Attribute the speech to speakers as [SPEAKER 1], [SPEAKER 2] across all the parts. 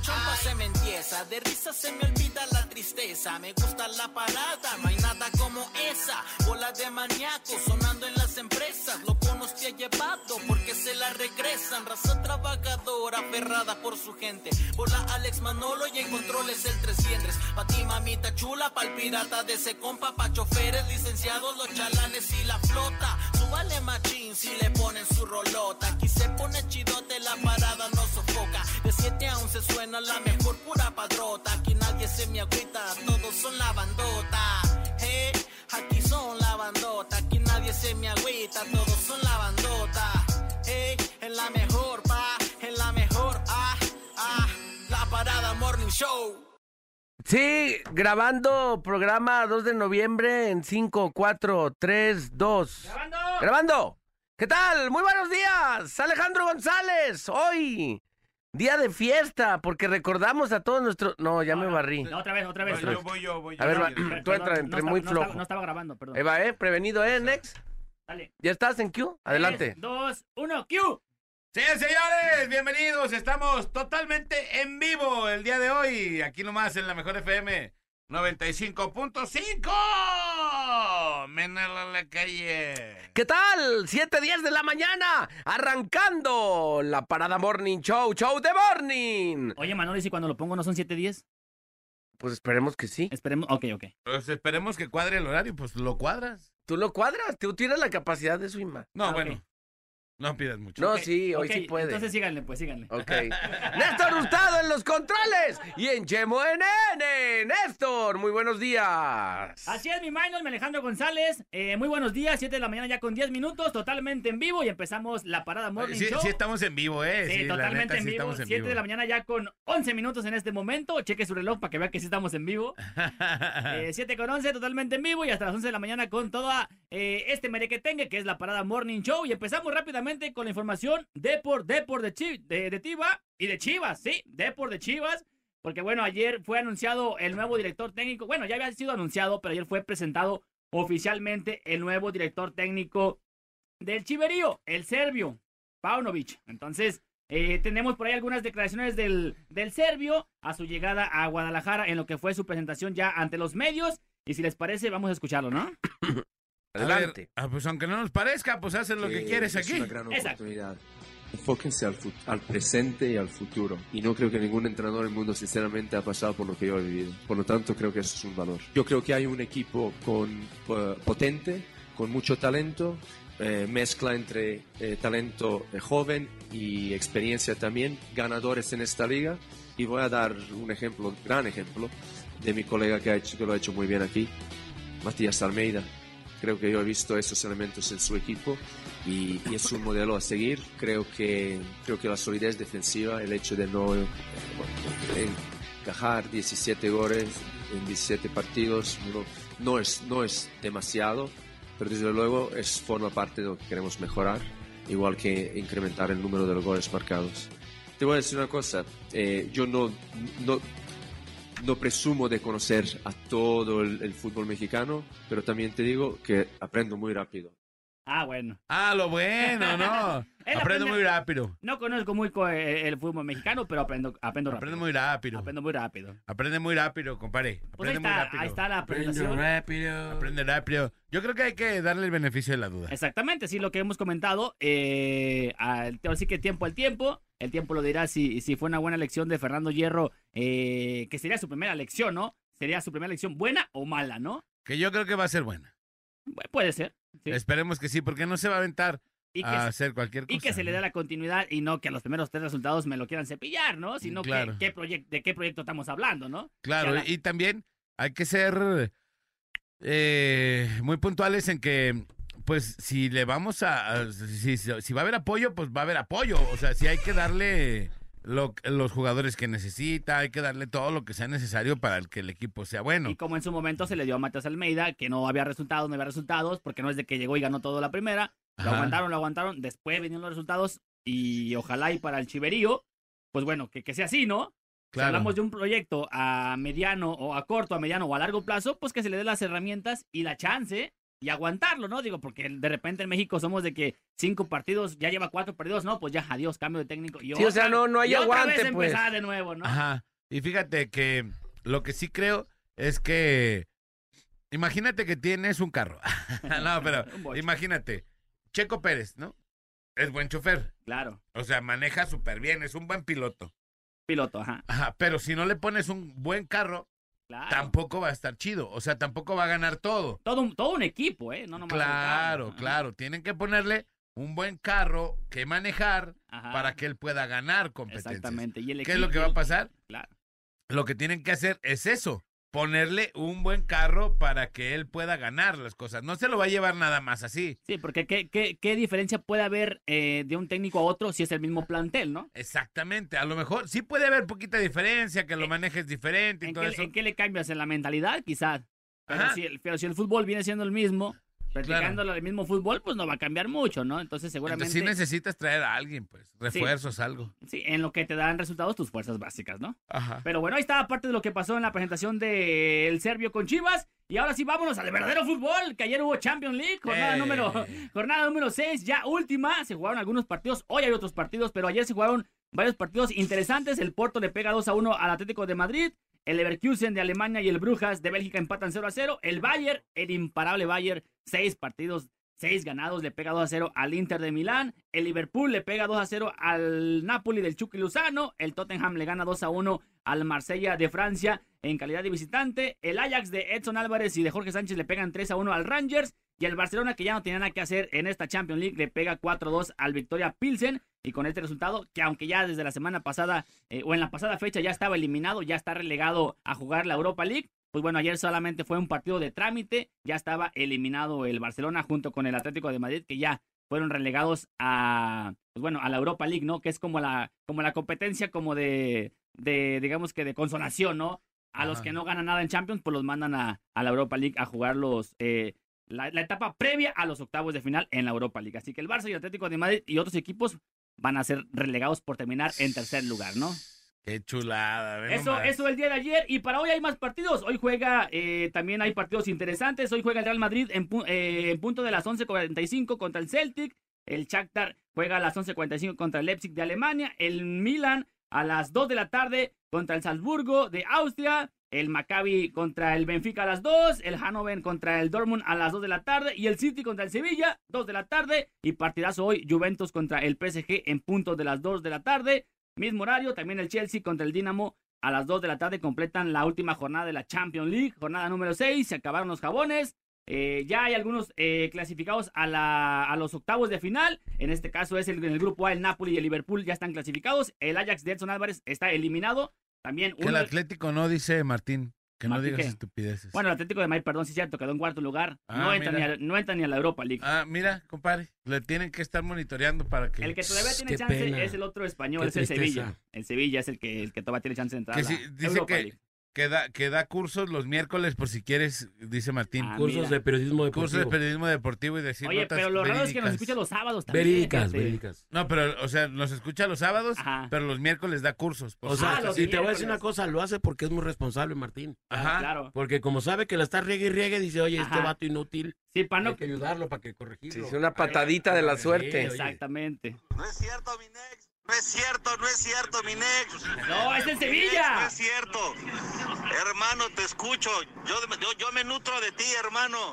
[SPEAKER 1] chompa se me empieza, de risa se me olvida la tristeza. Me gusta la parada, no hay nada como esa. Bola de maníacos sonando en las empresas. Loco nos te ha llevado porque se la regresan. Raza trabajadora, aferrada por su gente. Bola Alex Manolo y en controles el 300. Pa' ti mamita chula, pa'l pirata de ese compa. Pa' choferes, licenciados, los chalanes y la flota. Súbale machín si le ponen su rolota. Aquí se pone chidote, la parada no sofoca. De 7 a 11 suena la mejor pura padrota. Aquí nadie se me agüita, todos son la bandota. Hey, aquí son la bandota. Aquí nadie se me agüita, todos son la bandota. Hey, en la mejor, en la mejor, la parada Morning Show.
[SPEAKER 2] Sí, grabando programa 2 de noviembre en 5, 4, 3, 2. ¡Grabando! ¿Qué tal? Muy buenos días, Alejandro González. Hoy, día de fiesta, porque recordamos a todos nuestros... No, ya me barrí.
[SPEAKER 3] No, otra vez.
[SPEAKER 4] Voy yo.
[SPEAKER 2] A ver, tú entra entre muy flojo.
[SPEAKER 3] No estaba grabando, perdón.
[SPEAKER 2] Eva, prevenido, Next.
[SPEAKER 3] Dale.
[SPEAKER 2] ¿Ya estás en Q? Adelante.
[SPEAKER 3] 3, 2, 1, Q.
[SPEAKER 4] Sí, señores, bienvenidos. Estamos totalmente en vivo el día de hoy. Aquí nomás en la mejor FM 95.5. Menela la calle.
[SPEAKER 2] ¿Qué tal? 7:10 de la mañana, arrancando la parada Morning Show, Show de Morning.
[SPEAKER 3] Oye, Manolo, ¿y si cuando lo pongo no son 7:10?
[SPEAKER 2] Pues esperemos que sí.
[SPEAKER 3] Esperemos, ok.
[SPEAKER 4] Pues esperemos que cuadre el horario, pues lo cuadras.
[SPEAKER 2] ¿Tú lo cuadras? ¿Tú tienes la capacidad de eso, Inma?
[SPEAKER 4] No,
[SPEAKER 3] bueno.
[SPEAKER 4] Okay. No pidas mucho.
[SPEAKER 2] No,
[SPEAKER 3] Okay,
[SPEAKER 2] sí, hoy sí puede.
[SPEAKER 3] Entonces síganle.
[SPEAKER 2] Ok. Néstor Hurtado en los controles y en Chemo NN. Néstor, muy buenos días.
[SPEAKER 3] Así es, mi Maynol, mi Alejandro González. Muy buenos días, 7 de la mañana ya con 10 minutos, totalmente en vivo y empezamos la parada Morning Show.
[SPEAKER 4] Sí, estamos en vivo,
[SPEAKER 3] Sí, totalmente en vivo. 7 de la mañana ya con 11 minutos en este momento. Cheque su reloj para que vea que sí estamos en vivo. 7:11, totalmente en vivo y hasta las 11 de la mañana con toda este merequetengue que es la parada Morning Show. Y empezamos rápidamente con la información de Tiva y de Chivas, sí, de Chivas. Porque bueno, ayer fue anunciado el nuevo director técnico. Bueno, ya había sido anunciado, pero ayer fue presentado oficialmente el nuevo director técnico del Chiverío, el serbio, Paunovic. Entonces, tenemos por ahí algunas declaraciones del serbio a su llegada a Guadalajara en lo que fue su presentación ya ante los medios. Y si les parece, vamos a escucharlo, ¿no?
[SPEAKER 2] Adelante.
[SPEAKER 4] A ver, pues aunque no nos parezca, pues hacen lo que quieres aquí.
[SPEAKER 5] Es una gran oportunidad. Enfóquense al presente y al futuro. Y no creo que ningún entrenador en el mundo, sinceramente, ha pasado por lo que yo he vivido. Por lo tanto, creo que eso es un valor. Yo creo que hay un equipo potente, con mucho talento, mezcla entre talento joven y experiencia también, ganadores en esta liga. Y voy a dar un ejemplo, gran ejemplo, de mi colega que lo ha hecho muy bien aquí, Matías Almeida. Creo que yo he visto esos elementos en su equipo y es un modelo a seguir. Creo que la solidez defensiva, el hecho de no encajar 17 goles en 17 partidos, no es demasiado, pero desde luego forma parte de lo que queremos mejorar, igual que incrementar el número de los goles marcados. Te voy a decir una cosa, yo no presumo de conocer a todo el fútbol mexicano, pero también te digo que aprendo muy rápido.
[SPEAKER 3] Bueno.
[SPEAKER 4] Lo bueno, ¿no? Aprendo muy rápido.
[SPEAKER 3] No conozco muy el fútbol mexicano, pero aprendo rápido.
[SPEAKER 4] Aprende muy rápido. Aprende muy rápido, compadre.
[SPEAKER 3] Pues ahí está la presentación.
[SPEAKER 4] Aprende rápido. Yo creo que hay que darle el beneficio de la duda.
[SPEAKER 3] Exactamente, sí, lo que hemos comentado. Así que tiempo al tiempo. El tiempo lo dirá si fue una buena elección de Fernando Hierro, que sería su primera elección, ¿no? Sería su primera elección, buena o mala, ¿no?
[SPEAKER 4] Que yo creo que va a ser buena.
[SPEAKER 3] Puede ser. Sí.
[SPEAKER 4] Esperemos que sí, porque no se va a aventar a hacer cualquier cosa.
[SPEAKER 3] Y que se le dé la continuidad y no que a los primeros 3 resultados me lo quieran cepillar, ¿no? Sino
[SPEAKER 4] claro.
[SPEAKER 3] de qué proyecto estamos hablando, ¿no?
[SPEAKER 4] Claro, y también hay que ser muy puntuales en que, pues, si le vamos si va a haber apoyo, pues va a haber apoyo. O sea, si hay que darle los jugadores que necesita, hay que darle todo lo que sea necesario para que el equipo sea bueno.
[SPEAKER 3] Y como en su momento se le dio a Matías Almeida, que no había resultados, porque no es de que llegó y ganó todo la primera, lo aguantaron, después vinieron los resultados, y ojalá y para el Chiverío, pues bueno, que sea así, ¿no? Claro. Si hablamos de un proyecto a mediano, o a corto, a mediano o a largo plazo, pues que se le dé las herramientas y la chance y aguantarlo, ¿no? Digo, porque de repente en México somos de que 5 partidos, ya lleva 4 partidos, no, pues ya, adiós, cambio de técnico. Y
[SPEAKER 2] sí, o sea, no hay aguante,
[SPEAKER 3] otra vez
[SPEAKER 2] pues.
[SPEAKER 3] empezar de nuevo, ¿no?
[SPEAKER 4] Ajá. Y fíjate que lo que sí creo es que imagínate que tienes un carro. No, pero imagínate, Checo Pérez, ¿no? Es buen chofer.
[SPEAKER 3] Claro.
[SPEAKER 4] O sea, maneja súper bien, es un buen piloto.
[SPEAKER 3] Piloto, ajá.
[SPEAKER 4] Ajá, pero si no le pones un buen carro,
[SPEAKER 3] Claro.
[SPEAKER 4] tampoco va a estar chido. O sea, tampoco va a ganar todo.
[SPEAKER 3] Todo un equipo, ¿eh? No nomás el
[SPEAKER 4] Claro,
[SPEAKER 3] carro.
[SPEAKER 4] claro. Tienen que ponerle un buen carro que manejar
[SPEAKER 3] Ajá.
[SPEAKER 4] para que él pueda ganar competencias.
[SPEAKER 3] Exactamente. Y el
[SPEAKER 4] ¿Qué es lo que va a pasar?
[SPEAKER 3] Claro.
[SPEAKER 4] Lo que tienen que hacer es eso. Ponerle un buen carro para que él pueda ganar las cosas. No se lo va a llevar nada más así.
[SPEAKER 3] Sí, porque ¿qué diferencia puede haber de un técnico a otro si es el mismo plantel, ¿no?
[SPEAKER 4] Exactamente. A lo mejor sí puede haber poquita diferencia, que lo manejes diferente y todo eso.
[SPEAKER 3] ¿En qué le cambias? ¿En la mentalidad? Quizás. Pero
[SPEAKER 4] Ajá.
[SPEAKER 3] si el fútbol viene siendo el mismo, practicando el mismo fútbol, pues no va a cambiar mucho, ¿no? Entonces seguramente...
[SPEAKER 4] Entonces sí necesitas traer a alguien, pues. Refuerzos, algo.
[SPEAKER 3] Sí, en lo que te dan resultados tus fuerzas básicas, ¿no?
[SPEAKER 4] Ajá.
[SPEAKER 3] Pero bueno, ahí está parte de lo que pasó en la presentación del serbio con Chivas. Y ahora sí, vámonos al verdadero fútbol, que ayer hubo Champions League, jornada número 6, ya última. Se jugaron algunos partidos, hoy hay otros partidos, pero ayer se jugaron varios partidos interesantes. El Porto le pega 2-1 al Atlético de Madrid. El Leverkusen de Alemania y el Brujas de Bélgica empatan 0-0. El Bayern, el imparable Bayern, 6 partidos, 6 ganados, le pega 2-0 al Inter de Milán. El Liverpool le pega 2-0 al Napoli del Chucky Lozano. El Tottenham le gana 2-1 al Marsella de Francia en calidad de visitante. El Ajax de Edson Álvarez y de Jorge Sánchez le pegan 3-1 al Rangers. Y el Barcelona, que ya no tenía nada que hacer en esta Champions League, le pega 4-2 al Victoria Pilsen. Y con este resultado, que aunque ya desde la semana pasada o en la pasada fecha ya estaba eliminado, ya está relegado a jugar la Europa League, pues bueno, ayer solamente fue un partido de trámite, ya estaba eliminado el Barcelona junto con el Atlético de Madrid, que ya fueron relegados a, pues bueno, a la Europa League, ¿no? Que es como la competencia como de digamos que de consolación, ¿no? A los que no ganan nada en Champions, pues los mandan a la Europa League a jugar la etapa previa a los octavos de final en la Europa League. Así que el Barça y el Atlético de Madrid y otros equipos van a ser relegados por terminar en tercer lugar, ¿no?
[SPEAKER 4] Qué chulada.
[SPEAKER 3] Eso el día de ayer. Y para hoy hay más partidos. Hoy juega, también hay partidos interesantes. Hoy juega el Real Madrid en punto de las 11:45 contra el Celtic. El Shakhtar juega a las 11:45 contra el Leipzig de Alemania. El Milan a las 2 de la tarde contra el Salzburgo de Austria. El Maccabi contra el Benfica a las 2, el Hannover contra el Dortmund a las 2 de la tarde y el City contra el Sevilla, 2 de la tarde. Y partidazo hoy, Juventus contra el PSG en punto de las 2 de la tarde. Mismo horario, también el Chelsea contra el Dinamo a las 2 de la tarde. Completan la última jornada de la Champions League, jornada número 6, se acabaron los jabones. Ya hay algunos clasificados a los octavos de final. En este caso es en el grupo A, el Napoli y el Liverpool ya están clasificados. El Ajax de Edson Álvarez está eliminado. También
[SPEAKER 4] que el Atlético no, dice Martín. Que no digas estupideces.
[SPEAKER 3] Bueno, el Atlético de Madrid, perdón, sí es cierto, quedó en cuarto lugar. No entra ni a la Europa League.
[SPEAKER 4] Mira, compadre, le tienen que estar monitoreando para que...
[SPEAKER 3] El que todavía tiene chance es el otro español, es el Sevilla. El Sevilla es el que todavía tiene chance de entrar a la Europa League.
[SPEAKER 4] Que da cursos los miércoles por si quieres, dice Martín.
[SPEAKER 6] Cursos de periodismo deportivo.
[SPEAKER 4] Cursos de periodismo deportivo y decir
[SPEAKER 3] Oye, pero lo raro es que nos escucha los sábados también.
[SPEAKER 6] Verídicas.
[SPEAKER 4] No, pero, o sea, nos escucha los sábados, pero los miércoles da cursos.
[SPEAKER 6] O sea, y te voy a decir una cosa, lo hace porque es muy responsable, Martín.
[SPEAKER 4] Ajá.
[SPEAKER 3] Claro.
[SPEAKER 6] Porque como sabe que la está riegue, dice, oye, este vato inútil.
[SPEAKER 3] Sí,
[SPEAKER 6] hay que ayudarlo para que corregirlo.
[SPEAKER 2] Sí, es una patadita de la suerte.
[SPEAKER 3] Exactamente.
[SPEAKER 7] No es cierto, mi nex. No es cierto, mi nex.
[SPEAKER 3] No, es el Sevilla.
[SPEAKER 7] No es cierto. Hermano, te escucho. Yo me nutro de ti, hermano.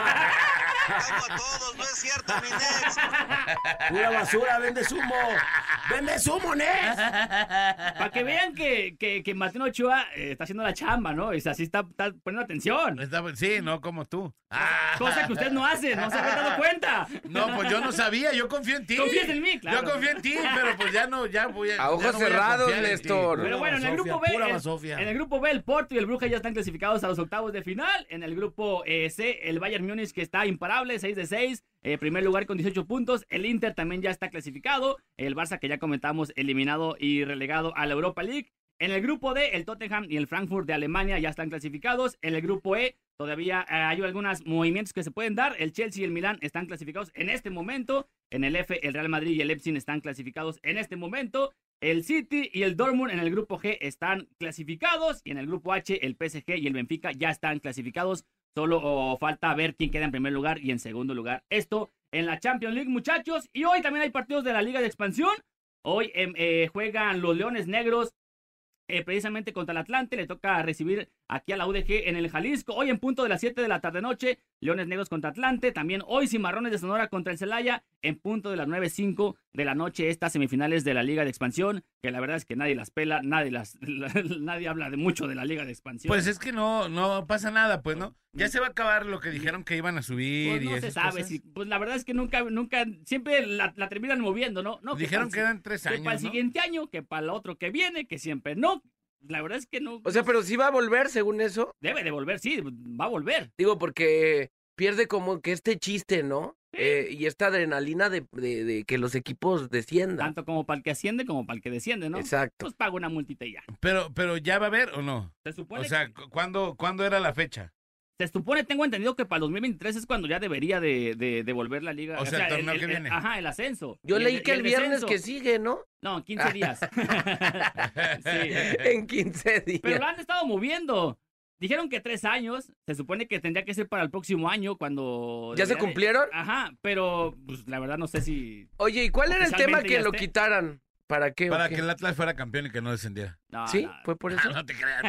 [SPEAKER 7] Tengo a todos, no es cierto, mi nex.
[SPEAKER 6] Pura basura, vende sumo. ¡Vende sumo, nex!
[SPEAKER 3] Para que vean que Martín Ochoa está haciendo la chamba, ¿no? O sea, sí está poniendo atención.
[SPEAKER 4] Sí, no como tú.
[SPEAKER 3] Cosa que usted no hace, no se había dado cuenta.
[SPEAKER 4] No, pues yo no sabía, yo confío en ti.
[SPEAKER 3] Confías en mí, claro.
[SPEAKER 4] Yo confío en ti, pero pues ya voy a...
[SPEAKER 2] A ojos cerrados, Néstor.
[SPEAKER 3] Pero bueno, en el grupo B, el Porto y el Bruja ya están clasificados a los octavos de final. En el grupo C, el Bayern Múnich, que está imparable, 6 de 6. Primer lugar con 18 puntos. El Inter también ya está clasificado. El Barça, que ya comentamos, eliminado y relegado a la Europa League. En el grupo D, el Tottenham y el Frankfurt de Alemania ya están clasificados. En el grupo E, todavía hay algunos movimientos que se pueden dar. El Chelsea y el Milán están clasificados en este momento. En el F, el Real Madrid y el Leipzig están clasificados en este momento. El City y el Dortmund en el grupo G están clasificados. Y en el grupo H, el PSG y el Benfica ya están clasificados Solo falta ver quién queda en primer lugar y en segundo lugar. Esto en la Champions League, muchachos. Y hoy también hay partidos de la Liga de Expansión. Hoy juegan los Leones Negros precisamente contra el Atlante. Le toca recibir aquí a la UDG en el Jalisco. Hoy en punto de las 7 de la tarde-noche, Leones Negros contra Atlante. También hoy Cimarrones de Sonora contra el Celaya en punto de las 9:05 de la noche. Estas semifinales de la Liga de Expansión, que la verdad es que nadie las pela, nadie habla de mucho de la Liga de Expansión.
[SPEAKER 4] Pues es que no pasa nada, pues, ¿no? Ya se va a acabar lo que dijeron que iban a subir
[SPEAKER 3] Pues
[SPEAKER 4] y
[SPEAKER 3] no se
[SPEAKER 4] esas
[SPEAKER 3] sabe,
[SPEAKER 4] cosas.
[SPEAKER 3] pues la verdad es que nunca, siempre la terminan moviendo, ¿no?
[SPEAKER 4] Dijeron que eran 3
[SPEAKER 3] que
[SPEAKER 4] años,
[SPEAKER 3] para el
[SPEAKER 4] ¿no?
[SPEAKER 3] siguiente año, que para el otro que viene, que siempre no. La verdad es que no.
[SPEAKER 2] O sea, pero sí va a volver según eso.
[SPEAKER 3] Debe de volver, sí, va a volver.
[SPEAKER 2] Digo, porque pierde como que este chiste, ¿no? Y esta adrenalina de que los equipos desciendan.
[SPEAKER 3] Tanto como para el que asciende como para el que desciende, ¿no?
[SPEAKER 2] Exacto.
[SPEAKER 3] Pues paga una multita y ya.
[SPEAKER 4] Pero ¿ya va a haber o no?
[SPEAKER 3] Se supone,
[SPEAKER 4] O sea, ¿cuándo era la fecha?
[SPEAKER 3] tengo entendido que para el 2023 es cuando ya debería de volver la liga.
[SPEAKER 4] O sea, el torneo que viene.
[SPEAKER 3] Ajá, el ascenso.
[SPEAKER 2] Yo
[SPEAKER 3] Y
[SPEAKER 2] leí que el viernes
[SPEAKER 3] descenso.
[SPEAKER 2] que sigue, ¿no?
[SPEAKER 3] No, 15 días. Sí.
[SPEAKER 2] En 15 días.
[SPEAKER 3] Pero lo han estado moviendo. Dijeron que 3 años. Se supone que tendría que ser para el próximo año cuando...
[SPEAKER 2] ¿Ya se
[SPEAKER 3] debería de-
[SPEAKER 2] cumplieron?
[SPEAKER 3] Ajá, pero pues la verdad no sé si...
[SPEAKER 2] Oye, ¿y cuál era el tema
[SPEAKER 3] Oficialmente
[SPEAKER 2] que
[SPEAKER 3] ya
[SPEAKER 2] lo
[SPEAKER 3] esté.
[SPEAKER 2] quitaran? ¿Para qué? o
[SPEAKER 4] Para
[SPEAKER 2] qué?
[SPEAKER 4] que el Atlas fuera campeón y que no descendiera.
[SPEAKER 3] No,
[SPEAKER 2] ¿Sí?
[SPEAKER 3] no.
[SPEAKER 2] ¿Fue por eso?
[SPEAKER 4] No te creas,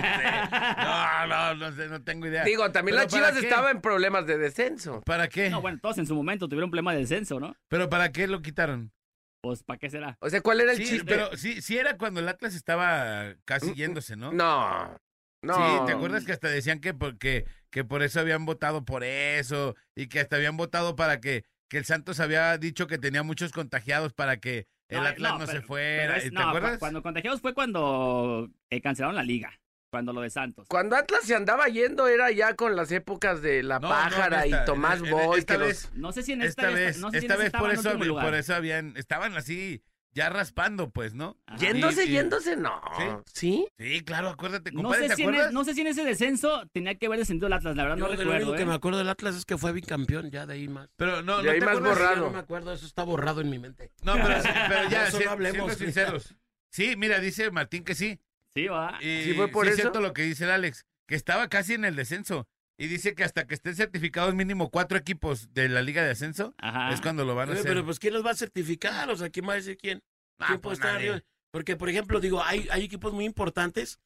[SPEAKER 4] no sé, no tengo idea.
[SPEAKER 2] Digo, también
[SPEAKER 4] ¿Pero
[SPEAKER 2] las Chivas
[SPEAKER 4] para qué?
[SPEAKER 2] estaban en problemas de descenso.
[SPEAKER 4] ¿Para qué?
[SPEAKER 3] No, bueno, todos en su momento tuvieron un problema de descenso, ¿no?
[SPEAKER 4] ¿Pero para qué lo quitaron?
[SPEAKER 3] Pues, ¿para qué será?
[SPEAKER 2] O sea, ¿cuál era el
[SPEAKER 4] Sí,
[SPEAKER 2] chiste?
[SPEAKER 4] pero sí era cuando el Atlas estaba casi yéndose, ¿no?
[SPEAKER 2] No. No.
[SPEAKER 4] Sí, ¿te acuerdas que hasta decían que por eso habían votado por eso y que hasta habían votado para que el Santos había dicho que tenía muchos contagiados para que el Atlas no se fuera?
[SPEAKER 3] pero
[SPEAKER 4] ¿Te acuerdas?
[SPEAKER 3] Cuando contagiados fue cuando cancelaron la liga. Cuando lo de Santos.
[SPEAKER 2] Cuando Atlas se andaba yendo era ya con las épocas de La
[SPEAKER 4] No,
[SPEAKER 2] Pájara
[SPEAKER 4] en esta-
[SPEAKER 2] y Tomás
[SPEAKER 4] en
[SPEAKER 2] Boy.
[SPEAKER 4] esta
[SPEAKER 2] que los-
[SPEAKER 4] vez-
[SPEAKER 3] No sé si en
[SPEAKER 4] Esta vez
[SPEAKER 3] por
[SPEAKER 4] por eso
[SPEAKER 3] lugar.
[SPEAKER 4] estaban así ya raspando, pues, ¿no?
[SPEAKER 3] Ajá.
[SPEAKER 2] Yéndose,
[SPEAKER 4] Y-
[SPEAKER 2] yéndose, no. ¿Sí?
[SPEAKER 4] Sí, claro, acuérdate,
[SPEAKER 3] No
[SPEAKER 4] compadre,
[SPEAKER 3] sé,
[SPEAKER 4] ¿te
[SPEAKER 3] si en
[SPEAKER 4] acuerdas?
[SPEAKER 3] no sé si en ese descenso tenía que haber descendido el Atlas, la verdad no
[SPEAKER 6] Yo de lo
[SPEAKER 3] recuerdo.
[SPEAKER 6] único que me acuerdo del Atlas es que fue bicampeón, ya de ahí más.
[SPEAKER 4] Pero no,
[SPEAKER 2] De
[SPEAKER 4] no
[SPEAKER 2] ahí
[SPEAKER 4] te
[SPEAKER 2] más
[SPEAKER 4] acuerdas?
[SPEAKER 2] borrado.
[SPEAKER 6] Ya no me acuerdo, eso está borrado en mi mente.
[SPEAKER 4] No, pero ya,
[SPEAKER 6] Eso no hablemos.
[SPEAKER 4] siendo sinceros. Sí, mira, dice Martín que sí.
[SPEAKER 3] Sí, va.
[SPEAKER 4] Y
[SPEAKER 2] ¿Sí fue por
[SPEAKER 4] sí
[SPEAKER 2] eso?
[SPEAKER 4] es cierto lo que dice el Alex, que estaba casi en el descenso. Y dice que hasta que estén certificados mínimo 4 equipos de la Liga de Ascenso,
[SPEAKER 3] Ajá.
[SPEAKER 4] es cuando lo van a
[SPEAKER 6] Oye,
[SPEAKER 4] hacer.
[SPEAKER 6] pero pues ¿quién los va a certificar? O sea, ¿quién va a decir quién? ¿Quién puede
[SPEAKER 4] pues
[SPEAKER 6] estar
[SPEAKER 4] nadie.
[SPEAKER 6] arriba? Porque, por ejemplo, digo, hay equipos muy importantes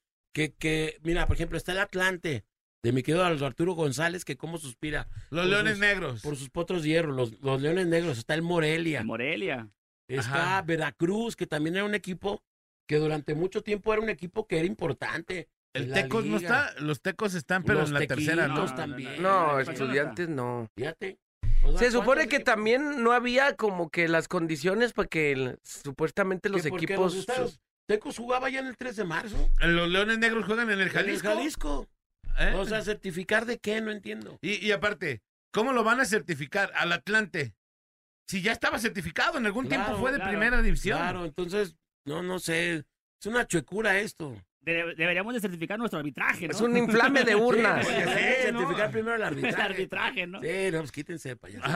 [SPEAKER 6] mira, por ejemplo, está el Atlante, de mi querido Arturo González, que cómo suspira
[SPEAKER 4] Los
[SPEAKER 6] por
[SPEAKER 4] Leones
[SPEAKER 6] sus-
[SPEAKER 4] Negros.
[SPEAKER 6] por sus potros de hierro, los Leones Negros, está el Morelia,
[SPEAKER 3] Morelia.
[SPEAKER 6] está
[SPEAKER 4] Ajá.
[SPEAKER 6] Veracruz, que también era un equipo que durante mucho tiempo era un equipo que era importante.
[SPEAKER 4] El
[SPEAKER 6] en la
[SPEAKER 4] Tecos no
[SPEAKER 6] liga.
[SPEAKER 4] está, los Tecos están, pero
[SPEAKER 6] Los
[SPEAKER 4] en la tercera, ¿no?
[SPEAKER 6] Tequitos también.
[SPEAKER 2] No,
[SPEAKER 3] no,
[SPEAKER 2] estudiantes no.
[SPEAKER 6] Fíjate.
[SPEAKER 2] Se supone que también no había como que las condiciones para que supuestamente los equipos...
[SPEAKER 6] Tecos jugaba ya en el 3 de marzo.
[SPEAKER 4] Los Leones Negros juegan en el
[SPEAKER 6] En el
[SPEAKER 4] Jalisco.
[SPEAKER 6] Jalisco.
[SPEAKER 4] ¿Eh?
[SPEAKER 6] O sea, ¿certificar de qué? No entiendo.
[SPEAKER 4] Y aparte, ¿cómo lo van a certificar al Atlante? Si ya estaba certificado, en algún
[SPEAKER 6] Claro,
[SPEAKER 4] tiempo fue de
[SPEAKER 3] claro.
[SPEAKER 4] primera división.
[SPEAKER 6] Claro, entonces, no sé. Es una chuecura esto.
[SPEAKER 3] Deberíamos de certificar nuestro arbitraje, ¿no?
[SPEAKER 2] Es un inflame de urnas.
[SPEAKER 6] Sí,
[SPEAKER 4] Oye, sí, ¿no?
[SPEAKER 6] certificar primero el
[SPEAKER 3] El
[SPEAKER 6] arbitraje.
[SPEAKER 3] arbitraje, ¿no?
[SPEAKER 6] Sí, no, pues quítense para allá.
[SPEAKER 4] Ajá,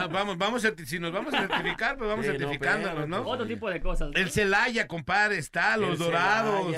[SPEAKER 4] si nos vamos a certificar, pues vamos
[SPEAKER 6] Sí, no,
[SPEAKER 4] certificándonos,
[SPEAKER 6] pero,
[SPEAKER 4] ¿no?
[SPEAKER 6] pues,
[SPEAKER 3] Otro tipo de cosas, ¿no?
[SPEAKER 4] El Celaya, compadre, está, los Dorados.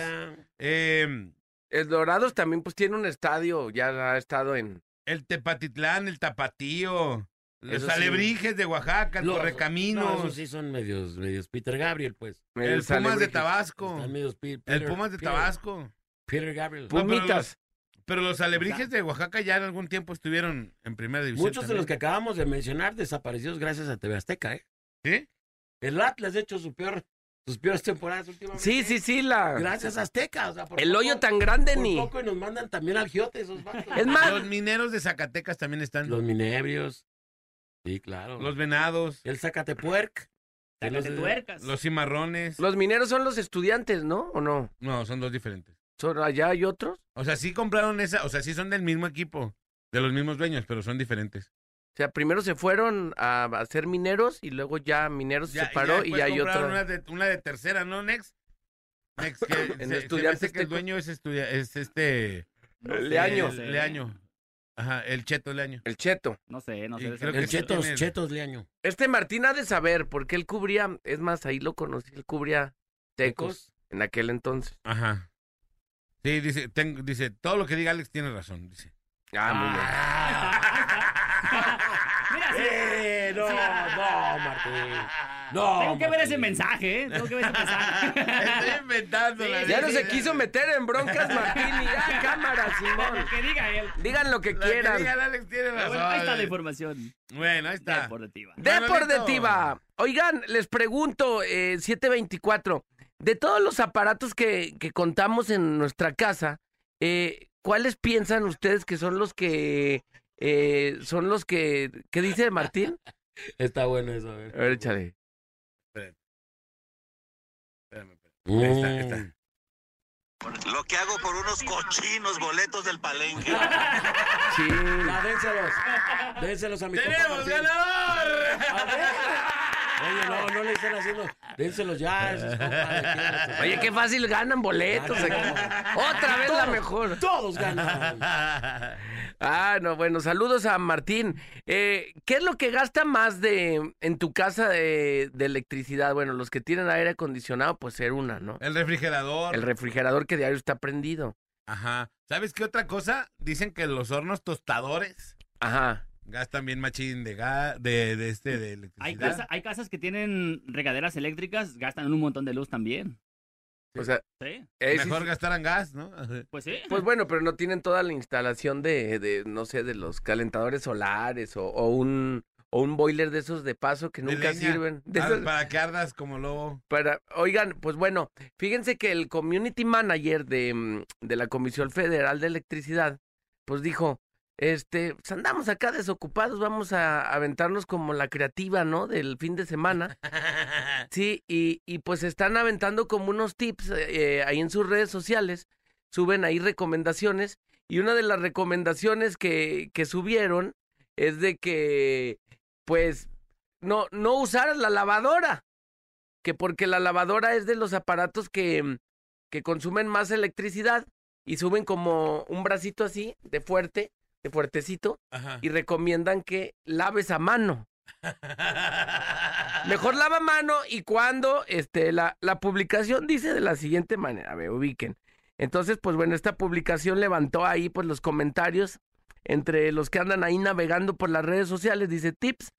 [SPEAKER 6] Celaya.
[SPEAKER 2] El Dorados también pues tiene un estadio, ya ha estado en...
[SPEAKER 4] El Tepatitlán, el Tapatío. Los
[SPEAKER 2] Eso sí.
[SPEAKER 4] Alebrijes de Oaxaca, el
[SPEAKER 6] Los-
[SPEAKER 4] Correcaminos.
[SPEAKER 6] No, esos sí son medios Peter Gabriel, pues.
[SPEAKER 4] el Pumas de
[SPEAKER 2] Alebrijes.
[SPEAKER 4] Tabasco.
[SPEAKER 6] Están medios
[SPEAKER 4] El Pumas de Tabasco.
[SPEAKER 6] Peter Gabriel.
[SPEAKER 4] Pu-
[SPEAKER 2] Pumitas.
[SPEAKER 4] Pero los Alebrijes de Oaxaca ya en algún tiempo estuvieron en primera división.
[SPEAKER 6] Muchos de los que acabamos de mencionar desaparecidos gracias a TV Azteca, ¿eh?
[SPEAKER 4] ¿Sí?
[SPEAKER 6] El Atlas, de hecho, sus peores temporadas últimamente.
[SPEAKER 2] Sí, la...
[SPEAKER 6] Gracias a Azteca. O sea, por
[SPEAKER 2] El
[SPEAKER 6] poco-
[SPEAKER 2] hoyo tan grande
[SPEAKER 6] por
[SPEAKER 2] ni...
[SPEAKER 6] poco y nos mandan también al Giote esos vatos.
[SPEAKER 2] Es más,
[SPEAKER 4] Los Mineros de Zacatecas también están.
[SPEAKER 6] Los Minebrios. Sí, claro.
[SPEAKER 4] Los Venados.
[SPEAKER 6] El Zacatepuerc.
[SPEAKER 3] Sácate tuercas.
[SPEAKER 4] Los Cimarrones.
[SPEAKER 2] los mineros son los estudiantes, ¿no? ¿O no?
[SPEAKER 4] No, son dos diferentes.
[SPEAKER 2] ¿Allá hay otros?
[SPEAKER 4] O sea, sí compraron esa, o sea, sí son del mismo equipo, de los mismos dueños, pero son diferentes.
[SPEAKER 2] O sea, primero se fueron a ser mineros y luego ya mineros se separó y
[SPEAKER 4] después
[SPEAKER 2] ya hay
[SPEAKER 4] compraron
[SPEAKER 2] otro.
[SPEAKER 4] una de tercera, ¿no, Next? Next, que
[SPEAKER 2] En
[SPEAKER 4] se me
[SPEAKER 2] Estudiantes
[SPEAKER 4] hace que el
[SPEAKER 2] Tecos.
[SPEAKER 4] dueño es
[SPEAKER 3] No sé,
[SPEAKER 2] Leaño.
[SPEAKER 3] no sé.
[SPEAKER 4] Leaño. Ajá, el Cheto Leaño.
[SPEAKER 2] El Cheto.
[SPEAKER 3] No sé.
[SPEAKER 4] Y creo
[SPEAKER 6] El
[SPEAKER 4] que sí tiene-
[SPEAKER 6] Chetos Leaño.
[SPEAKER 2] Este Martín ha de saber, porque él cubría, es más, ahí lo conocí, él cubría Tecos en aquel entonces.
[SPEAKER 4] Ajá. Sí, dice, dice, todo lo que diga Alex tiene razón, dice.
[SPEAKER 2] Muy bien.
[SPEAKER 3] Mira,
[SPEAKER 6] No, Martín. No,
[SPEAKER 3] tengo que ver
[SPEAKER 6] Martín.
[SPEAKER 3] ese mensaje, Tengo que ver ese mensaje.
[SPEAKER 4] Estoy inventando.
[SPEAKER 3] Sí,
[SPEAKER 4] la
[SPEAKER 2] Ya no se
[SPEAKER 4] neta.
[SPEAKER 2] quiso meter en broncas, Martín. Y ya, cámara, Simón.
[SPEAKER 3] Lo que diga él.
[SPEAKER 2] Digan lo que
[SPEAKER 4] Lo que
[SPEAKER 2] quieran.
[SPEAKER 4] diga Alex tiene razón.
[SPEAKER 3] Bueno, ahí está la información
[SPEAKER 4] Bueno, ahí está.
[SPEAKER 3] deportiva.
[SPEAKER 2] Deportiva. Oigan, les pregunto, 724. De todos los aparatos que contamos en nuestra casa, ¿cuáles piensan ustedes que son los que... ¿Qué dice Martín?
[SPEAKER 6] Está bueno eso, a ver.
[SPEAKER 2] A ver, échale.
[SPEAKER 4] Espérame. Ahí está.
[SPEAKER 7] Lo que hago por unos cochinos boletos del palenque.
[SPEAKER 2] Sí.
[SPEAKER 6] Ya, dénselos a mi compa
[SPEAKER 4] ¡Tenemos
[SPEAKER 6] Martín.
[SPEAKER 4] ganador!
[SPEAKER 6] A ver. Oye, no le están haciendo. Dénselos ya a esos compas de aquí.
[SPEAKER 2] Oye, qué fácil ganan boletos. Otra vez la mejor.
[SPEAKER 6] Todos ganan.
[SPEAKER 2] No, bueno, saludos a Martín. ¿Qué es lo que gasta más en tu casa de electricidad? Bueno, los que tienen aire acondicionado, pues ser una, ¿no?
[SPEAKER 4] El refrigerador.
[SPEAKER 2] El refrigerador que diario está prendido.
[SPEAKER 4] Ajá. ¿Sabes qué otra cosa? Dicen que los hornos tostadores
[SPEAKER 2] Ajá.
[SPEAKER 4] gastan bien machín de electricidad.
[SPEAKER 3] Hay casas que tienen regaderas eléctricas, gastan un montón de luz también.
[SPEAKER 2] O sea,
[SPEAKER 3] Sí,
[SPEAKER 4] Mejor gastaran gas, ¿no?
[SPEAKER 3] pues sí.
[SPEAKER 2] pues bueno, pero no tienen toda la instalación no sé, de los calentadores solares o un boiler de esos de paso que
[SPEAKER 4] De
[SPEAKER 2] nunca
[SPEAKER 4] leña.
[SPEAKER 2] sirven. De esos-
[SPEAKER 4] Para que ardas como lobo.
[SPEAKER 2] Oigan, pues bueno, fíjense que el community manager de la Comisión Federal de Electricidad, pues dijo, pues andamos acá desocupados, vamos a aventarnos como la creativa, ¿no? Del fin de semana. Sí, y pues están aventando como unos tips ahí en sus redes sociales, suben ahí recomendaciones, y una de las recomendaciones que subieron es de que, pues, no usaras la lavadora, que porque la lavadora es de los aparatos que consumen más electricidad, y suben como un bracito así, de fuertecito,
[SPEAKER 4] Ajá.
[SPEAKER 2] y recomiendan que laves a mano. Mejor lava a mano, y cuando la publicación dice de la siguiente manera, a ver, ubiquen. Entonces, pues bueno, esta publicación levantó ahí pues los comentarios entre los que andan ahí navegando por las redes sociales. Dice tips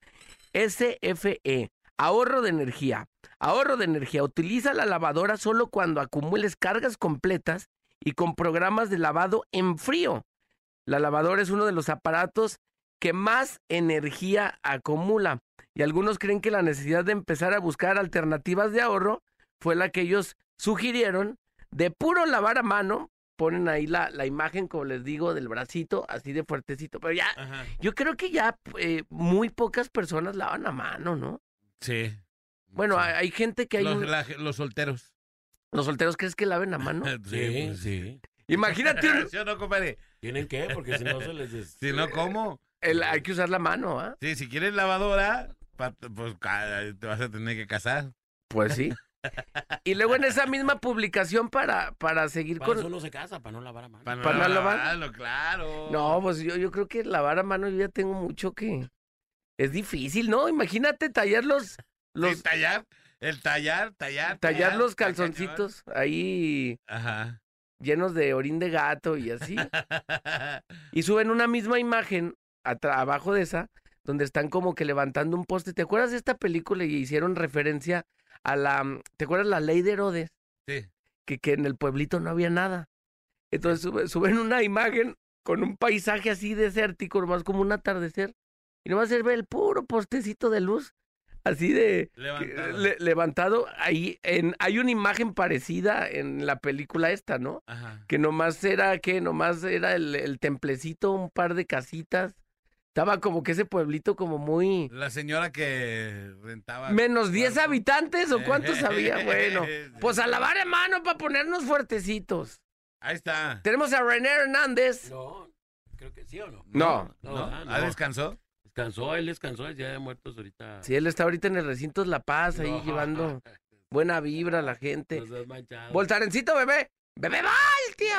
[SPEAKER 2] SFE, ahorro de energía. Ahorro de energía, utiliza la lavadora solo cuando acumules cargas completas y con programas de lavado en frío. La lavadora es uno de los aparatos que más energía acumula, y algunos creen que la necesidad de empezar a buscar alternativas de ahorro fue la que ellos sugirieron de puro lavar a mano. Ponen ahí la imagen, como les digo, del bracito, así de fuertecito, pero ya,
[SPEAKER 4] Ajá.
[SPEAKER 2] yo creo que ya muy pocas personas lavan a mano, ¿no?
[SPEAKER 4] Sí.
[SPEAKER 2] Bueno,
[SPEAKER 4] Sí.
[SPEAKER 2] hay gente que hay
[SPEAKER 4] Los solteros.
[SPEAKER 2] ¿Los solteros crees que laven a mano?
[SPEAKER 6] Sí,
[SPEAKER 4] pues
[SPEAKER 6] sí.
[SPEAKER 2] Imagínate,
[SPEAKER 4] ¿Sí o no, compadre?
[SPEAKER 6] ¿Tienen que? Porque si no se les...
[SPEAKER 4] Si no, ¿cómo?
[SPEAKER 2] hay que usar la mano, ¿ah?
[SPEAKER 4] Sí, si quieres lavadora, pues te vas a tener que casar.
[SPEAKER 2] Pues sí. Y luego en esa misma publicación para seguir
[SPEAKER 6] Para
[SPEAKER 2] con...
[SPEAKER 6] eso uno se casa, para no lavar a mano.
[SPEAKER 2] ¿Para no lavar?
[SPEAKER 4] lavarlo, claro.
[SPEAKER 2] No, pues yo creo que lavar a mano yo ya tengo mucho que... Es difícil, ¿no? Imagínate tallar
[SPEAKER 4] Sí, tallar
[SPEAKER 2] tallar los
[SPEAKER 4] está
[SPEAKER 2] calzoncitos ahí
[SPEAKER 4] cañón. Ajá.
[SPEAKER 2] llenos de orín de gato y así. Y suben una misma imagen abajo de esa, donde están como que levantando un poste. ¿Te acuerdas de esta película? Y hicieron referencia a ¿te acuerdas la ley de Herodes?
[SPEAKER 4] Sí.
[SPEAKER 2] Que en el pueblito no había nada. Entonces suben una imagen con un paisaje así desértico, nomás como un atardecer. Y nomás se ve el puro postecito de luz, así de
[SPEAKER 4] Levantado.
[SPEAKER 2] levantado. Ahí hay una imagen parecida en la película esta, ¿no?
[SPEAKER 4] Ajá.
[SPEAKER 2] Que nomás era el templecito, un par de casitas. Estaba como que ese pueblito como muy...
[SPEAKER 4] La señora que rentaba.
[SPEAKER 2] Menos 10
[SPEAKER 4] cuarto.
[SPEAKER 2] habitantes, ¿o cuántos había? Bueno, pues a lavar a mano para ponernos fuertecitos.
[SPEAKER 4] Ahí está.
[SPEAKER 2] Tenemos a René Hernández.
[SPEAKER 6] No, creo que sí o no.
[SPEAKER 2] No.
[SPEAKER 4] ¿No?
[SPEAKER 6] No.
[SPEAKER 4] ¿Ah, descansó?
[SPEAKER 6] Él descansó, el día de muertos ahorita.
[SPEAKER 2] Sí, él está ahorita en el recinto de La Paz, ahí
[SPEAKER 6] No.
[SPEAKER 2] llevando buena vibra a la gente.
[SPEAKER 6] Nos has manchado.
[SPEAKER 2] Voltarencito, bebé. ¡Bebé tío!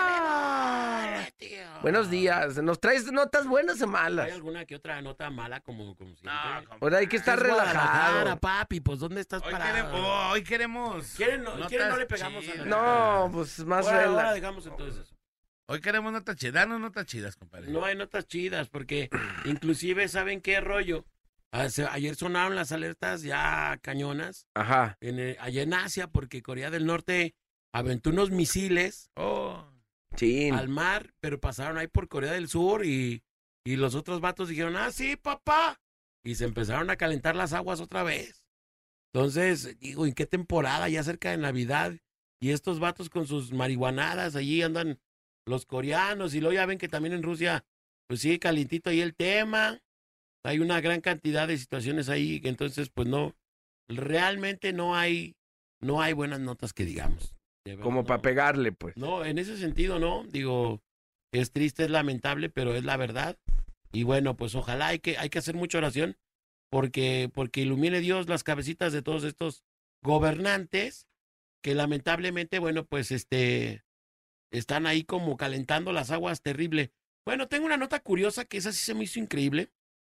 [SPEAKER 2] Buenos días. ¿Nos traes notas buenas o
[SPEAKER 6] ¿Hay
[SPEAKER 2] malas?
[SPEAKER 6] alguna que otra nota mala como siempre?
[SPEAKER 2] Ahora hay que estar
[SPEAKER 6] Es Guadalajara,
[SPEAKER 2] relajado.
[SPEAKER 6] papi, pues ¿dónde estás parado?
[SPEAKER 4] Hoy queremos.
[SPEAKER 6] ¿Quieren no
[SPEAKER 4] notas
[SPEAKER 6] le pegamos a
[SPEAKER 4] chidas.
[SPEAKER 6] la-
[SPEAKER 2] No, pues más
[SPEAKER 6] Ahora
[SPEAKER 2] relax.
[SPEAKER 6] dejamos entonces eso.
[SPEAKER 4] Hoy queremos notas chidas, danos notas chidas, compadre.
[SPEAKER 6] No hay notas chidas, porque inclusive, ¿saben qué rollo? Ayer sonaron las alertas ya cañonas.
[SPEAKER 2] Ajá.
[SPEAKER 6] Allá en Asia, porque Corea del Norte aventó unos misiles al mar, pero pasaron ahí por Corea del Sur y los otros vatos dijeron, sí, papá. Y se empezaron a calentar las aguas otra vez. Entonces, digo, ¿en qué temporada? Ya cerca de Navidad. Y estos vatos con sus marihuanadas, allí andan los coreanos. Y luego ya ven que también en Rusia, pues sigue calientito ahí el tema. Hay una gran cantidad de situaciones ahí. Entonces, pues no, realmente no hay buenas notas que digamos.
[SPEAKER 2] Como para pegarle, pues.
[SPEAKER 6] No, en ese sentido no. Digo, es triste, es lamentable, pero es la verdad. Y bueno, pues ojalá hay que hacer mucha oración porque ilumine Dios las cabecitas de todos estos gobernantes que lamentablemente, bueno, pues están ahí como calentando las aguas terrible. Bueno, tengo una nota curiosa que esa sí se me hizo increíble.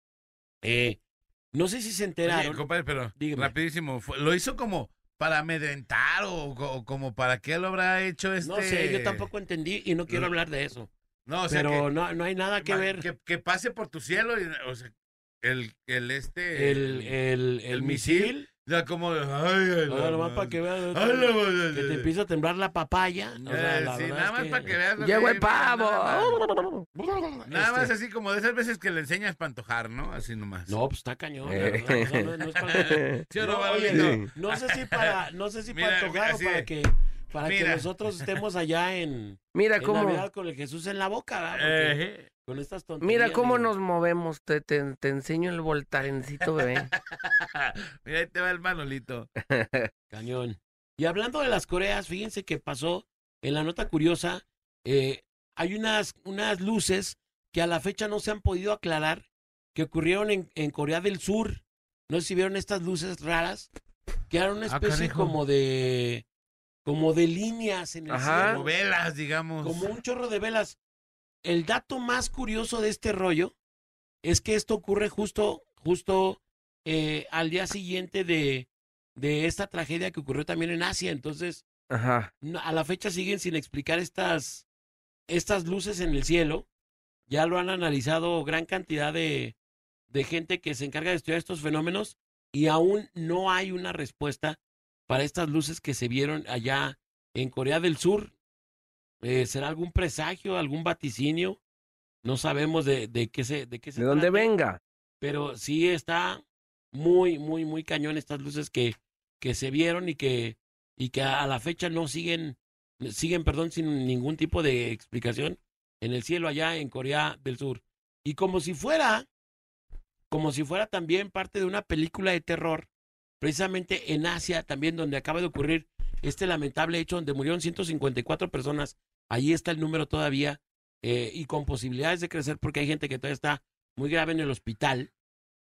[SPEAKER 6] No sé si se enteraron.
[SPEAKER 4] Oye, compadre, pero
[SPEAKER 6] dígame.
[SPEAKER 4] Rapidísimo, ¿lo hizo como para amedrentar o como para qué lo habrá hecho
[SPEAKER 6] No sé, yo tampoco entendí y no quiero hablar de eso.
[SPEAKER 4] No, o sea
[SPEAKER 6] pero
[SPEAKER 4] que,
[SPEAKER 6] no hay nada que ver.
[SPEAKER 4] Que pase por tu cielo, o sea, el
[SPEAKER 6] misil.
[SPEAKER 4] Ya como
[SPEAKER 6] nomás para que veas que te empieza a temblar la papaya. O sea, la
[SPEAKER 4] sí,
[SPEAKER 6] verdad
[SPEAKER 4] nada más para que veas.
[SPEAKER 2] ¡Llegó el pavo!
[SPEAKER 4] Nada más así como de esas veces que le enseñas para antojar, ¿no? Así nomás.
[SPEAKER 6] No, pues está cañón. La verdad, o sea, no es para...
[SPEAKER 4] ¿Sí o no,
[SPEAKER 6] oye,
[SPEAKER 4] Barbarito?
[SPEAKER 6] no sé si para
[SPEAKER 4] Mira,
[SPEAKER 6] antojar o
[SPEAKER 4] así
[SPEAKER 6] para
[SPEAKER 4] de-
[SPEAKER 6] que nosotros estemos allá en
[SPEAKER 2] Mira
[SPEAKER 6] Navidad con el Jesús en la boca, ¿verdad? Porque con estas tonterías.
[SPEAKER 2] Mira cómo
[SPEAKER 6] digo,
[SPEAKER 2] nos movemos. Te enseño el voltarencito, bebé.
[SPEAKER 4] Mira, ahí te va el Manolito.
[SPEAKER 6] Cañón. Y hablando de las Coreas, fíjense que pasó en la nota curiosa, hay unas luces que a la fecha no se han podido aclarar, que ocurrieron en Corea del Sur. No sé si vieron estas luces raras, que eran una especie
[SPEAKER 4] canijo.
[SPEAKER 6] como de líneas en el
[SPEAKER 2] Ajá.
[SPEAKER 6] cielo.
[SPEAKER 4] Como velas, digamos.
[SPEAKER 6] Como un chorro de velas. El dato más curioso de este rollo es que esto ocurre justo al día siguiente de esta tragedia que ocurrió también en Asia. Entonces,
[SPEAKER 2] Ajá.
[SPEAKER 6] a la fecha siguen sin explicar estas luces en el cielo. Ya lo han analizado gran cantidad de gente que se encarga de estudiar estos fenómenos y aún no hay una respuesta para estas luces que se vieron allá en Corea del Sur. ¿Será algún presagio, algún vaticinio? No sabemos de qué se
[SPEAKER 2] De dónde
[SPEAKER 6] trate,
[SPEAKER 2] venga.
[SPEAKER 6] pero sí está muy, muy, muy cañón estas luces que se vieron y que a la fecha no siguen, sin ningún tipo de explicación en el cielo allá en Corea del Sur. Y como si fuera también parte de una película de terror, precisamente en Asia también, donde acaba de ocurrir este lamentable hecho donde murieron 154 personas. Ahí está el número todavía y con posibilidades de crecer porque hay gente que todavía está muy grave en el hospital.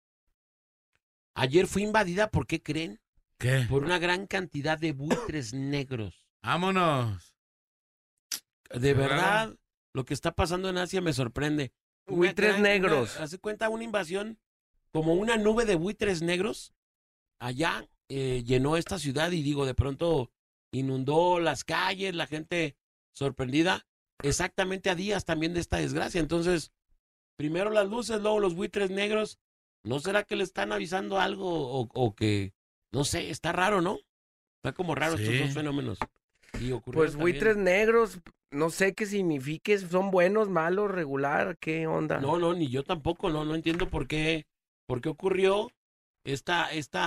[SPEAKER 6] Ayer fue invadida, ¿por qué creen?
[SPEAKER 4] ¿Qué?
[SPEAKER 6] Por una gran cantidad de buitres negros.
[SPEAKER 4] Vámonos.
[SPEAKER 6] De verdad, lo que está pasando en Asia me sorprende.
[SPEAKER 2] Buitres negros.
[SPEAKER 6] Hace cuenta una invasión, como una nube de buitres negros. Allá llenó esta ciudad y digo, de pronto inundó las calles, la gente sorprendida, exactamente a días también de esta desgracia. Entonces, primero las luces, luego los buitres negros. ¿No será que le están avisando algo o que, no sé, está raro, ¿no? Está como raro
[SPEAKER 4] Sí.
[SPEAKER 6] estos dos fenómenos. Y ocurrieron
[SPEAKER 2] Pues
[SPEAKER 6] también-
[SPEAKER 2] buitres negros, no sé qué signifique. ¿Son buenos, malos, regular? ¿Qué onda?
[SPEAKER 6] No, ni yo tampoco, no entiendo por qué ocurrió esta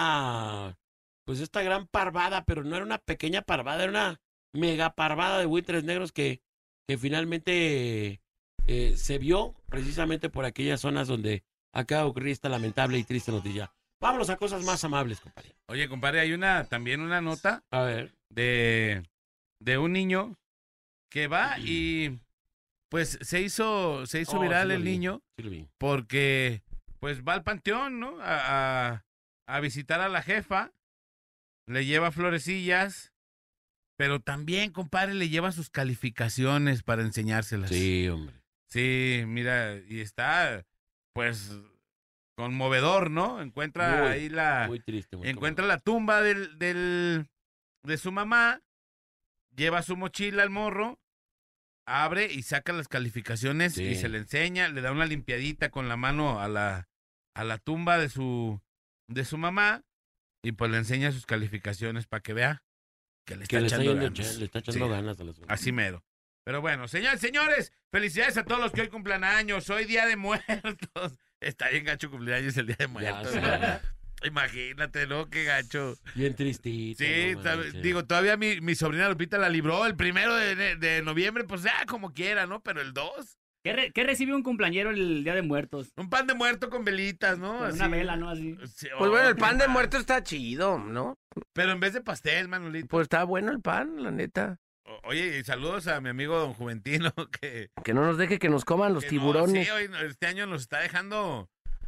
[SPEAKER 6] gran parvada, pero no era una pequeña parvada, era una mega parvada de buitres negros que finalmente se vio precisamente por aquellas zonas donde acaba de ocurrir esta lamentable y triste noticia. Vámonos a cosas más amables, compadre.
[SPEAKER 4] Oye, compadre, hay también una nota
[SPEAKER 6] A ver.
[SPEAKER 4] de un niño que va y pues se hizo viral
[SPEAKER 6] sí lo
[SPEAKER 4] el
[SPEAKER 6] vi,
[SPEAKER 4] niño
[SPEAKER 6] sí lo vi.
[SPEAKER 4] porque pues va al panteón, ¿no? A visitar a la jefa, le lleva florecillas, pero también, compadre, le lleva sus calificaciones para enseñárselas.
[SPEAKER 6] Sí, hombre.
[SPEAKER 4] Sí, mira, y está, pues, conmovedor, ¿no? Encuentra
[SPEAKER 6] Muy,
[SPEAKER 4] ahí
[SPEAKER 6] Muy triste. muy
[SPEAKER 4] encuentra la tumba de su mamá, lleva su mochila al morro abre y saca las calificaciones y se le enseña, le da una limpiadita con la mano a la tumba de su mamá y pues le enseña sus calificaciones para que vea que le está echando ganas.
[SPEAKER 6] Le está echando ganas a la suerte.
[SPEAKER 4] Así mero. Pero bueno, señores, felicidades a todos los que hoy cumplan años. Hoy Día de Muertos. Está bien gacho cumpleaños el Día de Muertos. Imagínate, ¿no? Qué gacho.
[SPEAKER 6] Bien tristito.
[SPEAKER 4] Sí, digo, todavía mi sobrina Lupita la libró el 1 de noviembre, pues ya como quiera, ¿no? Pero el 2.
[SPEAKER 3] ¿Qué recibe un cumpleañero el Día de Muertos?
[SPEAKER 4] Un pan de muerto con velitas, ¿no?
[SPEAKER 3] Con una vela, ¿no? Así.
[SPEAKER 4] Sí,
[SPEAKER 2] Pues bueno, el pan de muerto está chido, ¿no?
[SPEAKER 4] Pero en vez de pastel, Manolito.
[SPEAKER 2] Pues está bueno el pan, la neta.
[SPEAKER 4] Oye, y saludos a mi amigo Don Juventino, que
[SPEAKER 2] no nos deje que nos coman los tiburones.
[SPEAKER 4] Sí, hoy, este año nos está dejando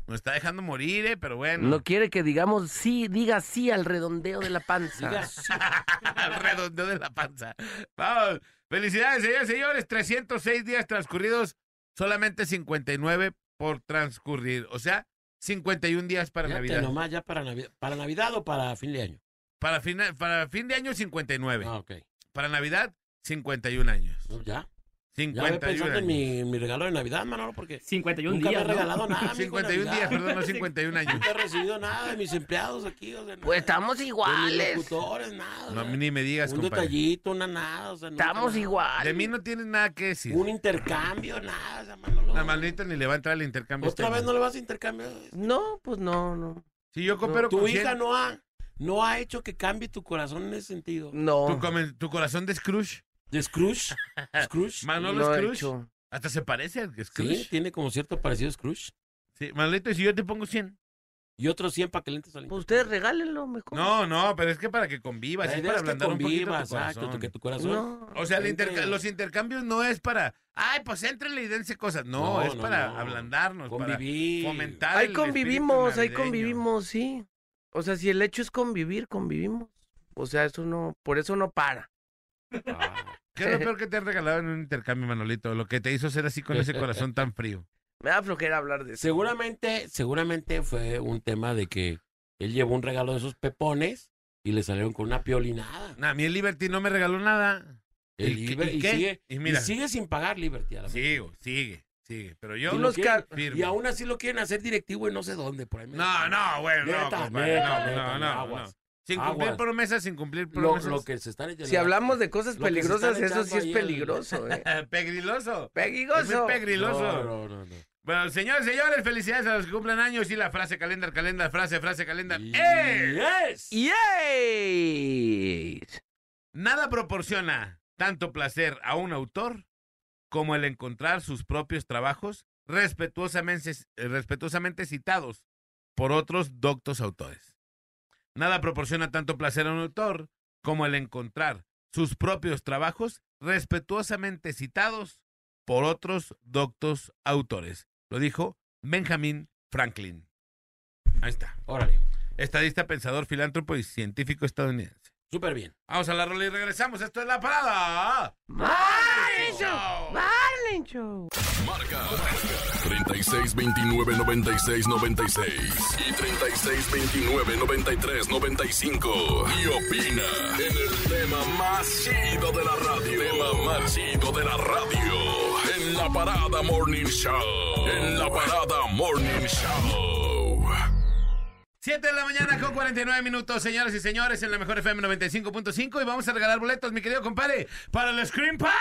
[SPEAKER 4] morir, pero bueno.
[SPEAKER 2] No quiere que digamos sí, diga sí al redondeo de la panza.
[SPEAKER 6] Diga sí.
[SPEAKER 4] Al redondeo de la panza. Vamos, felicidades, señores, señores. 306 días transcurridos, solamente 59 por transcurrir. O sea, 51 días para Navidad.
[SPEAKER 6] Nomás ya para Navidad o para fin de año.
[SPEAKER 4] Para fin de año, 59.
[SPEAKER 6] Ah, ok.
[SPEAKER 4] Para Navidad, 51 años.
[SPEAKER 6] ¿Ya?
[SPEAKER 4] 51
[SPEAKER 6] ya pensando
[SPEAKER 4] años.
[SPEAKER 6] en mi regalo de Navidad, Manolo, porque
[SPEAKER 3] 51
[SPEAKER 6] nunca
[SPEAKER 3] días,
[SPEAKER 6] me he regalado nada.
[SPEAKER 4] 51 días, perdón, no 51 años.
[SPEAKER 6] Nunca he recibido nada de mis empleados aquí. O sea,
[SPEAKER 2] Pues estamos iguales.
[SPEAKER 6] De mis locutores, nada.
[SPEAKER 4] No, ni me digas,
[SPEAKER 6] un
[SPEAKER 4] compadre.
[SPEAKER 6] detallito, nada. O sea,
[SPEAKER 2] Estamos iguales.
[SPEAKER 4] De mí no tienes nada que decir.
[SPEAKER 6] Un intercambio, nada. O sea, Manolo.
[SPEAKER 4] La maldita ni le va a entrar al intercambio.
[SPEAKER 6] ¿Otra vez no le vas a intercambiar?
[SPEAKER 2] No, pues no.
[SPEAKER 4] Si yo coopero
[SPEAKER 6] Tu
[SPEAKER 4] con
[SPEAKER 6] hija
[SPEAKER 4] 100.
[SPEAKER 6] no ha hecho que cambie tu corazón en ese sentido.
[SPEAKER 2] No.
[SPEAKER 4] Tu corazón de Scrooge.
[SPEAKER 6] ¿De Scrooge? ¿Scrooge?
[SPEAKER 4] Manolo
[SPEAKER 2] No he
[SPEAKER 4] Scrooge.
[SPEAKER 2] hecho.
[SPEAKER 4] Hasta se parece a Scrooge.
[SPEAKER 6] Sí, tiene como cierto parecido a Scrooge.
[SPEAKER 4] Sí, Manolito, ¿y si yo te pongo 100?
[SPEAKER 6] Y otros 100 para que le entres al
[SPEAKER 2] Pues ustedes regálenlo mejor.
[SPEAKER 4] No, pero es que para que convivas,
[SPEAKER 6] La
[SPEAKER 4] es
[SPEAKER 6] idea
[SPEAKER 4] para
[SPEAKER 6] es que
[SPEAKER 4] ablandar un poquito
[SPEAKER 6] conviva,
[SPEAKER 4] tu corazón.
[SPEAKER 6] exacto, que tu corazón...
[SPEAKER 2] No.
[SPEAKER 4] O sea,
[SPEAKER 6] Entre-
[SPEAKER 4] los intercambios no es para, pues éntrenle y dense cosas. No, es para ablandarnos,
[SPEAKER 6] Convivir.
[SPEAKER 4] para fomentar
[SPEAKER 2] Ahí
[SPEAKER 4] el
[SPEAKER 2] convivimos,
[SPEAKER 4] espíritu navideño.
[SPEAKER 2] sí. O sea, si el hecho es convivir, convivimos. O sea, por eso no para.
[SPEAKER 6] Ah,
[SPEAKER 4] ¿Qué es lo peor que te han regalado en un intercambio, Manolito? Lo que te hizo ser así con ese corazón tan frío.
[SPEAKER 2] Me da flojera hablar de eso.
[SPEAKER 6] seguramente fue un tema de que él llevó un regalo de esos pepones y le salieron con una piolinada.
[SPEAKER 4] A mí el Liberty no me regaló nada.
[SPEAKER 6] Y
[SPEAKER 4] qué? Y
[SPEAKER 6] sigue sin pagar Liberty. A la
[SPEAKER 4] Sigue. Pero yo
[SPEAKER 6] Y,
[SPEAKER 2] Unos car-
[SPEAKER 4] firme.
[SPEAKER 6] y aún así lo quieren hacer directivo y no sé dónde. Por ahí
[SPEAKER 4] No, bueno, no,
[SPEAKER 6] Neta,
[SPEAKER 4] compadre,
[SPEAKER 6] neta,
[SPEAKER 4] no.
[SPEAKER 6] aguas.
[SPEAKER 4] Sin cumplir
[SPEAKER 6] Aguas.
[SPEAKER 4] promesas, sin cumplir
[SPEAKER 6] Lo
[SPEAKER 4] promesas.
[SPEAKER 6] que se están echando.
[SPEAKER 2] Si hablamos de cosas
[SPEAKER 6] Lo que se
[SPEAKER 2] peligrosas,
[SPEAKER 6] están
[SPEAKER 2] eso sí es
[SPEAKER 6] echando ahí
[SPEAKER 2] peligroso,
[SPEAKER 4] Pegriloso.
[SPEAKER 2] Peligroso.
[SPEAKER 4] Es muy pegriloso.
[SPEAKER 6] No.
[SPEAKER 4] Bueno, señores, felicidades a los que cumplan años. Y la frase calendar, frase calendar.
[SPEAKER 6] Yes.
[SPEAKER 2] ¡Yes!
[SPEAKER 4] Nada proporciona tanto placer a un autor como el encontrar sus propios trabajos respetuosamente citados por otros doctos autores. Nada proporciona tanto placer a un autor como el encontrar sus propios trabajos respetuosamente citados por otros doctos autores. Lo dijo Benjamin Franklin. Ahí está.
[SPEAKER 6] Órale.
[SPEAKER 4] Estadista, pensador, filántropo y científico estadounidense.
[SPEAKER 6] Súper bien.
[SPEAKER 4] Vamos a la rola y regresamos. Esto es La Parada.
[SPEAKER 2] ¡Marlin Show! ¡Marlin Show!
[SPEAKER 8] Marca 36299696 y 36299395 y opina en el tema más chido de la radio. En La Parada Morning Show.
[SPEAKER 4] 7 de la mañana con 49 minutos, señoras y señores, en la mejor FM 95.5 y vamos a regalar boletos, mi querido compadre, para el Scream Park.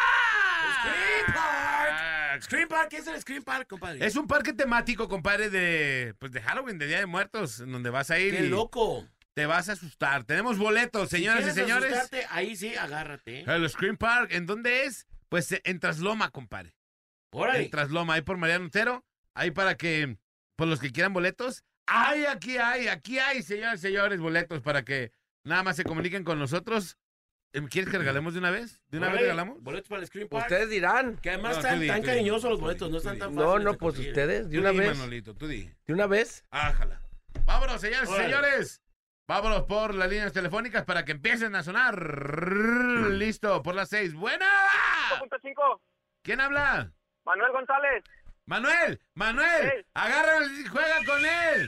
[SPEAKER 6] Scream Park, ¿qué es el Scream Park, compadre?
[SPEAKER 4] Es un parque temático, compadre, de Halloween, de Día de Muertos, en donde vas a ir.
[SPEAKER 6] ¡Qué loco!
[SPEAKER 4] Te vas a asustar. Tenemos boletos, señoras y señores.
[SPEAKER 6] Asustarte, ahí sí, agárrate.
[SPEAKER 4] El Scream Park, ¿en dónde es? Pues en Trasloma, compadre.
[SPEAKER 6] Órale.
[SPEAKER 4] En Trasloma, ahí por Mariano Otero, ahí para que, pues los que quieran boletos. ¡Ay, aquí hay, señores y señores, boletos para que nada más se comuniquen con nosotros! ¿Quieres que regalemos de una vez? ¿De una vez regalamos?
[SPEAKER 6] Boletos para el Scream Park.
[SPEAKER 2] Ustedes dirán.
[SPEAKER 6] Que además
[SPEAKER 4] No,
[SPEAKER 6] están
[SPEAKER 4] tú di,
[SPEAKER 6] tan
[SPEAKER 4] tú di,
[SPEAKER 6] cariñosos los
[SPEAKER 4] tú
[SPEAKER 6] boletos,
[SPEAKER 4] di,
[SPEAKER 6] no
[SPEAKER 4] tú
[SPEAKER 6] están
[SPEAKER 4] di.
[SPEAKER 6] tan fáciles.
[SPEAKER 2] No,
[SPEAKER 6] de
[SPEAKER 2] pues
[SPEAKER 6] conseguir.
[SPEAKER 2] ustedes, de
[SPEAKER 4] Tú
[SPEAKER 2] una
[SPEAKER 4] di,
[SPEAKER 2] vez.
[SPEAKER 4] Manolito, tú di.
[SPEAKER 2] ¿De una vez?
[SPEAKER 4] Ájala. Vámonos, señores y
[SPEAKER 6] Órale.
[SPEAKER 4] señores. Vámonos por las líneas telefónicas para que empiecen a sonar. Listo, por las 6. ¡Buena!
[SPEAKER 9] 5.5.
[SPEAKER 4] ¿Quién habla?
[SPEAKER 9] Manuel González.
[SPEAKER 4] Manuel,
[SPEAKER 9] Sí.
[SPEAKER 4] agárralo y juega con él.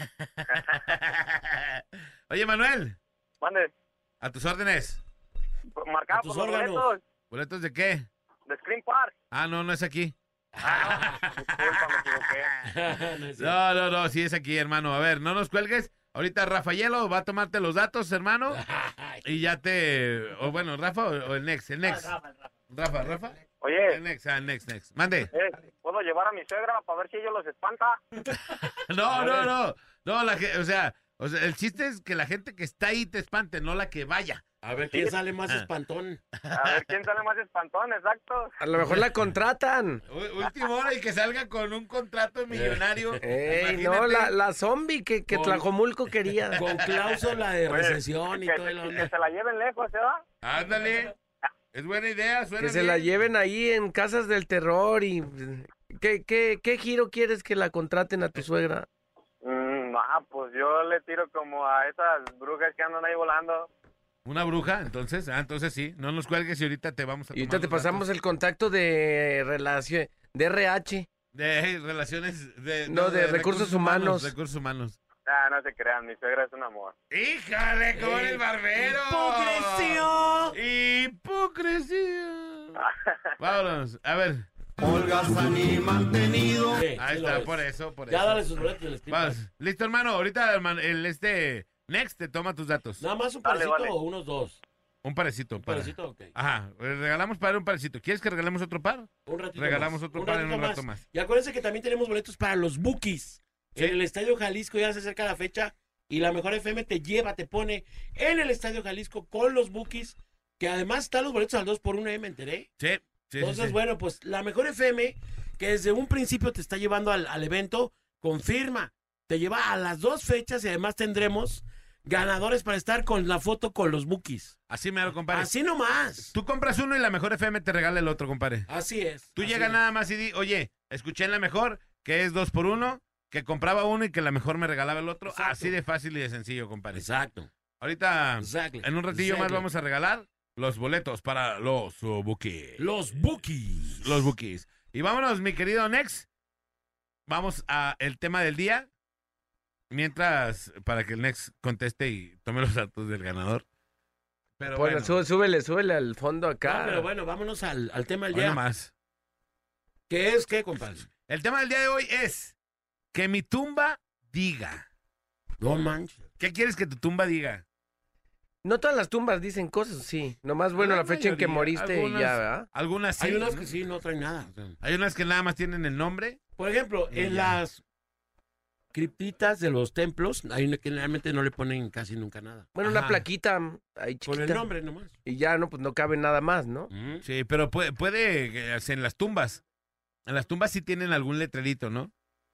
[SPEAKER 4] Oye, Manuel,
[SPEAKER 9] Mande.
[SPEAKER 4] a tus órdenes.
[SPEAKER 9] Marcado
[SPEAKER 6] A tus
[SPEAKER 9] por los
[SPEAKER 6] órganos.
[SPEAKER 9] boletos.
[SPEAKER 4] ¿Boletos de qué?
[SPEAKER 9] de Screen Park.
[SPEAKER 4] Ah, no es aquí.
[SPEAKER 9] Disculpa, me equivoqué.
[SPEAKER 4] No, sí es aquí, hermano. A ver, no nos cuelgues. Ahorita Rafaelo va a tomarte los datos, hermano. Y ya o bueno, Rafa o el Next. Rafa.
[SPEAKER 9] Oye.
[SPEAKER 4] El Next. Mande.
[SPEAKER 9] ¿Puedo llevar a mi suegra para ver si ellos los espanta?
[SPEAKER 4] No, o sea, el chiste es que la gente que está ahí te espante, no la que vaya.
[SPEAKER 6] A ver quién sale más espantón.
[SPEAKER 9] A ver quién sale más espantón, exacto.
[SPEAKER 2] A lo mejor la contratan.
[SPEAKER 4] Último hora y que salga con un contrato millonario.
[SPEAKER 2] No, la zombie que Tlajomulco quería.
[SPEAKER 6] Con cláusula de recesión y todo el
[SPEAKER 9] mundo. Que se la lleven lejos, ¿verdad?
[SPEAKER 4] Ándale. Es buena idea, suena
[SPEAKER 2] que
[SPEAKER 4] bien.
[SPEAKER 2] Se la lleven ahí en casas del terror y... ¿Qué giro quieres que la contraten a tu suegra?
[SPEAKER 9] Pues yo le tiro como a esas brujas que andan ahí volando.
[SPEAKER 4] ¿Una bruja? Entonces sí. No nos cuelgues y ahorita te vamos a tomar.
[SPEAKER 2] Y ahorita te pasamos el contacto de relación, de RH.
[SPEAKER 4] De relaciones... de
[SPEAKER 2] recursos humanos.
[SPEAKER 4] Recursos humanos.
[SPEAKER 9] No se crean, mi suegra es un amor.
[SPEAKER 4] ¡Híjole, con el barbero! ¡Hipocresía! Vámonos, a ver.
[SPEAKER 10] Olga Sani mantenido.
[SPEAKER 4] Ahí está, por eso.
[SPEAKER 6] Ya dale sus boletos del
[SPEAKER 4] Listo, hermano. Ahorita Next te toma tus datos.
[SPEAKER 6] ¿Nada más un parecito o unos dos?
[SPEAKER 4] Un parecito.
[SPEAKER 6] ¿Un parecito? Ok.
[SPEAKER 4] Ajá, regalamos para un parecito. ¿Quieres que regalemos otro par?
[SPEAKER 6] Un ratito
[SPEAKER 4] regalamos otro par en un rato más.
[SPEAKER 6] Y acuérdense que también tenemos boletos para los Bookies. Sí. En el Estadio Jalisco ya se acerca la fecha y la Mejor FM te pone en el Estadio Jalisco con los Bookies, que además están los boletos al 2x1, me enteré.
[SPEAKER 4] Sí.
[SPEAKER 6] Entonces, bueno, pues la Mejor FM, que desde un principio te está llevando al evento, confirma, te lleva a las 2 fechas y además tendremos ganadores para estar con la foto con los Bookies.
[SPEAKER 4] Así me lo compadre.
[SPEAKER 6] Así nomás.
[SPEAKER 4] Tú compras uno y la Mejor FM te regala el otro, compadre.
[SPEAKER 6] Así es.
[SPEAKER 4] Tú llegas nada más y di, oye, escuché en la Mejor que es 2x1, que compraba uno y que la Mejor me regalaba el otro. Exacto. Así de fácil y de sencillo, compadre.
[SPEAKER 6] Exacto.
[SPEAKER 4] Ahorita, en un ratillo más vamos a regalar los boletos para los Bookies.
[SPEAKER 6] Los Bookies.
[SPEAKER 4] Y vámonos, mi querido Nex. Vamos a el tema del día. Mientras, para que el Nex conteste y tome los datos del ganador.
[SPEAKER 2] Pero bueno, súbele al fondo acá.
[SPEAKER 6] No, pero bueno, vámonos al tema del día.
[SPEAKER 4] Más.
[SPEAKER 6] ¿Qué es qué, compadre?
[SPEAKER 4] El tema del día de hoy es que mi tumba diga.
[SPEAKER 6] No manches.
[SPEAKER 4] ¿Qué quieres que tu tumba diga?
[SPEAKER 2] No todas las tumbas dicen cosas, sí. Nomás, la fecha en que moriste y ya, ¿verdad?
[SPEAKER 4] Algunas sí.
[SPEAKER 6] Hay unas que sí no traen nada.
[SPEAKER 4] Hay unas que nada más tienen el nombre.
[SPEAKER 6] Por ejemplo, en las criptitas de los templos, hay una que realmente no le ponen casi nunca nada.
[SPEAKER 2] Bueno, una plaquita ahí chiquita.
[SPEAKER 6] Con el nombre nomás.
[SPEAKER 2] Y ya, pues no cabe nada más, ¿no?
[SPEAKER 4] Sí, pero puede en las tumbas. En las tumbas sí tienen algún letrerito, ¿no?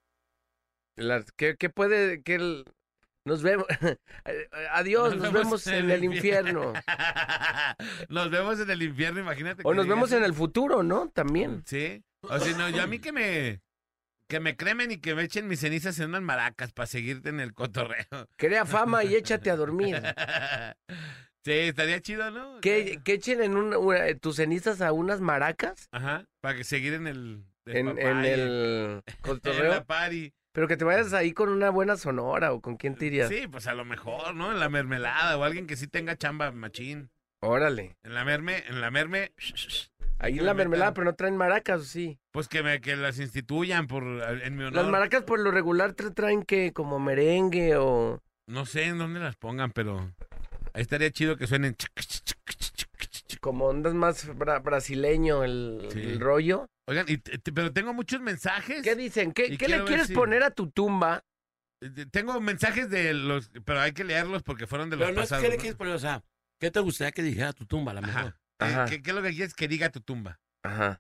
[SPEAKER 2] ¿Qué puede...? Nos vemos. Adiós, nos vemos en el infierno.
[SPEAKER 4] Nos vemos en el infierno, imagínate.
[SPEAKER 2] O nos vemos en el futuro, ¿no? También.
[SPEAKER 4] Sí. O si no, yo a mí que me cremen y que me echen mis cenizas en unas maracas para seguirte en el cotorreo.
[SPEAKER 2] Crea fama y échate a dormir.
[SPEAKER 4] Sí, estaría chido, ¿no?
[SPEAKER 2] Que echen en tus cenizas a unas maracas.
[SPEAKER 4] Ajá, para que seguir en el...
[SPEAKER 2] En el cotorreo.
[SPEAKER 4] En la party.
[SPEAKER 2] Pero que te vayas ahí con una buena sonora o con quién te irías.
[SPEAKER 4] Sí, pues a lo mejor, ¿no? En la mermelada o alguien que sí tenga chamba machín.
[SPEAKER 2] Órale.
[SPEAKER 4] En la merme.
[SPEAKER 2] Ahí en la mermelada, pero no traen maracas, sí.
[SPEAKER 4] Pues que las instituyan en mi honor.
[SPEAKER 2] Las maracas por lo regular traen que como merengue o...
[SPEAKER 4] No sé en dónde las pongan, pero ahí estaría chido que suenen...
[SPEAKER 2] Como ondas más brasileño el rollo.
[SPEAKER 4] Oigan, pero tengo muchos mensajes.
[SPEAKER 2] ¿Qué dicen? ¿Qué le quieres poner a tu tumba?
[SPEAKER 4] Tengo mensajes pero hay que leerlos porque fueron de los pasados.
[SPEAKER 6] Pero no es que le quieres poner, o sea, ¿qué te gustaría que dijera tu tumba, a la mejor?
[SPEAKER 2] Ajá.
[SPEAKER 4] ¿Qué es lo que quieres que diga tu tumba?
[SPEAKER 2] Ajá.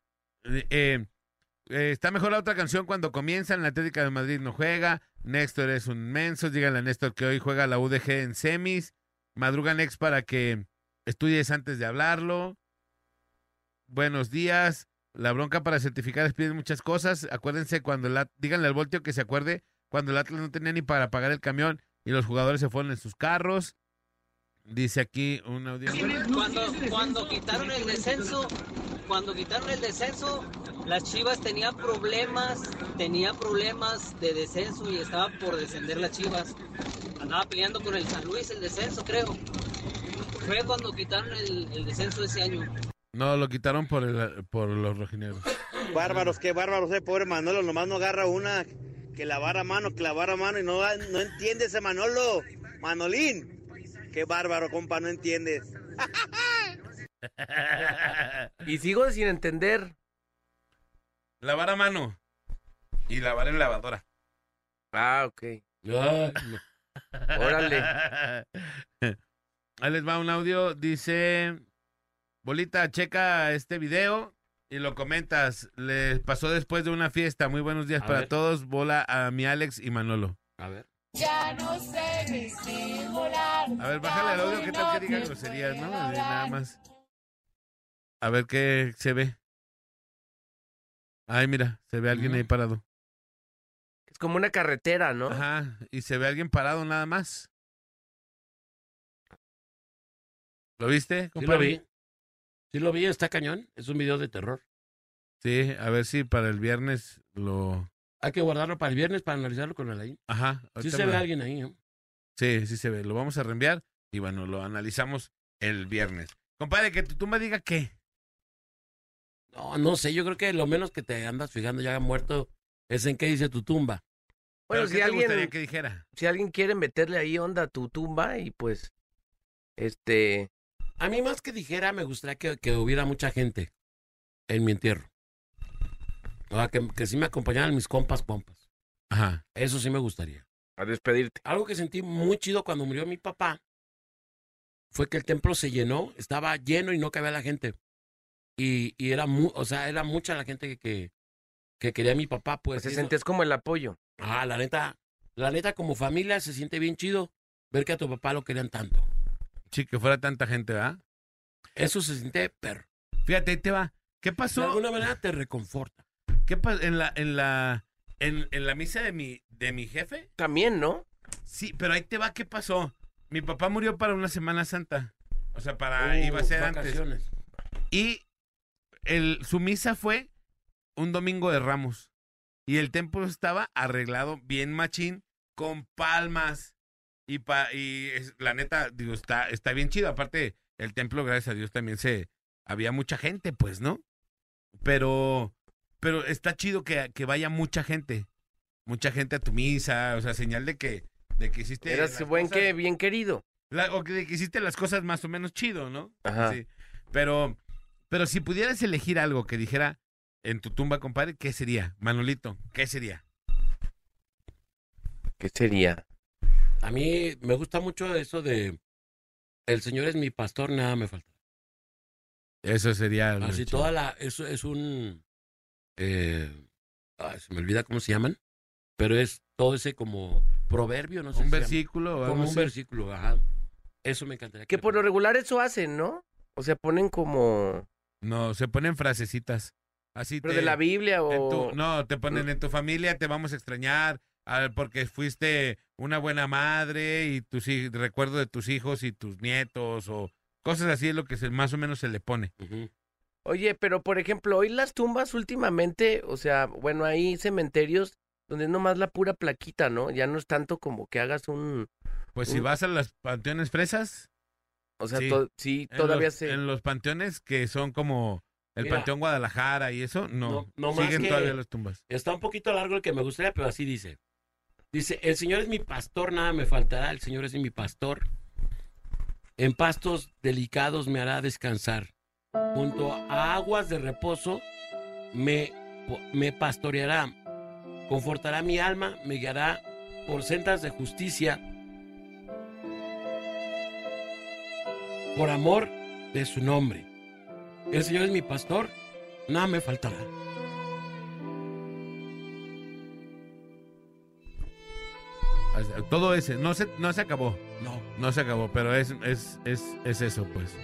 [SPEAKER 4] Está mejor la otra canción cuando comienza. En la Atlética de Madrid no juega. Néstor es un menso. Díganle a Néstor que hoy juega la UDG en semis. Madruga Next para que estudies antes de hablarlo. Buenos días. La bronca para certificar piden muchas cosas. Acuérdense díganle al Voltio que se acuerde cuando el Atlas no tenía ni para pagar el camión y los jugadores se fueron en sus carros. Dice aquí un audio.
[SPEAKER 11] Cuando quitaron el descenso, las Chivas tenían problemas de descenso y estaba por descender las Chivas. Andaba peleando con el San Luis el descenso, creo. Fue cuando quitaron el descenso ese año.
[SPEAKER 4] No, lo quitaron por los rojinegros.
[SPEAKER 12] Bárbaros, qué bárbaros, pobre Manolo, nomás no agarra una, que lavar a mano, y no entiende ese Manolo. Manolín, qué bárbaro, compa, no entiendes.
[SPEAKER 2] Y sigo sin entender.
[SPEAKER 4] Lavar a mano y lavar en lavadora.
[SPEAKER 2] Ah, ok. Órale.
[SPEAKER 4] Ahí les va un audio, dice... Bolita, checa este video y lo comentas. Les pasó después de una fiesta. Muy buenos días para todos. Bola a mi Alex y Manolo.
[SPEAKER 6] A ver.
[SPEAKER 13] Ya no sé disimular.
[SPEAKER 4] A ver, bájale el audio. ¿Qué tal que diga groserías, no? Nada más. A ver qué se ve. Ay, mira, se ve alguien ahí parado.
[SPEAKER 2] Es como una carretera, ¿no?
[SPEAKER 4] Ajá, y se ve alguien parado nada más. ¿Lo viste, compadre?
[SPEAKER 6] Sí lo vi, está cañón. Es un video de terror.
[SPEAKER 4] Sí, a ver si para el viernes lo...
[SPEAKER 6] Hay que guardarlo para el viernes para analizarlo con Alain.
[SPEAKER 4] Ajá.
[SPEAKER 6] Sí se ve alguien ahí, ¿no?
[SPEAKER 4] Sí, sí se ve. Lo vamos a reenviar y bueno, lo analizamos el viernes. Compadre, que tu tumba diga qué.
[SPEAKER 6] No sé, yo creo que lo menos que te andas fijando ya muerto es en qué dice tu tumba.
[SPEAKER 2] Bueno,
[SPEAKER 4] si alguien... ¿Qué te gustaría que dijera?
[SPEAKER 2] Si alguien quiere meterle ahí onda a tu tumba y pues...
[SPEAKER 6] A mí más que dijera, me gustaría que hubiera mucha gente en mi entierro. O sea, que sí me acompañaran mis compas.
[SPEAKER 4] Ajá.
[SPEAKER 6] Eso sí me gustaría.
[SPEAKER 2] A despedirte.
[SPEAKER 6] Algo que sentí muy chido cuando murió mi papá fue que el templo se llenó, estaba lleno y no cabía la gente. Y era era mucha la gente que quería a mi papá. Pues
[SPEAKER 2] se sentías como el apoyo.
[SPEAKER 6] Ah, la neta como familia se siente bien chido ver que a tu papá lo querían tanto.
[SPEAKER 4] Sí, que fuera tanta gente, ¿verdad?
[SPEAKER 6] Eso se siente perro.
[SPEAKER 4] Fíjate, ahí te va. ¿Qué pasó?
[SPEAKER 6] De alguna manera te reconforta.
[SPEAKER 4] ¿Qué pasó en la misa de mi jefe?
[SPEAKER 2] También, ¿no?
[SPEAKER 4] Sí, pero ahí te va. ¿Qué pasó? Mi papá murió para una Semana Santa. O sea, iba a ser vacaciones. Antes. Y su misa fue un domingo de Ramos. Y el templo estaba arreglado bien machín, con palmas. Y la neta, digo, está bien chido. Aparte, el templo, gracias a Dios, también había mucha gente, pues, ¿no? Pero está chido que vaya mucha gente a tu misa, o sea, señal de que hiciste...
[SPEAKER 2] Eras bien querido.
[SPEAKER 4] O que hiciste las cosas más o menos chido, ¿no?
[SPEAKER 2] Ajá.
[SPEAKER 4] Sí. Pero si pudieras elegir algo que dijera en tu tumba, compadre, ¿qué sería? Manolito, ¿qué sería?
[SPEAKER 2] ¿Qué sería?
[SPEAKER 6] A mí me gusta mucho eso de el Señor es mi pastor, nada me falta.
[SPEAKER 4] Eso sería...
[SPEAKER 6] Así eso es un... se me olvida cómo se llaman, pero es todo ese como proverbio, no sé.
[SPEAKER 4] Un versículo.
[SPEAKER 6] O como un versículo, ajá. Eso me encantaría.
[SPEAKER 2] Que por lo regular eso hacen, ¿no? O sea, ponen como...
[SPEAKER 4] No, se ponen frasecitas. Así
[SPEAKER 2] pero de la Biblia o...
[SPEAKER 4] te ponen en tu familia, te vamos a extrañar... porque fuiste una buena madre y recuerdo de tus hijos y tus nietos o cosas así es lo que más o menos se le pone.
[SPEAKER 6] Uh-huh.
[SPEAKER 2] Oye, pero por ejemplo, hoy las tumbas últimamente, o sea, bueno, hay cementerios donde es nomás la pura plaquita, ¿no? Ya no es tanto como que hagas un...
[SPEAKER 4] Pues si vas a las panteones fresas...
[SPEAKER 2] O sea, sí, todavía
[SPEAKER 4] En los panteones que son como... El Panteón Guadalajara y eso, no siguen todavía las tumbas.
[SPEAKER 6] Está un poquito largo el que me gustaría, pero así dice. Dice, el Señor es mi pastor, nada me faltará, el Señor es mi pastor. En pastos delicados me hará descansar. Junto a aguas de reposo me pastoreará. Confortará mi alma, me guiará por sendas de justicia. Por amor de su nombre. El Señor es mi pastor, nada me faltará.
[SPEAKER 4] Todo ese, no se acabó. No se acabó, pero es eso, pues.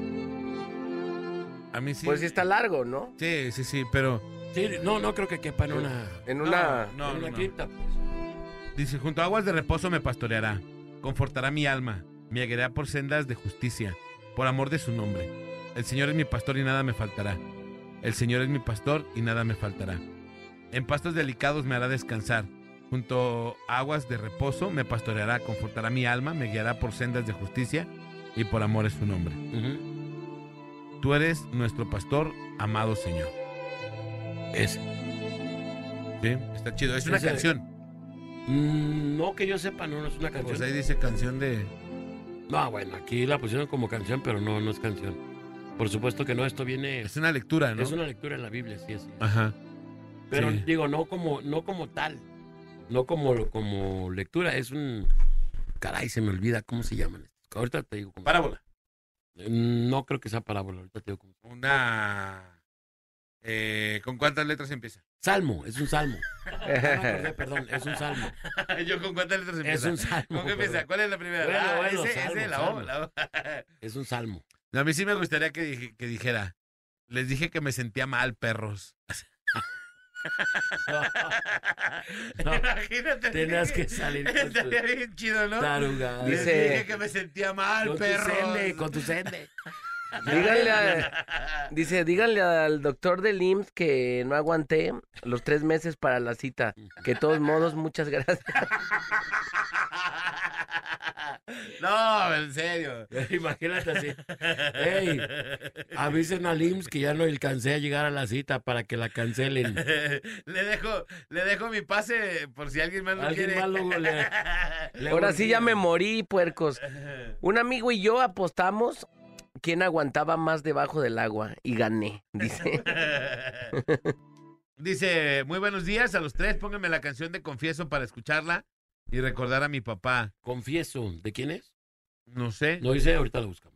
[SPEAKER 4] A mí sí.
[SPEAKER 2] Pues sí está largo, ¿no?
[SPEAKER 4] Sí, pero...
[SPEAKER 6] Sí, no creo que quepa en una cripta, pues.
[SPEAKER 4] Dice, junto a aguas de reposo me pastoreará, confortará mi alma, me guiará por sendas de justicia, por amor de su nombre. El Señor es mi pastor y nada me faltará. El Señor es mi pastor y nada me faltará. En pastos delicados me hará descansar. Junto a aguas de reposo me pastoreará, confortará mi alma, me guiará por sendas de justicia y por amor es su nombre.
[SPEAKER 6] Uh-huh.
[SPEAKER 4] tú eres nuestro pastor, amado Señor.
[SPEAKER 6] Ese.
[SPEAKER 4] Sí, está chido. Es una canción.
[SPEAKER 6] No, que yo sepa, no es una canción.
[SPEAKER 4] Pues ahí dice canción de...
[SPEAKER 6] No, bueno, aquí la pusieron como canción, pero no es canción. Por supuesto que no, esto viene...
[SPEAKER 4] Es una lectura, ¿no?
[SPEAKER 6] Es una lectura en la Biblia, sí, sí.
[SPEAKER 4] Ajá.
[SPEAKER 6] Pero
[SPEAKER 4] sí.
[SPEAKER 6] digo, no como tal. No como lectura, es un... Caray, se me olvida cómo se llaman. Ahorita te digo cómo.
[SPEAKER 4] Parábola.
[SPEAKER 6] No creo que sea parábola, ahorita te digo cómo.
[SPEAKER 4] Una... ¿Con cuántas letras empieza?
[SPEAKER 6] Salmo, es un salmo. Perdón, es un salmo.
[SPEAKER 4] ¿Yo con cuántas letras empieza?
[SPEAKER 6] Es un salmo.
[SPEAKER 4] ¿Con qué empieza? ¿Cuál es la primera?
[SPEAKER 6] Bueno,
[SPEAKER 4] Ese, la O.
[SPEAKER 6] Es un salmo.
[SPEAKER 4] No, a mí sí me gustaría que dijera, les dije que me sentía mal, perros.
[SPEAKER 6] No,
[SPEAKER 4] imagínate.
[SPEAKER 6] Tenías que salir con
[SPEAKER 4] estaría bien chido, ¿no?
[SPEAKER 6] Taruga.
[SPEAKER 4] Les dije que me sentía mal, perros.
[SPEAKER 6] Con tu sende.
[SPEAKER 2] Díganle al doctor del IMSS que no aguanté los 3 meses para la cita. Que de todos modos, muchas gracias.
[SPEAKER 4] No, en serio.
[SPEAKER 6] Imagínate así. Ey, avisen al IMSS que ya no alcancé a llegar a la cita para que la cancelen.
[SPEAKER 4] Le dejo mi pase por si alguien más lo quiere.
[SPEAKER 2] Ahora sí ya me morí, puercos. Un amigo y yo apostamos quién aguantaba más debajo del agua y gané, dice.
[SPEAKER 4] Dice, muy buenos días a los 3, pónganme la canción de Confieso para escucharla y recordar a mi papá.
[SPEAKER 6] Confieso, ¿de quién es?
[SPEAKER 4] No sé.
[SPEAKER 6] No dice, ahorita lo buscamos.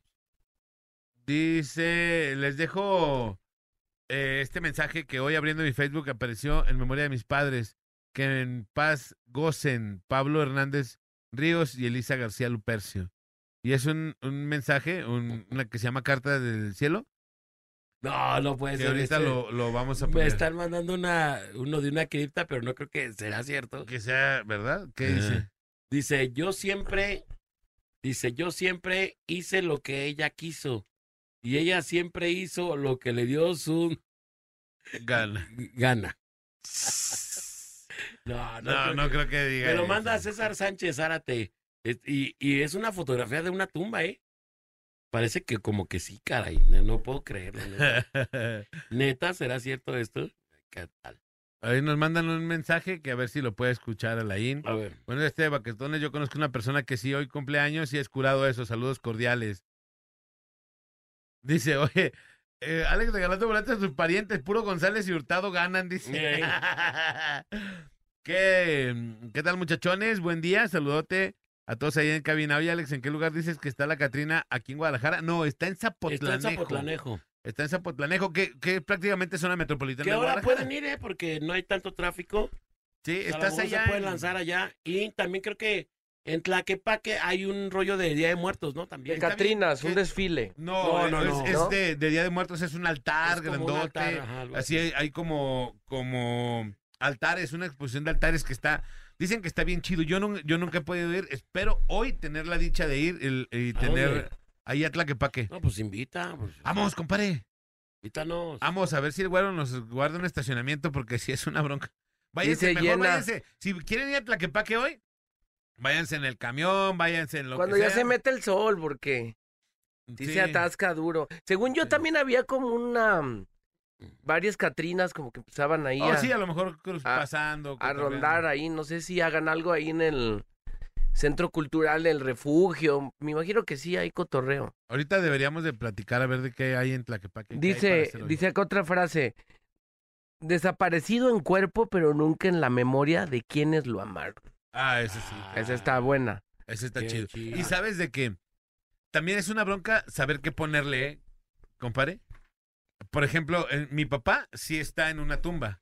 [SPEAKER 4] Dice, les dejo este mensaje que hoy abriendo mi Facebook apareció en memoria de mis padres. Que en paz gocen Pablo Hernández Ríos y Elisa García Lupercio. Y es un mensaje, una que se llama Carta del Cielo.
[SPEAKER 6] No puede ser.
[SPEAKER 4] Ahorita lo vamos a poner.
[SPEAKER 6] Me están mandando uno de una cripta, pero no creo que será cierto.
[SPEAKER 4] Que sea, ¿verdad? ¿Qué dice?
[SPEAKER 6] Dice, yo siempre hice lo que ella quiso. Y ella siempre hizo lo que le dio su
[SPEAKER 4] gana. No creo que diga.
[SPEAKER 6] Me lo manda César Sánchez Zárate. Y es una fotografía de una tumba, ¿eh? Parece que como que sí, caray. No puedo creerlo. ¿Neta? ¿Será cierto esto? ¿Qué tal?
[SPEAKER 4] Ahí nos mandan un mensaje que a ver si lo puede escuchar Alain.
[SPEAKER 6] A ver.
[SPEAKER 4] Bueno, de Baquetones, yo conozco una persona que sí hoy cumpleaños y es curado eso. Saludos cordiales. Dice, oye, Alex regalando boletos a sus parientes. Puro González y Hurtado ganan, dice. ¿Qué tal, muchachones? Buen día, saludote a todos ahí en cabina. Oye, Alex, ¿en qué lugar dices que está la Catrina? ¿Aquí en Guadalajara? No, está en Zapotlanejo. Está en Zapotlanejo, que prácticamente es zona metropolitana
[SPEAKER 6] de
[SPEAKER 4] Guadalajara.
[SPEAKER 6] Que ahora pueden ir, porque no hay tanto tráfico.
[SPEAKER 4] Sí,
[SPEAKER 6] o sea,
[SPEAKER 4] estás allá.
[SPEAKER 6] Se pueden lanzar allá. Y también creo que en Tlaquepaque hay un rollo de Día de Muertos, ¿no? También.
[SPEAKER 2] De Catrinas, un desfile.
[SPEAKER 4] No. Es de Día de Muertos, es un altar grandote. Un altar, ajá, así hay como altares, una exposición de altares que está... Dicen que está bien chido. Yo nunca he podido ir. Espero hoy tener la dicha de ir y tener ahí a Tlaquepaque.
[SPEAKER 6] No, pues invita. Pues,
[SPEAKER 4] vamos, compadre.
[SPEAKER 6] Invítanos.
[SPEAKER 4] Vamos a ver si el güero nos guarda un estacionamiento porque si es una bronca. Váyanse, mejor váyanse. Si quieren ir a Tlaquepaque hoy, váyanse en el camión, váyanse en lo
[SPEAKER 2] cuando
[SPEAKER 4] que sea.
[SPEAKER 2] Cuando ya se mete el sol, porque sí se atasca duro. Según yo también había como varias Catrinas como que empezaban ahí
[SPEAKER 4] sí, a lo mejor pasando.
[SPEAKER 2] A rondar ahí, no sé si hagan algo ahí en el Centro Cultural del Refugio. Me imagino que sí, hay cotorreo.
[SPEAKER 4] Ahorita deberíamos de platicar a ver de qué hay en Tlaquepaque.
[SPEAKER 2] Dice acá otra frase. Desaparecido en cuerpo, pero nunca en la memoria de quienes lo amaron.
[SPEAKER 4] Esa sí.
[SPEAKER 2] Esa está buena.
[SPEAKER 4] Esa está chido. Y sabes de qué, también es una bronca saber qué ponerle, compadre. Por ejemplo, mi papá sí está en una tumba.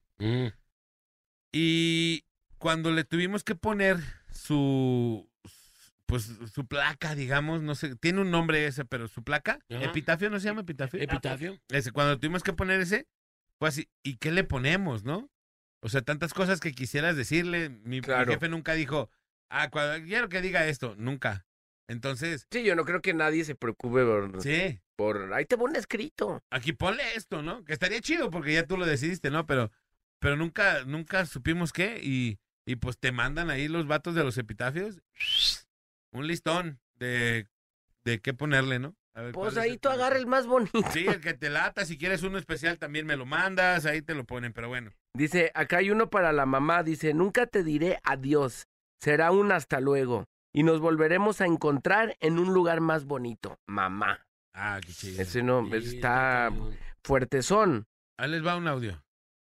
[SPEAKER 4] Y cuando le tuvimos que poner su placa, digamos, no sé, tiene un nombre ese, pero su placa, epitafio, ¿no se llama epitafio?
[SPEAKER 6] Epitafio.
[SPEAKER 4] Cuando tuvimos que poner ese, fue así, ¿y qué le ponemos, no? O sea, tantas cosas que quisieras decirle. Mi jefe nunca dijo, quiero que diga esto, nunca. Entonces...
[SPEAKER 2] Sí, yo no creo que nadie se preocupe por ahí te pone escrito.
[SPEAKER 4] Aquí ponle esto, ¿no? Que estaría chido porque ya tú lo decidiste, ¿no? Pero nunca supimos qué y pues te mandan ahí los vatos de los epitafios un listón de qué ponerle, ¿no? ver,
[SPEAKER 2] pues ahí tú agarra el más bonito.
[SPEAKER 4] Sí, el que te lata. Si quieres uno especial también me lo mandas. Ahí te lo ponen, pero bueno.
[SPEAKER 2] Dice, acá hay uno para la mamá. Dice, nunca te diré adiós. Será un hasta luego. Y nos volveremos a encontrar en un lugar más bonito. Mamá.
[SPEAKER 4] Ah, qué chido.
[SPEAKER 2] Ese no, ese está fuertezón.
[SPEAKER 4] Ahí les va un audio.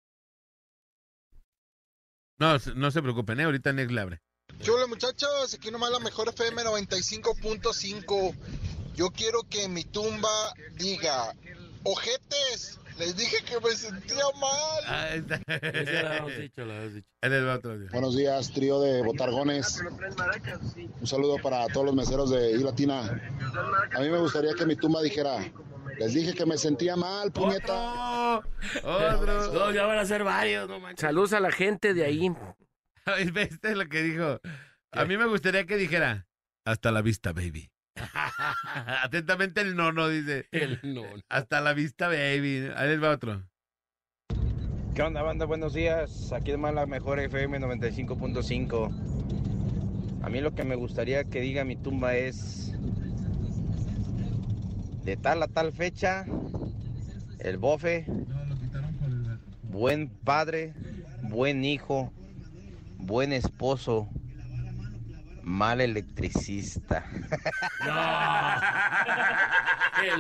[SPEAKER 4] No se preocupen, ahorita Nex le abre.
[SPEAKER 14] Chulo, muchachos, aquí nomás la mejor FM 95.5. Yo quiero que mi tumba diga, ojetes, les dije que me sentía mal.
[SPEAKER 4] Ahí está.
[SPEAKER 6] Ese lo habíamos dicho.
[SPEAKER 4] Ahí les va otro audio.
[SPEAKER 15] Buenos días, trío de botargones. Un saludo para todos los meseros de I-Latina. A mí me gustaría que mi tumba dijera, les dije que me sentía mal, puñeta.
[SPEAKER 4] Otro.
[SPEAKER 6] No, ya van a ser varios, no manches.
[SPEAKER 2] Saludos a la gente de ahí.
[SPEAKER 4] ¿Viste lo que dijo? A mí me gustaría que dijera, hasta la vista, baby. Atentamente el nono, dice.
[SPEAKER 6] El nono.
[SPEAKER 4] Hasta la vista, baby. Ahí les va otro.
[SPEAKER 16] ¿Qué onda, banda? Buenos días. Aquí es más la mejor FM 95.5. A mí lo que me gustaría que diga mi tumba es, de tal a tal fecha, el bofe, buen padre, buen hijo, buen esposo, mal electricista.
[SPEAKER 6] El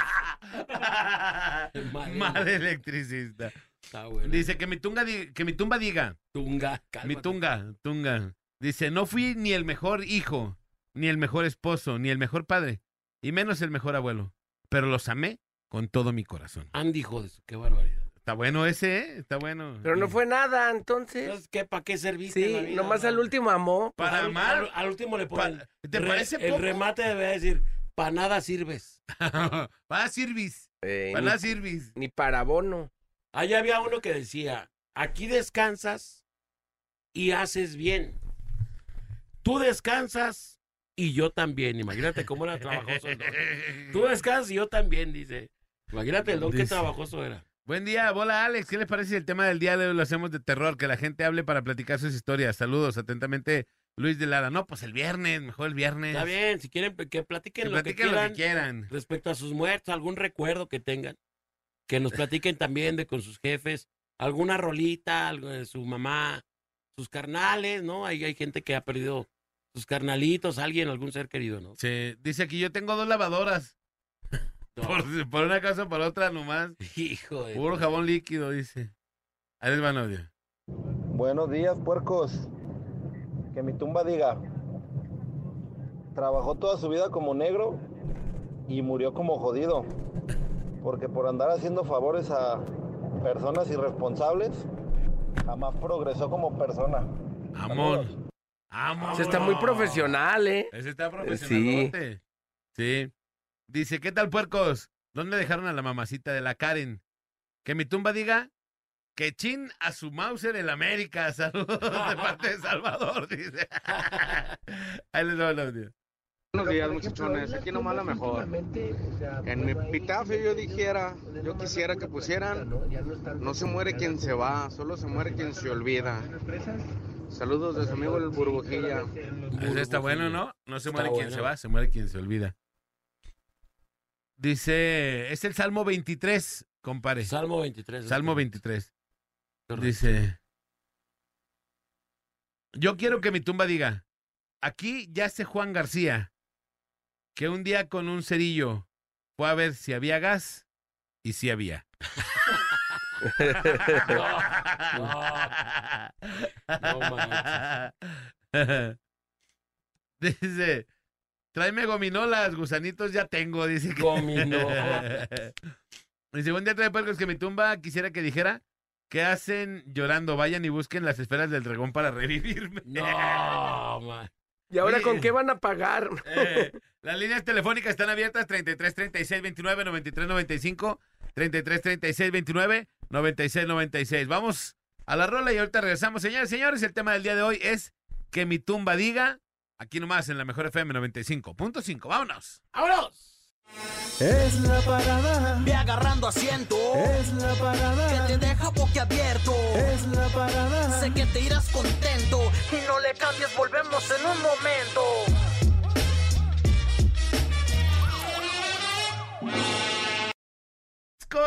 [SPEAKER 6] bofe.
[SPEAKER 4] Mal electricista.
[SPEAKER 6] Está bueno.
[SPEAKER 4] Dice que mi tumba diga.
[SPEAKER 6] Tunga.
[SPEAKER 4] Mi tunga. Dice, no fui ni el mejor hijo, ni el mejor esposo, ni el mejor padre, y menos el mejor abuelo, pero los amé con todo mi corazón.
[SPEAKER 6] Andy, hijo de su, qué barbaridad.
[SPEAKER 4] Está bueno ese, ¿eh? Está bueno.
[SPEAKER 2] Pero no fue nada, entonces.
[SPEAKER 6] Entonces, ¿para qué serviste
[SPEAKER 2] Sí,
[SPEAKER 6] en la vida,
[SPEAKER 2] nomás al último amó.
[SPEAKER 4] Para amar.
[SPEAKER 6] Al último le ponen.
[SPEAKER 4] ¿Te parece poco?
[SPEAKER 6] El remate debe decir, para nada sirves.
[SPEAKER 4] Para sirvis. Para nada sirvis.
[SPEAKER 2] Ni para abono.
[SPEAKER 6] Allá había uno que decía, aquí descansas y haces bien. Tú descansas y yo también. Imagínate cómo era trabajoso. ¿No? Tú descansas y yo también, dice. Imagínate el don que trabajoso era.
[SPEAKER 4] Buen día, hola Alex, ¿qué les parece si el tema del día de hoy lo hacemos de terror? Que la gente hable para platicar sus historias. Saludos, atentamente, Luis de Lara. No, pues el viernes, mejor el viernes.
[SPEAKER 6] Está bien, si quieren que platiquen, lo que quieran respecto a sus muertos, algún recuerdo que tengan. Que nos platiquen también con sus jefes, alguna rolita, algo de su mamá, sus carnales, ¿no? Hay gente que ha perdido sus carnalitos, algún ser querido, ¿no?
[SPEAKER 4] Sí, dice aquí, yo tengo 2 lavadoras. No. Por una cosa o por otra nomás.
[SPEAKER 6] Hijo de...
[SPEAKER 4] Puro jabón líquido, dice. Ahí les va el audio.
[SPEAKER 17] Buenos días, puercos. Que mi tumba diga, trabajó toda su vida como negro y murió como jodido. Porque por andar haciendo favores a personas irresponsables, jamás progresó como persona.
[SPEAKER 4] Amor.
[SPEAKER 2] Ese está muy profesional, ¿eh?
[SPEAKER 4] Ese está profesional. Sí. Dice, ¿qué tal, puercos? ¿Dónde dejaron a la mamacita de la Karen? Que mi tumba diga que chin a su Mauser en América. Saludos de parte de Salvador, dice. Ahí les doy el audio.
[SPEAKER 18] Buenos días, muchachones. Aquí nomás la mejor. En mi epitafio yo quisiera que pusieran, no se muere quien se va, solo se muere quien se olvida. Saludos de su amigo el Burbujilla.
[SPEAKER 4] Ese está bueno, ¿no? No se muere quien se va, se muere quien se olvida. Dice, es el Salmo 23, compadre.
[SPEAKER 6] Salmo 23.
[SPEAKER 4] Salmo 23. Dice, yo quiero que mi tumba diga, aquí yace Juan García, que un día con un cerillo fue a ver si había gas y sí había.
[SPEAKER 6] No manches.
[SPEAKER 4] Dice, tráeme gominolas, gusanitos ya tengo, dice.
[SPEAKER 6] Gominolas.
[SPEAKER 4] Dice, un día trae puercos que mi tumba quisiera que dijera, ¿qué hacen llorando? Vayan y busquen las esferas del dragón para revivirme.
[SPEAKER 6] No, man.
[SPEAKER 2] ¿Y ahora con qué van a pagar?
[SPEAKER 4] Las líneas telefónicas están abiertas, 33 36 29 93 95, 33 36 29 96 96. Vamos a la rola y ahorita regresamos. Señores, el tema del día de hoy es que mi tumba diga, aquí nomás en la mejor FM 95.5. ¡Vámonos!
[SPEAKER 6] ¡Vámonos!
[SPEAKER 19] Es la parada.
[SPEAKER 1] Ve agarrando asiento.
[SPEAKER 19] Es la parada.
[SPEAKER 1] Que te deja boquiabierto.
[SPEAKER 19] Es la parada.
[SPEAKER 1] Sé que te irás contento. Y no le cambies, volvemos en un momento.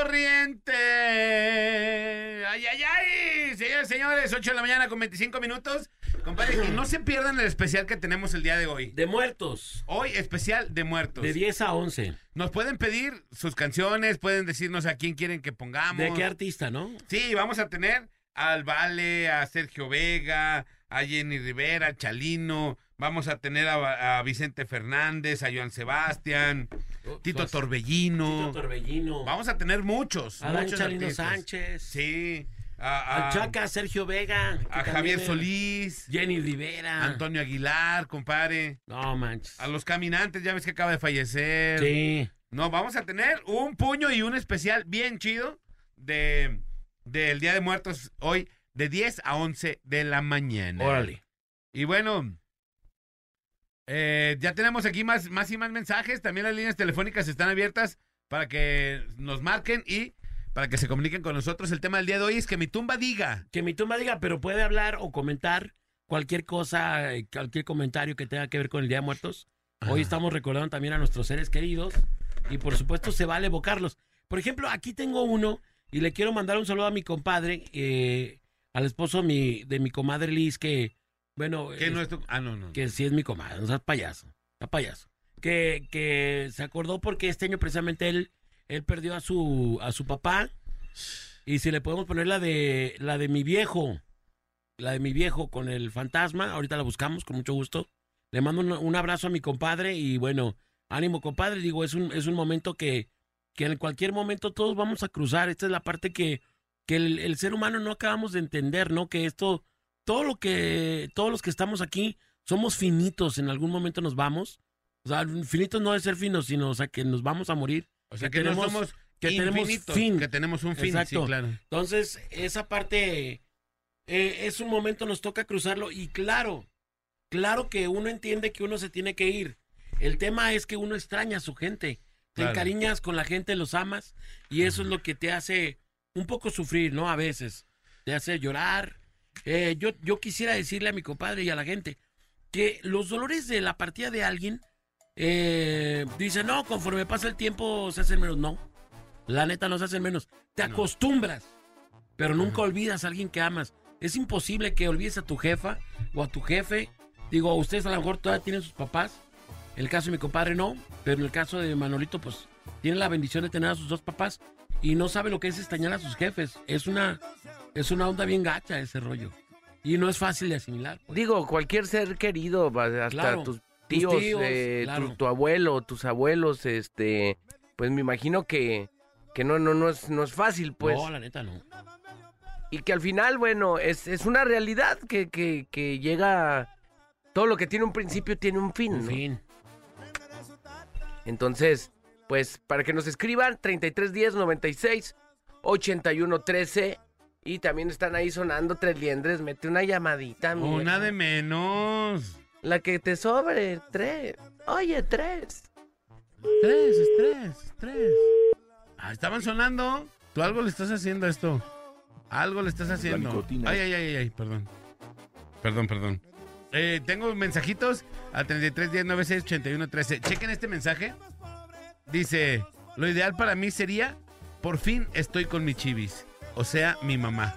[SPEAKER 4] corriente. Ay, ay, ay. Señores, señores, 8 de la mañana con 25 minutos. Compadre, y no se pierdan el especial que tenemos el día de hoy.
[SPEAKER 6] De muertos.
[SPEAKER 4] Hoy, especial de muertos.
[SPEAKER 6] De 10 a 11.
[SPEAKER 4] Nos pueden pedir sus canciones, pueden decirnos a quién quieren que pongamos.
[SPEAKER 6] ¿De qué artista, no?
[SPEAKER 4] Sí, vamos a tener al Vale, a Sergio Vega, a Jenny Rivera, a Chalino. Vamos a tener a Vicente Fernández, a Joan Sebastián, Tito Torbellino. Vamos a tener muchos.
[SPEAKER 6] A
[SPEAKER 4] muchos
[SPEAKER 6] Chalino
[SPEAKER 4] artistas.
[SPEAKER 6] Sánchez.
[SPEAKER 4] Sí.
[SPEAKER 6] A Chaca, Sergio Vega.
[SPEAKER 4] A Javier Solís.
[SPEAKER 6] Jenny Rivera.
[SPEAKER 4] Antonio Aguilar, compadre.
[SPEAKER 6] No manches.
[SPEAKER 4] A Los Caminantes, ya ves que acaba de fallecer.
[SPEAKER 6] Sí.
[SPEAKER 4] No, vamos a tener un puño y un especial bien chido del Día de Muertos hoy, de 10 a 11 de la mañana.
[SPEAKER 6] Órale.
[SPEAKER 4] Y bueno, ya tenemos aquí más y más mensajes. También las líneas telefónicas están abiertas para que nos marquen y para que se comuniquen con nosotros. El tema del día de hoy es que mi tumba diga.
[SPEAKER 6] Que mi tumba diga, pero puede hablar o comentar cualquier cosa, cualquier comentario que tenga que ver con el Día de Muertos. Ajá. Hoy estamos recordando también a nuestros seres queridos y por supuesto se vale evocarlos. Por ejemplo, aquí tengo uno y le quiero mandar un saludo a mi compadre, al esposo de mi comadre Liz, que, bueno...
[SPEAKER 4] Que no es tu... no.
[SPEAKER 6] Que sí es mi comadre, no seas payaso, está payaso. Que se acordó porque este año precisamente él perdió a su papá, y si le podemos poner la de mi viejo con el fantasma, ahorita la buscamos con mucho gusto. Le mando un abrazo a mi compadre y bueno, ánimo compadre, digo, es un momento que en cualquier momento todos vamos a cruzar. Esta es la parte que el ser humano no acabamos de entender, ¿no? Que todos los que estamos aquí somos finitos, en algún momento nos vamos. O sea, finitos no es ser finos, sino, o sea, que nos vamos a morir.
[SPEAKER 4] O sea, que no somos infinitos,
[SPEAKER 6] fin.
[SPEAKER 4] Que tenemos un fin.
[SPEAKER 6] Exacto.
[SPEAKER 4] Sí, claro.
[SPEAKER 6] Entonces, esa parte es un momento, nos toca cruzarlo y claro que uno entiende que uno se tiene que ir. El tema es que uno extraña a su gente. Te encariñas con la gente, los amas y eso es lo que te hace un poco sufrir, ¿no? A veces te hace llorar. Yo quisiera decirle a mi compadre y a la gente que los dolores de la partida de alguien dicen, no, conforme pasa el tiempo se hacen menos. No, la neta no se hacen menos. Te acostumbras, pero nunca olvidas a alguien que amas. Es imposible que olvides a tu jefa o a tu jefe. Digo, ustedes a lo mejor todavía tienen sus papás. En el caso de mi compadre no, pero en el caso de Manolito, pues tiene la bendición de tener a sus dos papás y no sabe lo que es extrañar a sus jefes. Es una onda bien gacha ese rollo. Y no es fácil de asimilar. Pues.
[SPEAKER 2] Digo, cualquier ser querido, hasta claro, tus tíos claro. tu abuelo, tus abuelos, pues me imagino que no es fácil, pues.
[SPEAKER 6] No, la neta no.
[SPEAKER 2] Y que al final, bueno, es una realidad que llega... Todo lo que tiene un principio tiene un fin, ¿no?
[SPEAKER 6] Fin.
[SPEAKER 2] Entonces, pues, para que nos escriban, 3310-96-8113. Y también están ahí sonando Tres Liendres. Mete una llamadita, mira.
[SPEAKER 4] Una de menos.
[SPEAKER 2] La que te sobre, 3. Oye, 3.
[SPEAKER 4] 3. Ah, estaban sonando. Tú algo le estás haciendo a esto. Algo le estás haciendo. Ay, perdón. Tengo mensajitos al 3310-96-8113. Chequen este mensaje. Dice, lo ideal para mí sería, por fin estoy con mi chivis. O sea, mi mamá.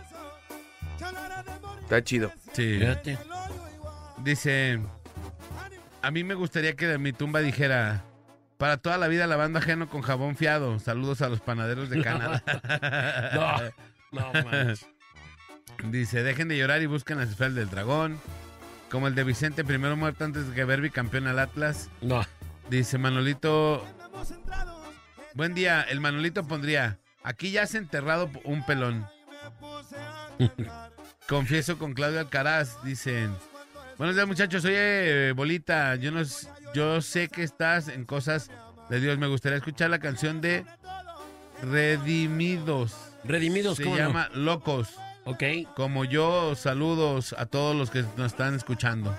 [SPEAKER 2] Está chido.
[SPEAKER 4] Sí.
[SPEAKER 6] Fíjate.
[SPEAKER 4] Dice, a mí me gustaría que de mi tumba dijera, para toda la vida lavando ajeno con jabón fiado. Saludos a los panaderos de Canadá.
[SPEAKER 6] No manches.
[SPEAKER 4] Dice, dejen de llorar y busquen las esferas del dragón. Como el de Vicente, primero muerto antes de que ver bicampeón al Atlas.
[SPEAKER 6] No.
[SPEAKER 4] Dice Manolito. Buen día, el Manolito pondría, aquí ya has enterrado un pelón. Confieso con Claudio Alcaraz, dicen. Buenos días, muchachos, oye, Bolita, yo sé que estás en cosas de Dios. Me gustaría escuchar la canción de Redimidos.
[SPEAKER 6] Se
[SPEAKER 4] llama
[SPEAKER 6] no?
[SPEAKER 4] Locos.
[SPEAKER 6] Ok.
[SPEAKER 4] Como yo, saludos a todos los que nos están escuchando.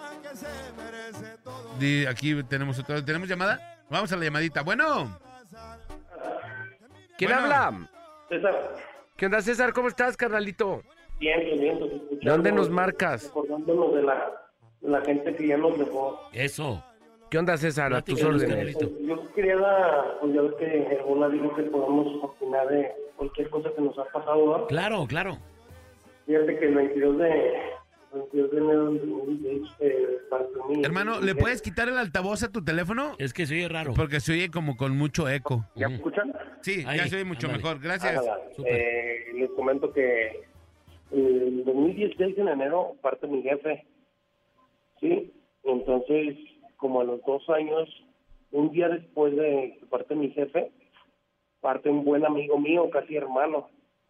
[SPEAKER 4] Aquí tenemos llamada. Vamos a la llamadita. Bueno.
[SPEAKER 2] ¿Quién habla?
[SPEAKER 20] César.
[SPEAKER 2] ¿Qué onda, César? ¿Cómo estás, carnalito?
[SPEAKER 20] Bien.
[SPEAKER 2] ¿De dónde nos marcas?
[SPEAKER 20] Recordándonos de la gente que ya nos dejó.
[SPEAKER 6] Eso.
[SPEAKER 2] ¿Qué onda, César? A tus órdenes.
[SPEAKER 20] Yo quería pues ya ves que alguna dijo que podemos opinar de cualquier cosa que nos ha pasado, ¿no?
[SPEAKER 6] Claro.
[SPEAKER 20] Fíjate que el 22 de enero de 2016, para mí...
[SPEAKER 4] Hermano, ¿le puedes quitar el altavoz a tu teléfono?
[SPEAKER 6] Es que se oye raro.
[SPEAKER 4] Porque se oye como con mucho eco.
[SPEAKER 20] ¿Ya me escuchan?
[SPEAKER 4] Sí,
[SPEAKER 6] Ahí,
[SPEAKER 4] ya se oye mucho
[SPEAKER 6] ándale.
[SPEAKER 4] mejor. Gracias.
[SPEAKER 20] Les comento que en 2016 en enero parte mi jefe, ¿sí? Entonces, como a los 2 años, un día después de que parte mi jefe, parte un buen amigo mío, casi hermano.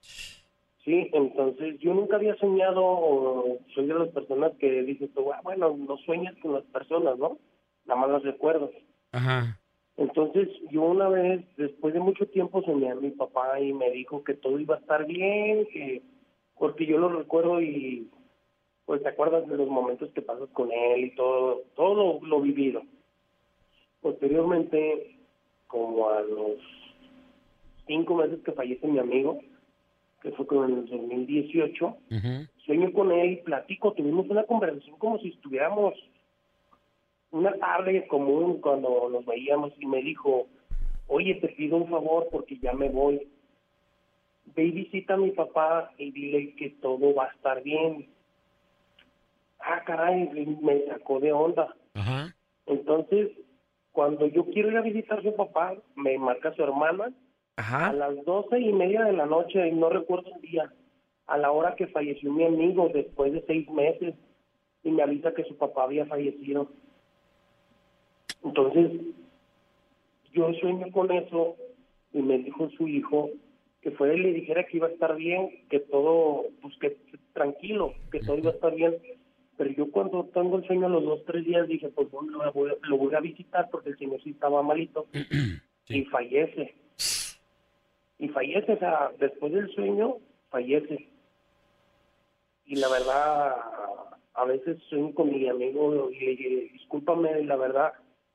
[SPEAKER 20] Sí, entonces yo nunca había soñado, o soy de las personas que dicen, bueno, no sueñas con las personas, ¿no? Nada más las recuerdas.
[SPEAKER 4] Ajá.
[SPEAKER 20] Entonces yo una vez, después de mucho tiempo, soñé a mi papá y me dijo que todo iba a estar bien, porque yo lo recuerdo y pues te acuerdas de los momentos que pasas con él y todo lo vivido. Posteriormente, como a los 5 meses que fallece mi amigo, que fue en el 2018, sueño con él y platico, tuvimos una conversación como si estuviéramos una tarde común cuando nos veíamos, y me dijo, oye, te pido un favor porque ya me voy. Ve y visita a mi papá y dile que todo va a estar bien. Ah, caray, me sacó de onda.
[SPEAKER 6] Ajá.
[SPEAKER 20] Entonces, cuando yo quiero ir a visitar a su papá, me marca su hermana.
[SPEAKER 2] Ajá.
[SPEAKER 20] A las 12:30 de la noche, y no recuerdo el día, a la hora que falleció mi amigo, después de 6 meses, y me avisa que su papá había fallecido. Entonces, yo sueño con eso, y me dijo su hijo que fuera y le dijera que iba a estar bien, que todo, pues que tranquilo, que todo iba a estar bien. Pero yo cuando tengo el sueño a los 2-3 días dije, pues bueno, lo voy a visitar porque el señor sí estaba malito. Y fallece. O sea, después del sueño, fallece. Y la verdad, a veces sueño con mi amigo y le dije, discúlpame, la verdad,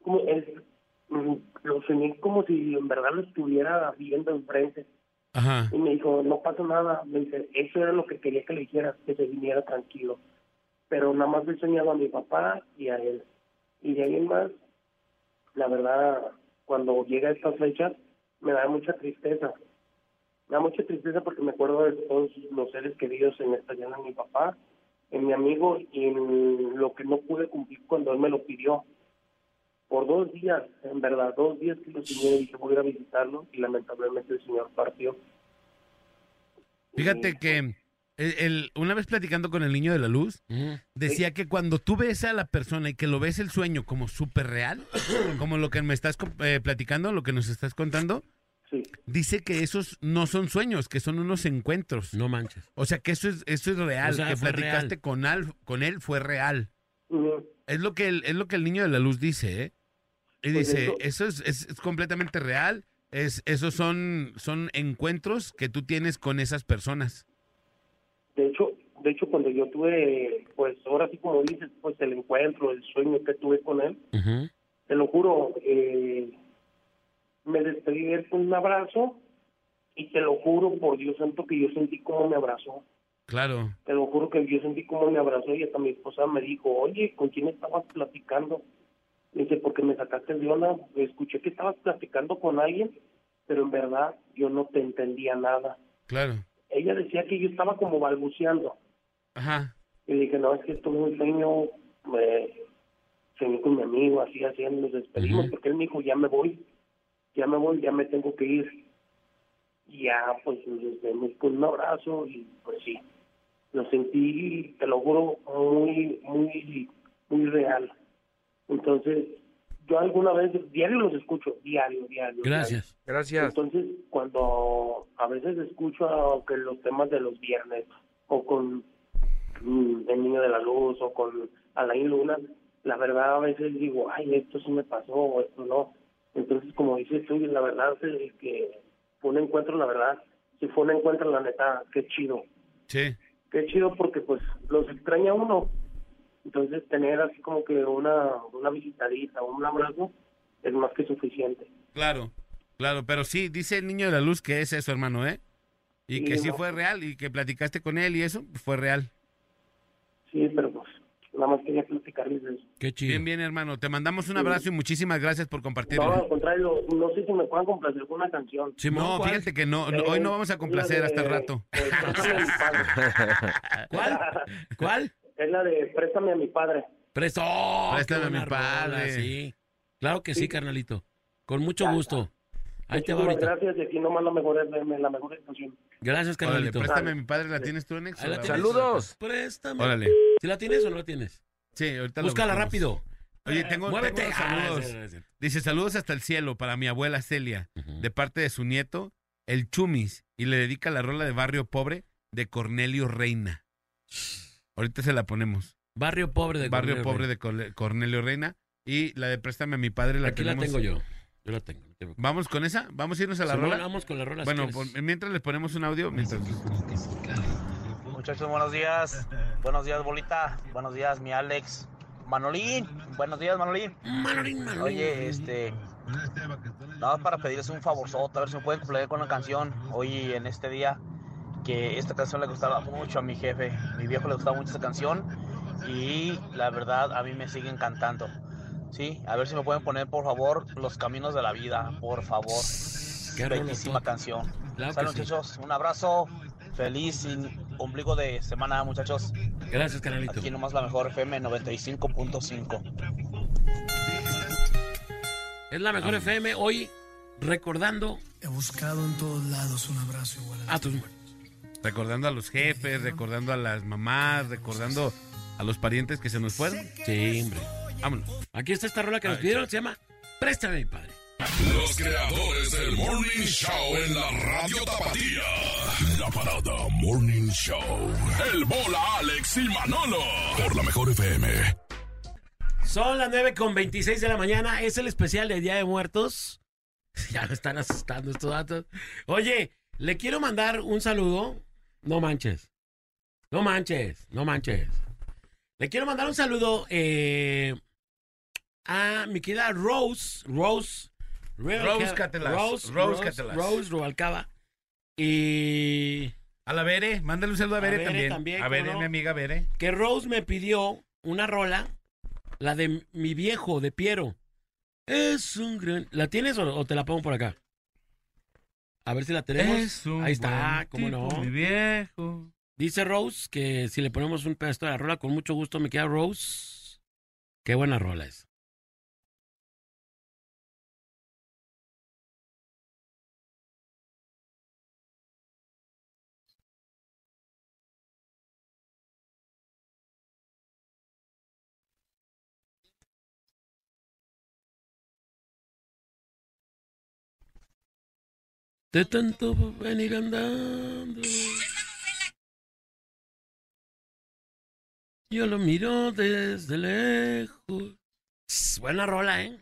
[SPEAKER 20] lo soñé como si en verdad lo estuviera viendo enfrente.
[SPEAKER 4] Ajá.
[SPEAKER 20] Y me dijo, no pasa nada. Me dice, eso era lo que quería que le dijeras, que se viniera tranquilo. Pero nada más le he soñado a mi papá y a él. Y de ahí en más, la verdad, cuando llega estas fechas, me da mucha tristeza. Me da mucha tristeza porque me acuerdo de todos los seres queridos en esta llana, en mi papá, en mi amigo, y en lo que no pude cumplir cuando él me lo pidió. Por 2 días, en verdad, 2 días que lo soñé y dije voy a ir a visitarlo, y lamentablemente el señor partió.
[SPEAKER 4] Fíjate que una vez platicando con el niño de la luz, decía que cuando tú ves a la persona y que lo ves el sueño como súper real, como lo que me estás platicando, lo que nos estás contando, dice que esos no son sueños, que son unos encuentros.
[SPEAKER 6] No manches.
[SPEAKER 4] O sea, que eso es real,
[SPEAKER 6] O sea,
[SPEAKER 4] que
[SPEAKER 6] fue
[SPEAKER 4] platicaste
[SPEAKER 6] real.
[SPEAKER 4] con él fue real. Es lo que el niño de la luz dice, ¿eh? Y
[SPEAKER 20] Pues
[SPEAKER 4] dice, eso es completamente real. Esos son encuentros que tú tienes con esas personas.
[SPEAKER 20] De hecho, cuando yo tuve, pues ahora sí como dices, pues el encuentro, el sueño que tuve con él, te lo juro, me despedí de él con un abrazo, y te lo juro por Dios santo que yo sentí como me abrazó.
[SPEAKER 4] Claro.
[SPEAKER 20] Te lo juro que yo sentí como me abrazó, y hasta mi esposa me dijo, oye, ¿con quién estabas platicando? Le dije, porque me sacaste de onda, escuché que estabas platicando con alguien, pero en verdad yo no te entendía nada.
[SPEAKER 4] Claro.
[SPEAKER 20] Ella decía que yo estaba como balbuceando.
[SPEAKER 4] Ajá.
[SPEAKER 20] Y le dije, no, es que esto es un sueño, soñé con mi amigo, así, nos despedimos, porque él me dijo, ya me voy, ya me tengo que ir. Y ya, pues, nos despedimos con un abrazo, y pues sí, lo sentí, te lo juro, muy, muy, muy real. Entonces, yo alguna vez, diario los escucho, diario.
[SPEAKER 6] Gracias.
[SPEAKER 2] Gracias.
[SPEAKER 20] Entonces, cuando a veces escucho que los temas de los viernes, o con El Niño de la Luz, o con Alain Luna, la verdad a veces digo, ay, esto sí me pasó, o esto no. Entonces, como dices tú, la verdad es que fue un encuentro, la verdad, si fue un encuentro, la neta, qué chido.
[SPEAKER 4] Sí.
[SPEAKER 20] Qué chido porque, pues, los extraña uno. Entonces, tener así como que una visitadita, un abrazo, es más que suficiente.
[SPEAKER 4] Claro, pero sí, dice el niño de la luz que es eso, hermano, ¿eh? Y que sí fue real, y que platicaste con él y eso fue real.
[SPEAKER 20] Sí, pero pues, Nada más quería platicarles de eso.
[SPEAKER 6] Qué chido.
[SPEAKER 4] Bien, hermano. Te mandamos un abrazo y muchísimas gracias por compartirlo.
[SPEAKER 20] No, al contrario, no sé si me puedan complacer con una canción.
[SPEAKER 4] Sí, no, fíjate que no, hoy no vamos a complacer hasta el rato.
[SPEAKER 6] ¿Cuál?
[SPEAKER 20] Es la de Préstame a mi padre.
[SPEAKER 6] Préstame a mi padre.
[SPEAKER 20] Rola,
[SPEAKER 6] Sí. Claro que sí, carnalito. Con mucho gusto. Ahí te va
[SPEAKER 20] Muchísimas
[SPEAKER 6] ahorita.
[SPEAKER 20] gracias, y aquí nomás la mejor estación.
[SPEAKER 6] Gracias, carnalito.
[SPEAKER 4] Órale, préstame a mi padre, ¿la tienes tú, Nex?
[SPEAKER 6] Ahí la tienes.
[SPEAKER 2] Saludos.
[SPEAKER 6] Préstame.
[SPEAKER 4] Órale.
[SPEAKER 6] ¿Sí la tienes o no la tienes?
[SPEAKER 4] Sí, ahorita
[SPEAKER 6] Búscala
[SPEAKER 4] buscamos.
[SPEAKER 6] rápido.
[SPEAKER 4] Oye, tengo
[SPEAKER 6] Muévete.
[SPEAKER 4] unos saludos.
[SPEAKER 6] Sí.
[SPEAKER 4] Dice, saludos hasta el cielo para mi abuela Celia, de parte de su nieto, el Chumis, y le dedica la rola de Barrio Pobre de Cornelio Reina. Ahorita se la ponemos.
[SPEAKER 6] Barrio Pobre de
[SPEAKER 4] Barrio
[SPEAKER 6] Cornelio
[SPEAKER 4] Pobre de Cornelio Reina. Y la de Préstame a mi padre la
[SPEAKER 6] Aquí
[SPEAKER 4] tenemos.
[SPEAKER 6] la tengo yo. Yo la tengo.
[SPEAKER 4] ¿Vamos con esa? ¿Vamos a irnos a la
[SPEAKER 6] Simón,
[SPEAKER 4] rola?
[SPEAKER 6] vamos con la rola, si
[SPEAKER 4] Bueno,
[SPEAKER 6] quieres.
[SPEAKER 4] mientras les ponemos un audio.
[SPEAKER 21] Muchachos, buenos días. Buenos días, Bolita. Buenos días, mi Alex. Manolín. Buenos días, Manolín.
[SPEAKER 6] Manolín.
[SPEAKER 21] Oye, nada más para pedirles un favorzote, a ver si me pueden complacer con una canción hoy en este día, que esta canción le gustaba mucho a mi jefe. Mi viejo le gustaba mucho esta canción y la verdad a mí me sigue encantando. Sí, a ver si me pueden poner, por favor, Los Caminos de la Vida, por favor.
[SPEAKER 6] Qué
[SPEAKER 21] Bellísima canción.
[SPEAKER 6] Claro que
[SPEAKER 21] Salud,
[SPEAKER 6] sí.
[SPEAKER 21] muchachos. Un abrazo. Feliz ombligo de semana, muchachos.
[SPEAKER 6] Gracias, carnalito.
[SPEAKER 21] Aquí nomás la mejor FM 95.5.
[SPEAKER 6] Es la mejor FM hoy recordando
[SPEAKER 22] He buscado en todos lados un abrazo igual
[SPEAKER 6] a tus muertos.
[SPEAKER 4] Recordando a los jefes, recordando a las mamás, recordando a los parientes que se nos fueron.
[SPEAKER 6] Sí, hombre.
[SPEAKER 4] Vámonos.
[SPEAKER 6] Aquí está esta rola que nos pidieron, se llama Préstame a mi padre.
[SPEAKER 8] Los creadores del Morning Show en la Radio Tapatía. La Parada Morning Show. El Bola, Alex y Manolo. Por la mejor FM.
[SPEAKER 6] Son las 9:26 de la mañana. Es el especial de Día de Muertos. Ya me están asustando estos datos. Oye, le quiero mandar un saludo. No manches. No manches. No manches. Le quiero mandar un saludo a mi querida Rose
[SPEAKER 4] Catelas.
[SPEAKER 6] Rose Rubalcaba. Y
[SPEAKER 4] a la Bere, mándale un saludo a Bere también. A Bere,
[SPEAKER 6] ¿cómo no?
[SPEAKER 4] mi amiga Bere.
[SPEAKER 6] Que Rose me pidió una rola, la de mi viejo, de Piero. Es un gran... ¿La tienes o te la pongo por acá? A ver si la tenemos.
[SPEAKER 4] Es un
[SPEAKER 6] Ahí está,
[SPEAKER 4] buen
[SPEAKER 6] cómo no.
[SPEAKER 4] tipo, mi viejo.
[SPEAKER 6] Dice Rose que si le ponemos un pedazo de la rola, con mucho gusto me queda Rose. Qué buena rola es. De tanto venir andando, yo lo miro desde lejos. Buena rola, ¿eh?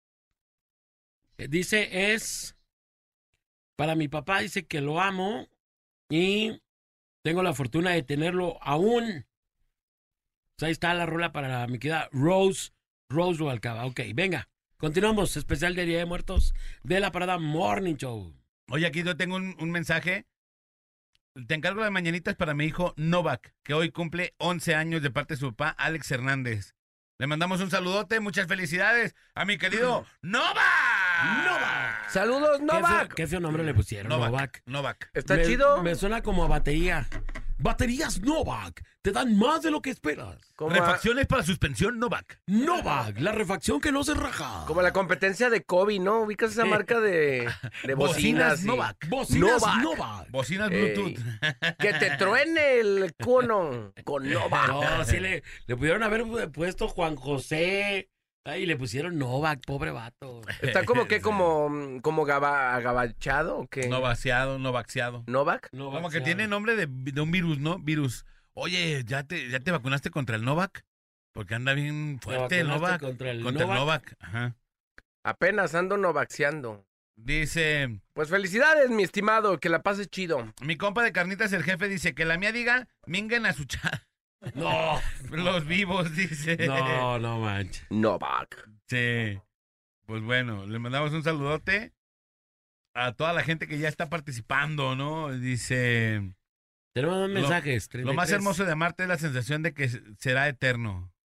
[SPEAKER 6] Dice, es para mi papá, dice que lo amo y tengo la fortuna de tenerlo aún. Pues ahí está la rola para mi querida Rose Rubalcaba. Ok, venga, continuamos. Especial de Día de Muertos de la Parada Morning Show.
[SPEAKER 4] Oye, aquí yo tengo un mensaje. Te encargo las mañanitas para mi hijo Novak, que hoy cumple 11 años de parte de su papá, Alex Hernández. Le mandamos un saludote, muchas felicidades a mi querido Novak.
[SPEAKER 2] Saludos, Novak.
[SPEAKER 6] Qué feo nombre le pusieron,
[SPEAKER 4] Novak.
[SPEAKER 2] ¿Está chido?
[SPEAKER 6] Me suena como a batería. Baterías Novak te dan más de lo que esperas.
[SPEAKER 4] Refacciones para suspensión Novak.
[SPEAKER 6] Novak, la refacción que no se raja.
[SPEAKER 2] Como la competencia de Kobe, ¿no? ¿Ubicas esa marca de bocinas?
[SPEAKER 4] Novak.
[SPEAKER 6] Bocinas Novak.
[SPEAKER 4] Bocinas Bluetooth.
[SPEAKER 2] Que te truene el cono con Novak.
[SPEAKER 6] No, sí le pudieron haber puesto Juan José. Y le pusieron Novak, pobre vato.
[SPEAKER 2] Está como que como agabachado o qué.
[SPEAKER 4] Novaxiado.
[SPEAKER 2] ¿Novak?
[SPEAKER 4] Como que tiene nombre de un virus, ¿no? Virus. Oye, ¿ya te vacunaste contra el Novak? Porque anda bien fuerte el Novak.
[SPEAKER 6] Contra el
[SPEAKER 4] Novak. Ajá.
[SPEAKER 2] Apenas ando novaxiando.
[SPEAKER 4] Dice...
[SPEAKER 2] Pues felicidades, mi estimado, que la pases chido.
[SPEAKER 4] Mi compa de carnitas, el jefe, dice que la mía diga, minguen a su chat.
[SPEAKER 6] No.
[SPEAKER 4] Los vivos, dice.
[SPEAKER 6] No manches.
[SPEAKER 2] Novak.
[SPEAKER 4] Sí. Pues bueno, le mandamos un saludote a toda la gente que ya está participando, ¿no? Dice...
[SPEAKER 6] Tenemos dos mensajes.
[SPEAKER 4] Lo más hermoso de amarte es la sensación de que será eterno.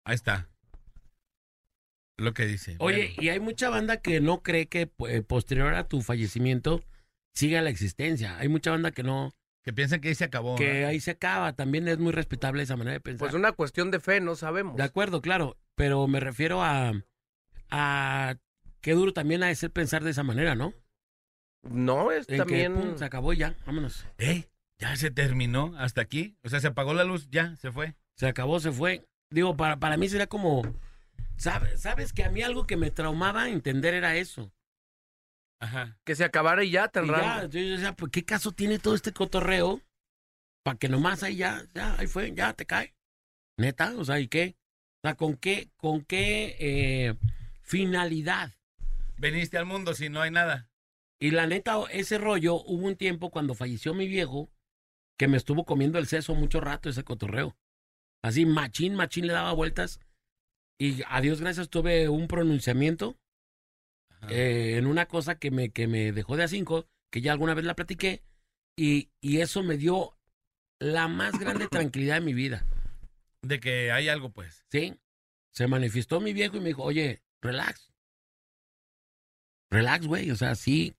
[SPEAKER 4] Ahí está. Lo que dice.
[SPEAKER 6] Oye, y hay mucha banda que no cree que posterior a tu fallecimiento siga la existencia. Hay mucha banda que no...
[SPEAKER 4] Que piensan que ahí se acabó.
[SPEAKER 6] Que ahí se acaba. También es muy respetable esa manera de pensar.
[SPEAKER 2] Pues una cuestión de fe, no sabemos.
[SPEAKER 6] De acuerdo, claro. Pero me refiero a qué duro también ha de ser pensar de esa manera, ¿no?
[SPEAKER 2] No, es
[SPEAKER 6] en
[SPEAKER 2] también...
[SPEAKER 6] Que, pum, se acabó ya, vámonos.
[SPEAKER 4] Ya se terminó hasta aquí. O sea, se apagó la luz, ya, se fue.
[SPEAKER 6] Se acabó, se fue. Digo, para mí sería como... ¿Sabes que a mí algo que me traumaba entender era eso?
[SPEAKER 2] Ajá. Que se acabara y ya, tan
[SPEAKER 6] y
[SPEAKER 2] raro.
[SPEAKER 6] Ya, yo decía, pues, ¿qué caso tiene todo este cotorreo? Para que nomás ahí ya, ahí fue, ya te cae. Neta, o sea, ¿y qué? O sea, ¿con qué finalidad?
[SPEAKER 4] Veniste al mundo si no hay nada.
[SPEAKER 6] Y la neta, ese rollo, hubo un tiempo cuando falleció mi viejo, que me estuvo comiendo el seso mucho rato ese cotorreo. Así, machín le daba vueltas. Y a Dios gracias tuve un pronunciamiento en una cosa que me dejó de a 5, que ya alguna vez la platiqué, y eso me dio la más grande tranquilidad de mi vida.
[SPEAKER 4] De que hay algo, pues.
[SPEAKER 6] Sí. Se manifestó mi viejo y me dijo, oye, relax. Relax, güey. O sea, sí,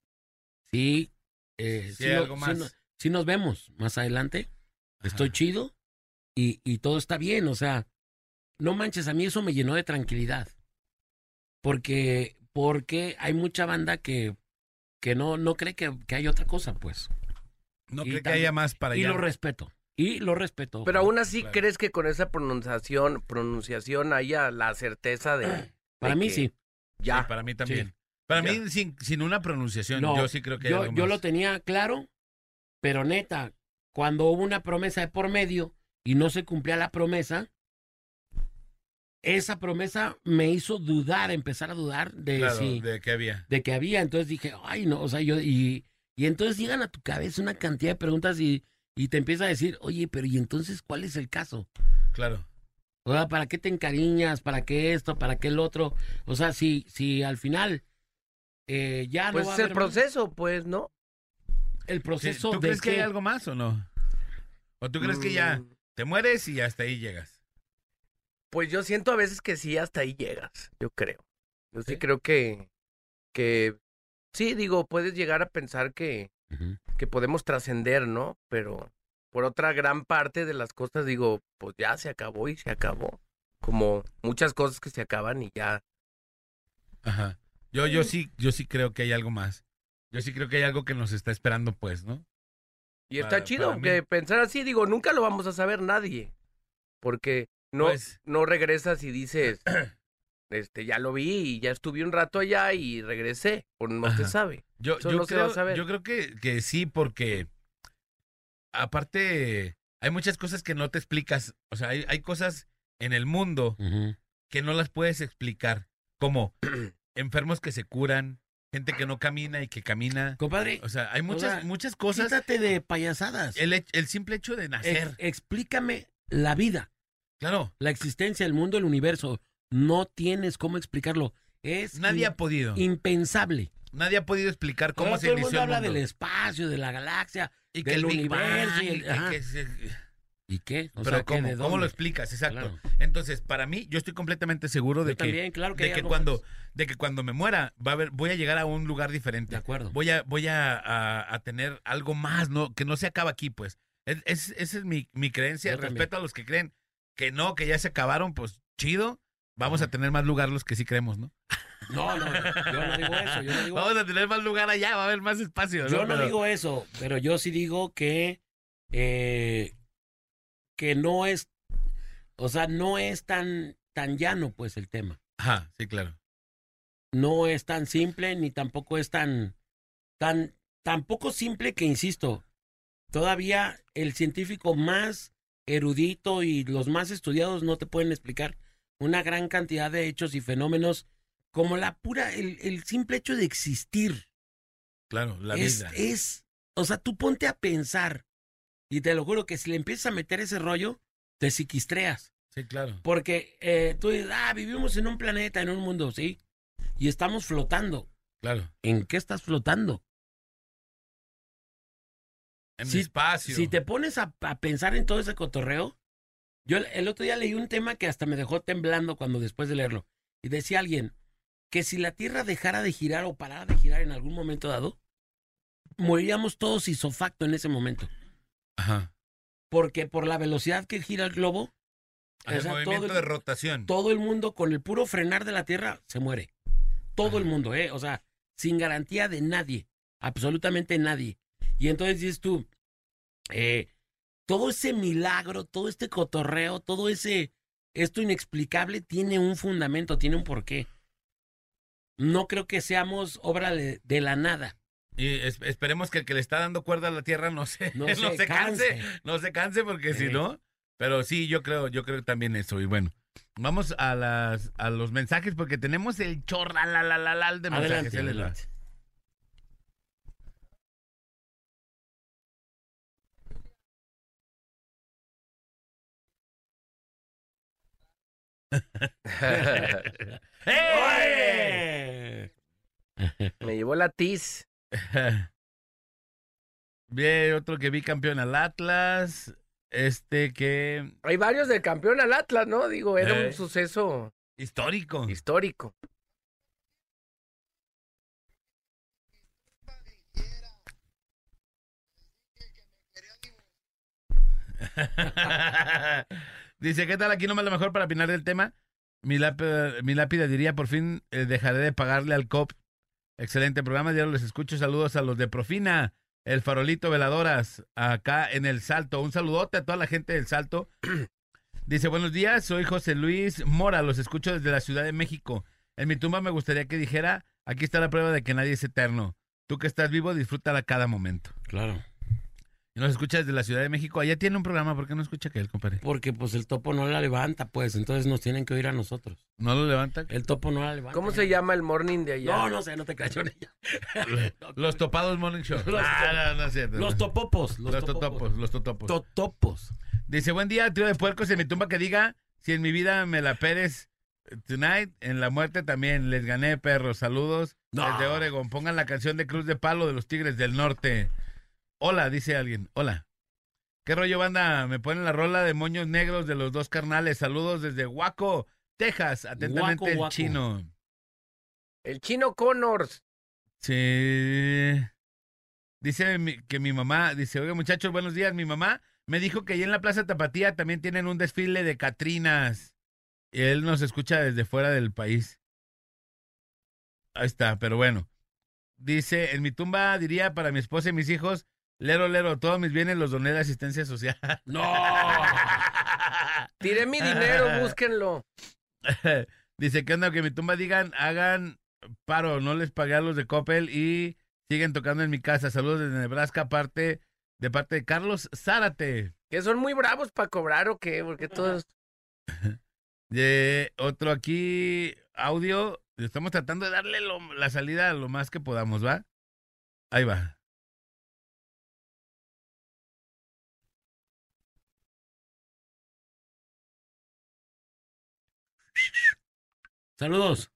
[SPEAKER 4] algo más.
[SPEAKER 6] Sí nos vemos más adelante. Ajá. Estoy chido y todo está bien. O sea, no manches, a mí eso me llenó de tranquilidad. Porque hay mucha banda que no cree que hay otra cosa, pues.
[SPEAKER 4] No cree que haya más para allá.
[SPEAKER 6] Y lo respeto.
[SPEAKER 2] Pero aún así, claro. ¿Crees que con esa pronunciación haya la certeza de
[SPEAKER 6] para mí sí.
[SPEAKER 2] Ya.
[SPEAKER 4] Sí, para mí también. Sí. Para mí, sin una pronunciación, yo sí creo que hay algo más.
[SPEAKER 6] Yo lo tenía claro, pero neta, cuando hubo una promesa de por medio y no se cumplía la promesa, esa promesa me hizo empezar a dudar
[SPEAKER 4] de que había.
[SPEAKER 6] De que había, entonces dije, ay no, o sea, y entonces llegan a tu cabeza una cantidad de preguntas y te empieza a decir, oye, pero ¿y entonces cuál es el caso?
[SPEAKER 4] Claro.
[SPEAKER 6] O sea, ¿para qué te encariñas? ¿Para qué esto? ¿Para qué el otro? O sea, si al final ya
[SPEAKER 2] pues
[SPEAKER 6] no va
[SPEAKER 2] es el proceso, pues, ¿no?
[SPEAKER 6] El proceso.
[SPEAKER 4] ¿Tú crees que hay algo más o no? ¿O tú crees que ya te mueres y hasta ahí llegas?
[SPEAKER 2] Pues yo siento a veces que sí, hasta ahí llegas, yo creo. Yo sí creo que sí, digo, puedes llegar a pensar que podemos trascender, ¿no? Pero por otra gran parte de las cosas, digo, pues ya se acabó y se acabó. Como muchas cosas que se acaban y ya.
[SPEAKER 4] Ajá. Yo sí creo que hay algo más. Yo sí creo que hay algo que nos está esperando, pues, ¿no?
[SPEAKER 2] Y está chido que pensar así, digo, nunca lo vamos a saber nadie. Porque no regresas y dices, ya lo vi y ya estuve un rato allá y regresé. O no se sabe.
[SPEAKER 4] Yo creo que sí, porque aparte hay muchas cosas que no te explicas. O sea, hay cosas en el mundo que no las puedes explicar. Como enfermos que se curan, gente que no camina y que camina.
[SPEAKER 6] Compadre.
[SPEAKER 4] O sea, hay muchas cosas.
[SPEAKER 6] Quítate de payasadas.
[SPEAKER 4] El simple hecho de nacer.
[SPEAKER 6] Explícame la vida.
[SPEAKER 4] Claro.
[SPEAKER 6] La existencia, el mundo, el universo. No tienes cómo explicarlo.
[SPEAKER 4] Nadie ha podido.
[SPEAKER 6] Impensable.
[SPEAKER 4] Nadie ha podido explicar cómo se inició el mundo.
[SPEAKER 6] Todo el mundo habla del espacio, de la galaxia,
[SPEAKER 4] y que
[SPEAKER 6] del
[SPEAKER 4] el
[SPEAKER 6] universo.
[SPEAKER 4] ¿Y
[SPEAKER 6] qué?
[SPEAKER 4] O sea, ¿cómo lo explicas? Exacto. Claro. Entonces, para mí, yo estoy completamente seguro de que cuando me muera, voy a llegar a un lugar diferente.
[SPEAKER 6] De acuerdo.
[SPEAKER 4] Voy a tener algo más, que no se acaba aquí, pues. Esa es mi creencia. Respeto a los que creen que no, que ya se acabaron, pues chido. Vamos a tener más lugar los que sí creemos, ¿no?
[SPEAKER 6] No, yo no digo eso.
[SPEAKER 4] Vamos a tener más lugar allá, va a haber más espacio.
[SPEAKER 6] Yo no digo eso, pero yo sí digo que no es, o sea, no es tan llano, pues, el tema.
[SPEAKER 4] Ajá, sí, claro.
[SPEAKER 6] No es tan simple, ni tampoco es tan poco simple que, insisto, todavía el científico más erudito y los más estudiados no te pueden explicar una gran cantidad de hechos y fenómenos como el simple hecho de existir.
[SPEAKER 4] Claro, la vida.
[SPEAKER 6] O sea, tú ponte a pensar, y te lo juro que si le empiezas a meter ese rollo, te psiquistreas.
[SPEAKER 4] Sí, claro.
[SPEAKER 6] Porque tú dices, vivimos en un planeta, en un mundo, ¿sí? Y estamos flotando.
[SPEAKER 4] Claro.
[SPEAKER 6] ¿En qué estás flotando?
[SPEAKER 4] En el espacio.
[SPEAKER 6] Si te pones a pensar en todo ese cotorreo, Yo el otro día leí un tema que hasta me dejó temblando cuando después de leerlo. Y decía alguien que si la Tierra dejara de girar o parara de girar en algún momento dado, moriríamos todos isofacto en ese momento.
[SPEAKER 4] Ajá.
[SPEAKER 6] Porque por la velocidad que gira el globo,
[SPEAKER 4] el movimiento de rotación.
[SPEAKER 6] Todo el mundo con el puro frenar de la Tierra se muere. Todo el mundo, o sea, sin garantía de nadie, absolutamente nadie. Y entonces dices tú, todo ese milagro, todo este cotorreo, esto inexplicable tiene un fundamento, tiene un porqué. No creo que seamos obra de la nada.
[SPEAKER 4] Y esperemos que el que le está dando cuerda a la Tierra no se canse, porque si no, pero sí, yo creo también eso. Y bueno, vamos a los mensajes porque tenemos el chorralalal de mensajes.
[SPEAKER 6] Adelante.
[SPEAKER 2] Me llevó la tiz.
[SPEAKER 4] Bien, otro que vi campeón al Atlas. Que...
[SPEAKER 2] Hay varios del campeón al Atlas, ¿no? Digo, era un suceso...
[SPEAKER 4] Histórico. Dice, ¿qué tal? Aquí nomás lo mejor para opinar del tema. Mi lápida diría, por fin dejaré de pagarle al COP. Excelente programa, diario les escucho. Saludos a los de Profina, el Farolito Veladoras, acá en El Salto. Un saludote a toda la gente del Salto. Dice, buenos días, soy José Luis Mora, los escucho desde la Ciudad de México. En mi tumba me gustaría que dijera, aquí está la prueba de que nadie es eterno. Tú que estás vivo, disfrútala cada momento.
[SPEAKER 6] Claro.
[SPEAKER 4] Y nos escucha desde la Ciudad de México. Allá tiene un programa, ¿por qué no escucha aquel, compadre?
[SPEAKER 6] Porque pues el topo no la levanta, pues, entonces nos tienen que oír a nosotros.
[SPEAKER 4] ¿No lo levanta?
[SPEAKER 6] El topo no la levanta.
[SPEAKER 2] ¿Cómo se llama el morning de allá?
[SPEAKER 6] No sé, no te creas en ella.
[SPEAKER 4] Los Topados Morning Show. No es cierto.
[SPEAKER 6] Los topopos.
[SPEAKER 4] Los totopos.
[SPEAKER 6] Totopos.
[SPEAKER 4] Dice, buen día, tío de puercos, en mi tumba que diga, si en mi vida me la peres tonight, en la muerte también, les gané, perros. Saludos desde Oregon. Pongan la canción de Cruz de Palo de los Tigres del Norte. Hola, dice alguien. Hola. ¿Qué rollo, banda? Me ponen la rola de Moños Negros de los Dos Carnales. Saludos desde Waco, Texas. Atentamente,
[SPEAKER 6] Waco.
[SPEAKER 4] El Chino.
[SPEAKER 2] El Chino Connors.
[SPEAKER 4] Sí. Dice que mi mamá, dice, oiga, muchachos, buenos días. Mi mamá me dijo que allí en la Plaza Tapatía también tienen un desfile de catrinas. Y él nos escucha desde fuera del país. Ahí está, pero bueno. Dice, en mi tumba diría para mi esposa y mis hijos, lero, todos mis bienes los doné de asistencia social.
[SPEAKER 6] ¡No!
[SPEAKER 2] Tiré mi dinero, búsquenlo.
[SPEAKER 4] Dice, ¿qué onda? Que en mi tumba digan, hagan paro, no les pagué a los de Coppel y siguen tocando en mi casa. Saludos desde Nebraska, de parte de Carlos Zárate.
[SPEAKER 2] ¿Que son muy bravos para cobrar o qué? Porque todos...
[SPEAKER 4] Otro aquí, audio. Estamos tratando de darle la salida lo más que podamos, ¿va? Ahí va.
[SPEAKER 6] Saludos.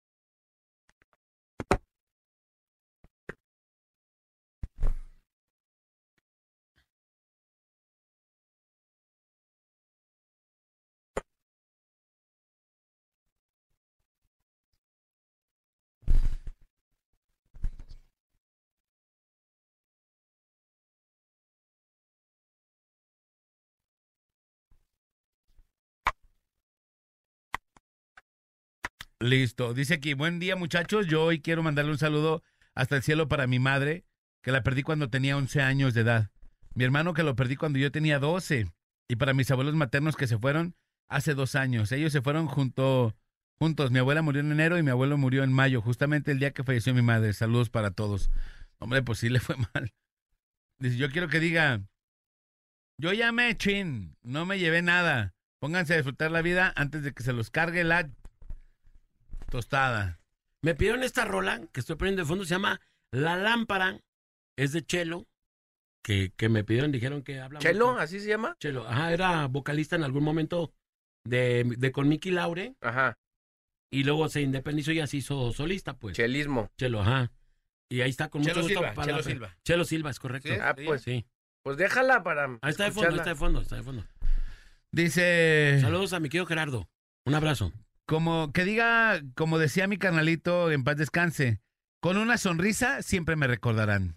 [SPEAKER 4] Listo. Dice aquí, buen día, muchachos. Yo hoy quiero mandarle un saludo hasta el cielo para mi madre, que la perdí cuando tenía 11 años de edad. Mi hermano, que lo perdí cuando yo tenía 12. Y para mis abuelos maternos, que se fueron hace 2 años. Ellos se fueron juntos. Mi abuela murió en enero y mi abuelo murió en mayo, justamente el día que falleció mi madre. Saludos para todos. Hombre, pues sí le fue mal. Dice, yo quiero que diga, yo ya me chin, no me llevé nada. Pónganse a disfrutar la vida antes de que se los cargue la tostada.
[SPEAKER 6] Me pidieron esta rola que estoy poniendo de fondo, se llama La Lámpara, es de Chelo, que me pidieron, dijeron que habla
[SPEAKER 2] ¿Chelo?
[SPEAKER 6] mucho.
[SPEAKER 2] ¿Así se llama?
[SPEAKER 6] Chelo, ajá, era vocalista en algún momento de con Miki Laure.
[SPEAKER 2] Ajá.
[SPEAKER 6] Y luego se independizó y así hizo solista, pues.
[SPEAKER 2] Chelismo.
[SPEAKER 6] Chelo, ajá. Y ahí está con
[SPEAKER 4] Chelo
[SPEAKER 6] mucho gusto.
[SPEAKER 4] Silva, Chelo Silva.
[SPEAKER 6] Chelo Silva, es correcto.
[SPEAKER 2] ¿Sí? Ah, pues
[SPEAKER 6] sí.
[SPEAKER 2] Pues déjala para
[SPEAKER 6] Ahí está de fondo, está de fondo.
[SPEAKER 4] Dice...
[SPEAKER 6] Saludos a mi querido Gerardo. Un abrazo.
[SPEAKER 4] Como que diga, como decía mi carnalito, en paz descanse, con una sonrisa siempre me recordarán.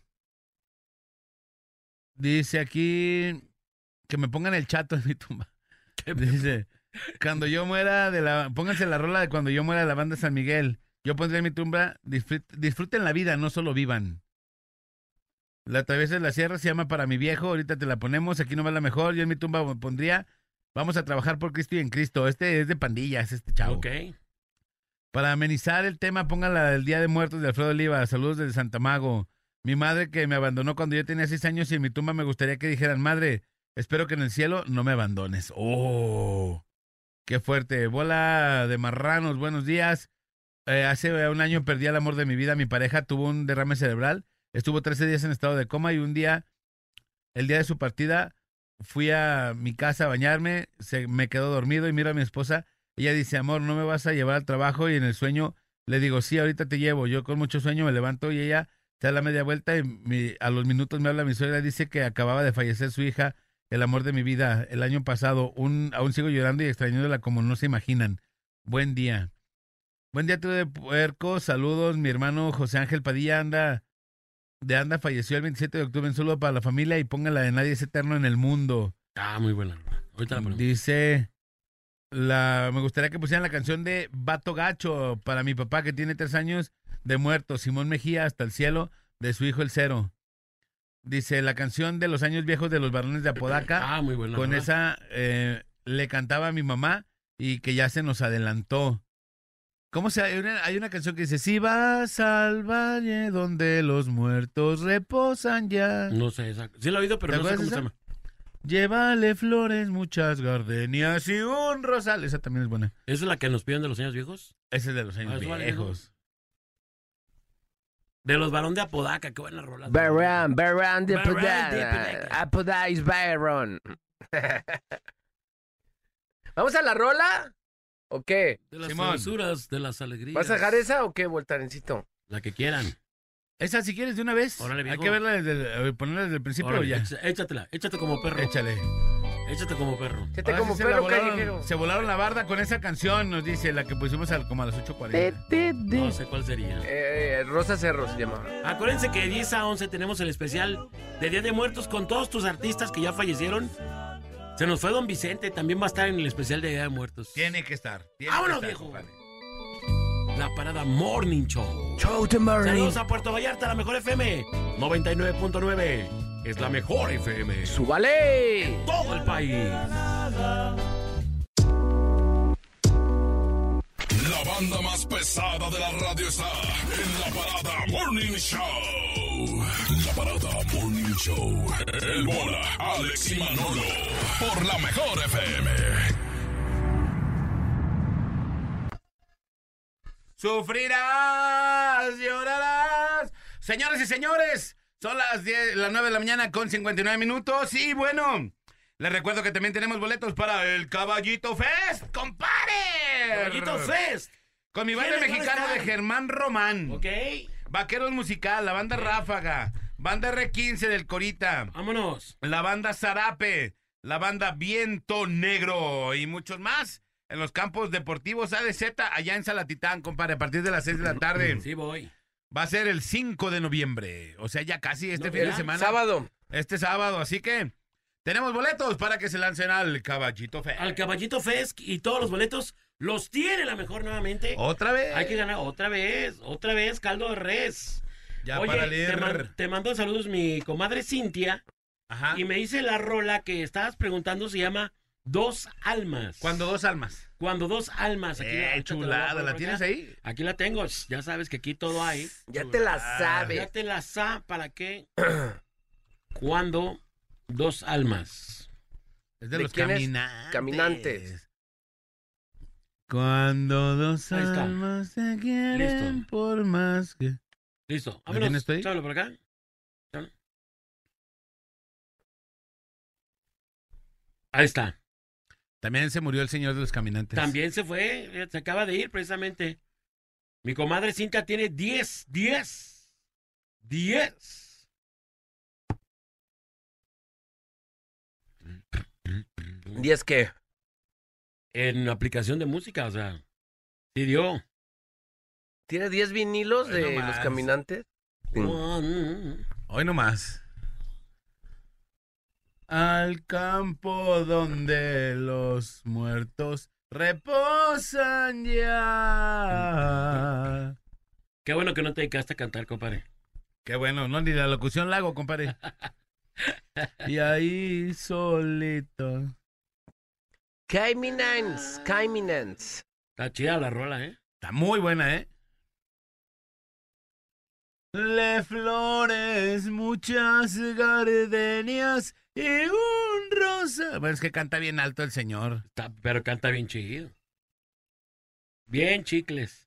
[SPEAKER 4] Dice aquí que me pongan el chato en mi tumba. Dice, cuando yo muera pónganse la rola de cuando yo muera de la banda San Miguel. Yo pondré en mi tumba, disfruten la vida, no solo vivan. La Travesa de la Sierra se llama Para mi viejo, ahorita te la ponemos, aquí no va la mejor. Yo en mi tumba pondría, vamos a trabajar por Cristo y en Cristo. Este es de pandillas, este chavo.
[SPEAKER 6] Ok.
[SPEAKER 4] Para amenizar el tema, pongan la del Día de Muertos de Alfredo Oliva. Saludos desde Santa Mago. Mi madre que me abandonó cuando yo tenía 6 años y en mi tumba me gustaría que dijeran, madre, espero que en el cielo no me abandones. ¡Oh! ¡Qué fuerte! Bola de marranos, buenos días. Hace un año perdí el amor de mi vida. Mi pareja tuvo un derrame cerebral. Estuvo 13 días en estado de coma y un día, el día de su partida, fui a mi casa a bañarme. Me quedó dormido y miro a mi esposa. Ella dice, amor, ¿no me vas a llevar al trabajo? Y en el sueño le digo, sí, ahorita te llevo. Yo con mucho sueño me levanto y ella se da la media vuelta y a los minutos me habla mi suegra. Dice que acababa de fallecer su hija, el amor de mi vida, el año pasado. Aún sigo llorando y extrañándola como no se imaginan. Buen día. Buen día, tú de puerco. Saludos, mi hermano José Ángel Padilla Anda falleció el 27 de octubre. Un saludo para la familia y póngala de Nadie es Eterno en el Mundo.
[SPEAKER 6] Ah, muy buena. Ahorita la ponemos.
[SPEAKER 4] Dice... me gustaría que pusieran la canción de Vato Gacho para mi papá que tiene 3 años de muerto, Simón Mejía, Hasta el cielo, de su hijo el Cero. Dice, la canción de Los años viejos de los varones de Apodaca.
[SPEAKER 6] Ah, muy buena.
[SPEAKER 4] Con
[SPEAKER 6] ¿verdad?
[SPEAKER 4] esa le cantaba a mi mamá y que ya se nos adelantó. Hay una canción que dice, si vas al valle donde los muertos reposan ya.
[SPEAKER 6] No sé, exacto. Sí lo he oído, pero no sé cómo se llama.
[SPEAKER 4] Llévale flores, muchas gardenias y un rosal. Esa también es buena.
[SPEAKER 6] ¿Esa es la que nos piden de los años viejos?
[SPEAKER 4] Esa es de los años viejos.
[SPEAKER 6] De los Barón de Apodaca, qué buena rola.
[SPEAKER 2] Barón de Apodaca. Apodaca is Barón. ¿Vamos a la rola? ¿O qué?
[SPEAKER 6] De las travesuras, de las alegrías.
[SPEAKER 2] ¿Vas a dejar esa o qué, Voltarencito?
[SPEAKER 6] La que quieran.
[SPEAKER 4] Esa si quieres de una vez.
[SPEAKER 6] Órale,
[SPEAKER 4] hay que verla ponerla desde el principio.
[SPEAKER 6] Órale,
[SPEAKER 4] ya.
[SPEAKER 6] Échatela, échate como perro.
[SPEAKER 4] Échale.
[SPEAKER 6] Échate como perro.
[SPEAKER 2] Échate como perro callejero.
[SPEAKER 4] Se volaron la barda con esa canción, nos dice, la que pusimos como a las 8:40.
[SPEAKER 6] No sé cuál sería.
[SPEAKER 2] Rosa Cerro se llama.
[SPEAKER 6] Acuérdense que de 10 a 11 tenemos el especial de Día de Muertos con todos tus artistas que ya fallecieron. Se nos fue Don Vicente, también va a estar en el especial de Día de Muertos.
[SPEAKER 4] Tiene que estar.
[SPEAKER 6] ¡Vámonos, viejo! Compadre. La Parada Morning Show.
[SPEAKER 2] Show the morning.
[SPEAKER 6] Saludos a Puerto Vallarta, la mejor FM 99.9. Es la mejor FM.
[SPEAKER 2] ¡Súbale!
[SPEAKER 6] En todo el país.
[SPEAKER 8] La banda más pesada de la radio está en la Parada Morning Show. La Parada Morning Show. El Bola, Alex y Manolo. Por la mejor FM.
[SPEAKER 4] Sufrirás, llorarás. Señoras y señores, son las 9 de la mañana con 59 minutos. Y bueno, les recuerdo que también tenemos boletos para el Caballito Fest, compadre.
[SPEAKER 6] Caballito Fest.
[SPEAKER 4] Con mi banda mexicana de Germán Román.
[SPEAKER 6] Ok.
[SPEAKER 4] Vaqueros Musical, la banda Ráfaga, banda R15 del Corita.
[SPEAKER 6] Vámonos.
[SPEAKER 4] La banda Zarape, la banda Viento Negro y muchos más. En los campos deportivos ADZ, allá en Salatitán, compadre, a partir de las 6 de la tarde.
[SPEAKER 6] Sí, voy.
[SPEAKER 4] Va a ser el 5 de noviembre. O sea, ya casi fin de semana.
[SPEAKER 2] Sábado.
[SPEAKER 4] Este sábado, así que tenemos boletos para que se lancen al Caballito Fest.
[SPEAKER 6] Al Caballito Fest y todos los boletos los tiene la mejor nuevamente.
[SPEAKER 4] ¿Otra vez?
[SPEAKER 6] Hay que ganar otra vez, caldo de res.
[SPEAKER 4] Ya.
[SPEAKER 6] Oye,
[SPEAKER 4] para leer.
[SPEAKER 6] te mando saludos mi comadre Cintia.
[SPEAKER 4] Ajá.
[SPEAKER 6] Y me dice la rola que estabas preguntando, se llama Dos Almas.
[SPEAKER 4] ¿Cuándo dos almas?
[SPEAKER 6] Cuando dos almas. Aquí
[SPEAKER 4] chulada, ¿la tienes ahí?
[SPEAKER 6] Aquí la tengo, ya sabes que aquí todo hay.
[SPEAKER 2] Ya te la sabes.
[SPEAKER 6] Ya te la sabes, ¿para qué? Cuando dos almas.
[SPEAKER 4] Es de los caminantes.
[SPEAKER 2] Caminantes.
[SPEAKER 4] Cuando dos almas se quieren.
[SPEAKER 6] Listo.
[SPEAKER 4] Por más que...
[SPEAKER 6] Listo.
[SPEAKER 4] ¿Lo tienes tú ahí?
[SPEAKER 6] Chábalo por acá. Chábalo. Ahí está.
[SPEAKER 4] También se murió el señor de los caminantes.
[SPEAKER 6] También se fue, se acaba de ir precisamente. Mi comadre Cinta tiene 10. ¿10
[SPEAKER 2] qué?
[SPEAKER 6] en aplicación de música, o sea, sí dio.
[SPEAKER 2] ¿Tiene 10 vinilos de Los Caminantes?
[SPEAKER 4] Hoy nomás. Al campo donde los muertos reposan ya.
[SPEAKER 6] Qué bueno que no te dedicaste a cantar, compadre.
[SPEAKER 4] Qué bueno, no, ni la locución la hago, compadre. Y ahí solito.
[SPEAKER 2] Caminants.
[SPEAKER 6] Está chida la rola, ¿eh?
[SPEAKER 4] Está muy buena, ¿eh? Le flores, muchas gardenias y un rosa. Bueno, es que canta bien alto el señor.
[SPEAKER 6] Pero canta bien chido. Bien chicles.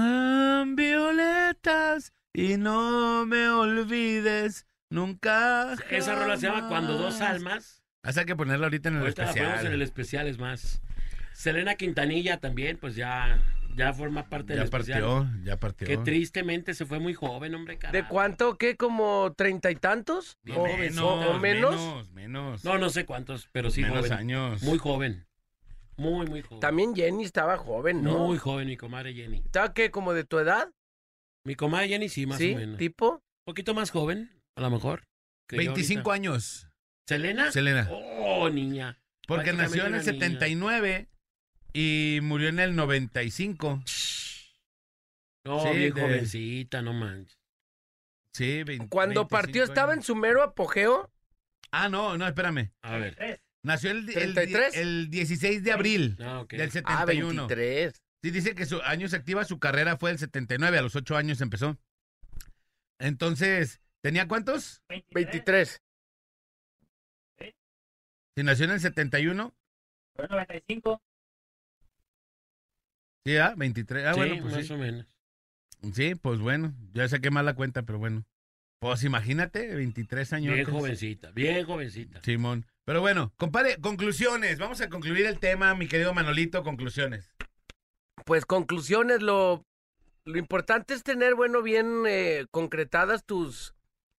[SPEAKER 4] Violetas y no me olvides nunca.
[SPEAKER 6] Esa rola se llama Cuando dos almas.
[SPEAKER 4] Hay que ponerla ahorita en el
[SPEAKER 6] especial.
[SPEAKER 4] La
[SPEAKER 6] ponemos en el especial, es más. Selena Quintanilla también, pues ya forma parte del especial.
[SPEAKER 4] Ya partió.
[SPEAKER 6] Que tristemente se fue muy joven, hombre, carajo.
[SPEAKER 2] ¿De cuánto? ¿Qué? ¿Como 30 y tantos?
[SPEAKER 4] ¿O menos? Menos.
[SPEAKER 6] No sé cuántos, pero sí
[SPEAKER 4] menos
[SPEAKER 6] joven.
[SPEAKER 4] Años.
[SPEAKER 6] Muy joven. Muy joven.
[SPEAKER 2] También Jenny estaba joven, ¿no?
[SPEAKER 6] Muy joven, mi comadre Jenny.
[SPEAKER 2] ¿Estaba qué? ¿Como de tu edad?
[SPEAKER 6] Mi comadre Jenny sí, más o menos.
[SPEAKER 2] ¿Tipo?
[SPEAKER 6] Un poquito más joven, a lo mejor.
[SPEAKER 4] 25 años.
[SPEAKER 6] ¿Selena? Oh, niña.
[SPEAKER 4] Porque nació en el 79 y murió en el 95.
[SPEAKER 6] No, sí, bien jovencita, no manches.
[SPEAKER 4] Sí,
[SPEAKER 2] Cuando partió, ¿estaba en su mero apogeo?
[SPEAKER 4] Ah, no, espérame.
[SPEAKER 6] A ver.
[SPEAKER 4] Nació el 16 de abril del 71.
[SPEAKER 2] 23.
[SPEAKER 4] Sí, dice que su años activa, su carrera fue el 79, a los 8 años empezó. Entonces, ¿tenía cuántos?
[SPEAKER 2] 23.
[SPEAKER 4] Si nació en el 71.
[SPEAKER 3] Fue 95.
[SPEAKER 4] Sí, 23.
[SPEAKER 6] Sí,
[SPEAKER 4] bueno, pues
[SPEAKER 6] más o menos.
[SPEAKER 4] Sí, pues bueno, ya saqué mal la cuenta, pero bueno. Pues imagínate, 23 años.
[SPEAKER 6] Bien jovencita.
[SPEAKER 4] Simón. Pero bueno, compadre, conclusiones. Vamos a concluir el tema, mi querido Manolito, conclusiones.
[SPEAKER 2] Pues conclusiones, lo importante es tener, bien concretadas tus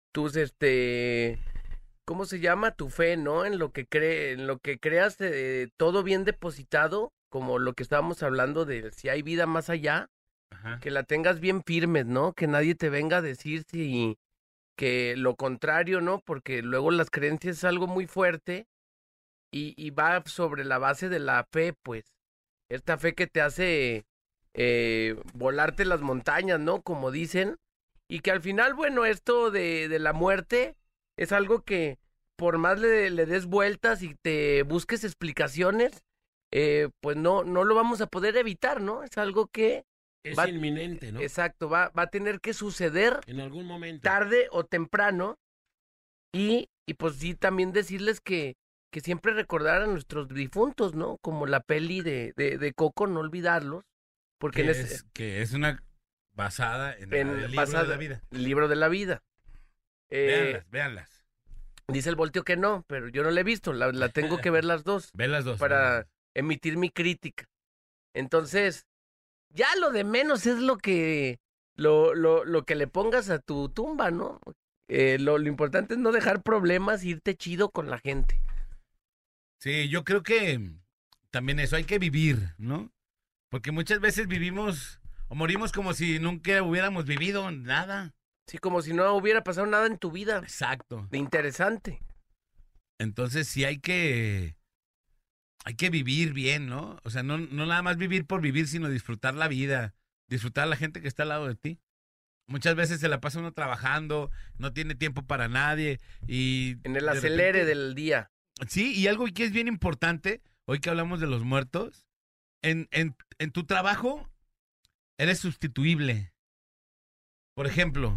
[SPEAKER 2] ¿cómo se llama? Tu fe, ¿no? En lo que creas, todo bien depositado, como lo que estábamos hablando de si hay vida más allá. Ajá. Que la tengas bien firmes, ¿no? Que nadie te venga a decir que lo contrario, ¿no? Porque luego las creencias es algo muy fuerte y va sobre la base de la fe, pues. Esta fe que te hace volarte las montañas, ¿no? Como dicen. Y que al final, esto de la muerte es algo que por más le des vueltas y te busques explicaciones, pues no lo vamos a poder evitar, ¿no? Es algo que
[SPEAKER 6] es inminente, ¿no?
[SPEAKER 2] Exacto, va a tener que suceder
[SPEAKER 6] en algún momento,
[SPEAKER 2] tarde o temprano, y pues sí, también decirles que siempre recordar a nuestros difuntos, ¿no? Como la peli de Coco, no olvidarlos, porque
[SPEAKER 4] que es una basada en el libro de la vida.
[SPEAKER 2] El libro de la vida.
[SPEAKER 4] Véanlas.
[SPEAKER 2] Dice el Voltio que no, pero yo no la he visto, la tengo que ver las dos.
[SPEAKER 4] Ve las dos.
[SPEAKER 2] Para emitir mi crítica. Entonces, ya lo de menos es lo que le pongas a tu tumba, ¿no? Lo importante es no dejar problemas, irte chido con la gente.
[SPEAKER 4] Sí, yo creo que también eso, hay que vivir, ¿no? Porque muchas veces vivimos o morimos como si nunca hubiéramos vivido nada.
[SPEAKER 2] Sí, como si no hubiera pasado nada en tu vida.
[SPEAKER 4] Exacto.
[SPEAKER 2] De interesante.
[SPEAKER 4] Entonces sí hay que vivir bien, ¿no? O sea, no nada más vivir por vivir, sino disfrutar la vida, disfrutar a la gente que está al lado de ti. Muchas veces se la pasa uno trabajando, no tiene tiempo para nadie y...
[SPEAKER 2] En el acelere del día.
[SPEAKER 4] Sí, y algo que es bien importante, hoy que hablamos de los muertos, en tu trabajo eres sustituible. Por ejemplo,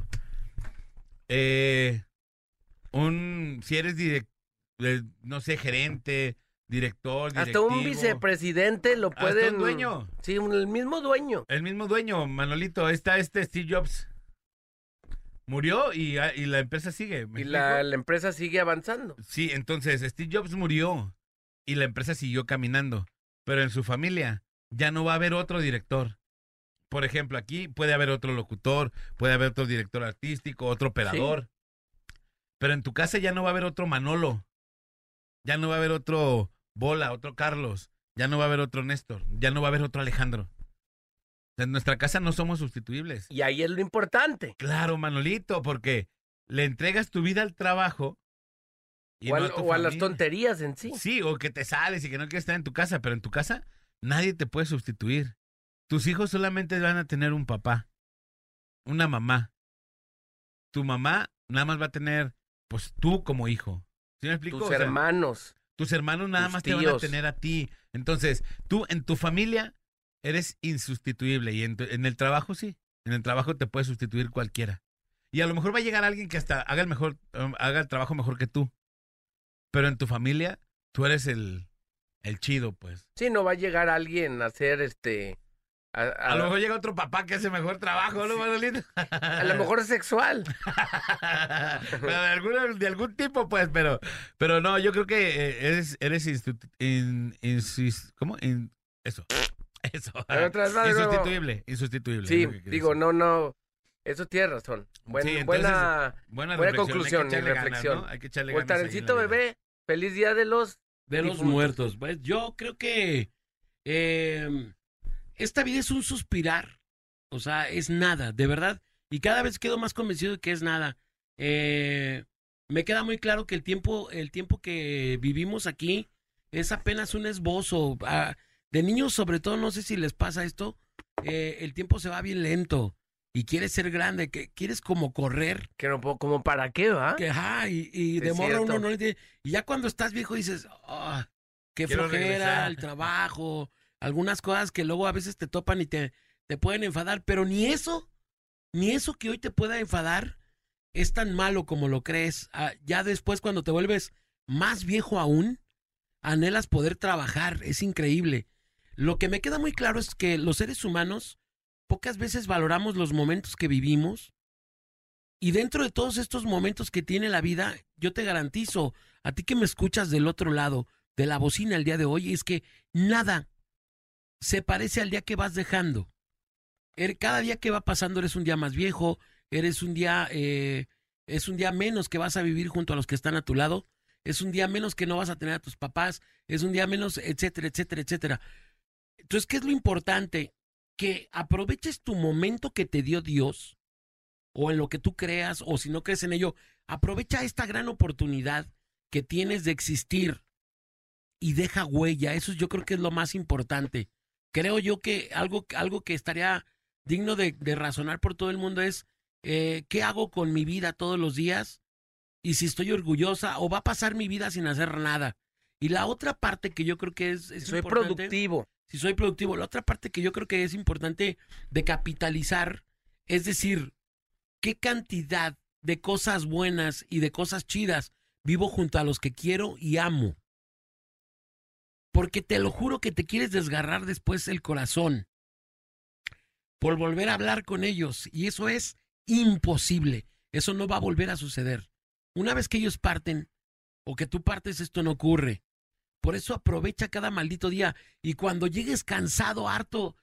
[SPEAKER 4] si eres gerente, director, directivo.
[SPEAKER 2] Hasta un vicepresidente lo pueden...
[SPEAKER 4] Hasta un dueño.
[SPEAKER 2] Sí, el mismo dueño.
[SPEAKER 4] El mismo dueño, Manolito. Está Steve Jobs. Murió y la empresa sigue.
[SPEAKER 2] Y la empresa sigue avanzando.
[SPEAKER 4] Sí, entonces Steve Jobs murió y la empresa siguió caminando. Pero en su familia ya no va a haber otro director. Por ejemplo, aquí puede haber otro locutor, puede haber otro director artístico, otro operador. Sí. Pero en tu casa ya no va a haber otro Manolo. Ya no va a haber otro Bola, otro Carlos. Ya no va a haber otro Néstor, ya no va a haber otro Alejandro. En nuestra casa no somos sustituibles.
[SPEAKER 2] Y ahí es lo importante.
[SPEAKER 4] Claro, Manolito, porque le entregas tu vida al trabajo. Y
[SPEAKER 2] o a las tonterías en sí.
[SPEAKER 4] Sí, o que te sales y que no quieres estar en tu casa, pero en tu casa nadie te puede sustituir. Tus hijos solamente van a tener un papá, una mamá. Tu mamá nada más va a tener, pues, tú como hijo. ¿Sí me explico?
[SPEAKER 2] Tus hermanos.
[SPEAKER 4] Tus hermanos nada más
[SPEAKER 2] tíos.
[SPEAKER 4] Te van a tener a ti. Entonces, tú en tu familia eres insustituible y en el trabajo sí. En el trabajo te puede sustituir cualquiera. Y a lo mejor va a llegar alguien que hasta haga el trabajo mejor que tú. Pero en tu familia, tú eres el chido, pues.
[SPEAKER 2] Sí, no va a llegar alguien a hacer
[SPEAKER 4] A lo mejor llega otro papá que hace mejor trabajo, ¿no, Manolito?
[SPEAKER 2] A lo mejor es sexual.
[SPEAKER 4] de algún tipo, pues, pero no, yo creo que eres ¿cómo? Eso. Insustituible.
[SPEAKER 2] Sí, digo, no. Eso tiene razón. Buena conclusión y reflexión.
[SPEAKER 4] ¿No? Hay que echarle ganas.
[SPEAKER 2] Voltarencito bebé, feliz día de los
[SPEAKER 6] muertos. Pues yo creo que esta vida es un suspirar. O sea, es nada, de verdad. Y cada vez quedo más convencido de que es nada. Me queda muy claro que el tiempo que vivimos aquí es apenas un esbozo. De niños, sobre todo, no sé si les pasa esto, el tiempo se va bien lento y quieres ser grande, que quieres como correr.
[SPEAKER 2] Que no puedo, como para qué, ¿va?
[SPEAKER 6] Y de morro uno no le tiene. Y ya cuando estás viejo dices, qué flojera, el trabajo, algunas cosas que luego a veces te topan y te pueden enfadar, pero ni eso que hoy te pueda enfadar es tan malo como lo crees. Ya después, cuando te vuelves más viejo aún, anhelas poder trabajar, es increíble. Lo que me queda muy claro es que los seres humanos pocas veces valoramos los momentos que vivimos, y dentro de todos estos momentos que tiene la vida, yo te garantizo, a ti que me escuchas del otro lado de la bocina el día de hoy, es que nada se parece al día que vas dejando. Cada día que va pasando eres un día más viejo, es un día menos que vas a vivir junto a los que están a tu lado, es un día menos que no vas a tener a tus papás, es un día menos, etcétera, etcétera, etcétera. Entonces, ¿qué es lo importante? Que aproveches tu momento que te dio Dios, o en lo que tú creas, o si no crees en ello, aprovecha esta gran oportunidad que tienes de existir y deja huella. Eso yo creo que es lo más importante. Creo yo que algo que estaría digno de razonar por todo el mundo es ¿qué hago con mi vida todos los días? Y si estoy orgullosa, o va a pasar mi vida sin hacer nada. Y la otra parte que yo creo que es
[SPEAKER 2] soy
[SPEAKER 6] importante,
[SPEAKER 2] productivo.
[SPEAKER 6] Si soy productivo, la otra parte que yo creo que es importante de capitalizar, es decir, qué cantidad de cosas buenas y de cosas chidas vivo junto a los que quiero y amo. Porque te lo juro que te quieres desgarrar después el corazón por volver a hablar con ellos, y eso es imposible. Eso no va a volver a suceder. Una vez que ellos parten, o que tú partes, esto no ocurre. Por eso aprovecha cada maldito día. Y cuando llegues cansado, harto,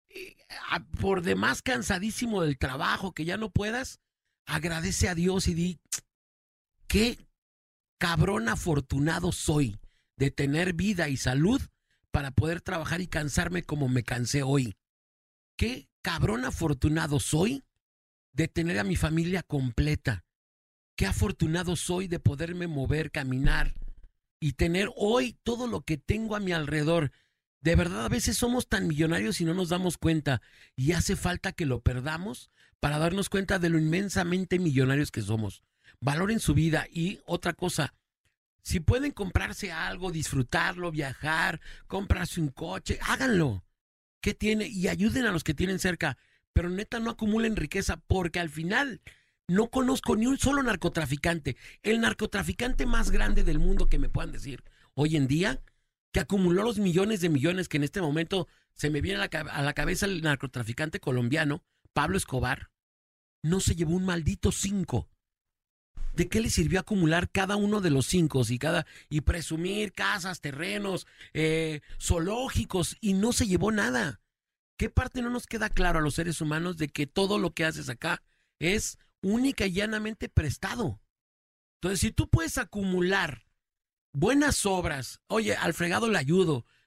[SPEAKER 6] por demás cansadísimo del trabajo, que ya no puedas, agradece a Dios y di, qué cabrón afortunado soy de tener vida y salud para poder trabajar y cansarme como me cansé hoy. Qué cabrón afortunado soy de tener a mi familia completa. Qué afortunado soy de poderme mover, caminar y tener hoy todo lo que tengo a mi alrededor. De verdad, a veces somos tan millonarios y no nos damos cuenta, y hace falta que lo perdamos para darnos cuenta de lo inmensamente millonarios que somos. Valoren su vida. Y otra cosa, si pueden comprarse algo, disfrutarlo, viajar, comprarse un coche, háganlo. ¿Qué tiene? Y ayuden a los que tienen cerca, pero neta no acumulen riqueza, porque al final no conozco ni un solo narcotraficante. El narcotraficante más grande del mundo que me puedan decir hoy en día, que acumuló los millones de millones, que en este momento se me viene a la cabeza el narcotraficante colombiano, Pablo Escobar, no se llevó un maldito 5. ¿De qué le sirvió acumular cada uno de los 5 y presumir casas, terrenos, zoológicos, y no se llevó nada? ¿Qué parte no nos queda claro a los seres humanos de que todo lo que haces acá es única y llanamente prestado? Entonces, si tú puedes acumular buenas obras, oye, al fregado le ayudo,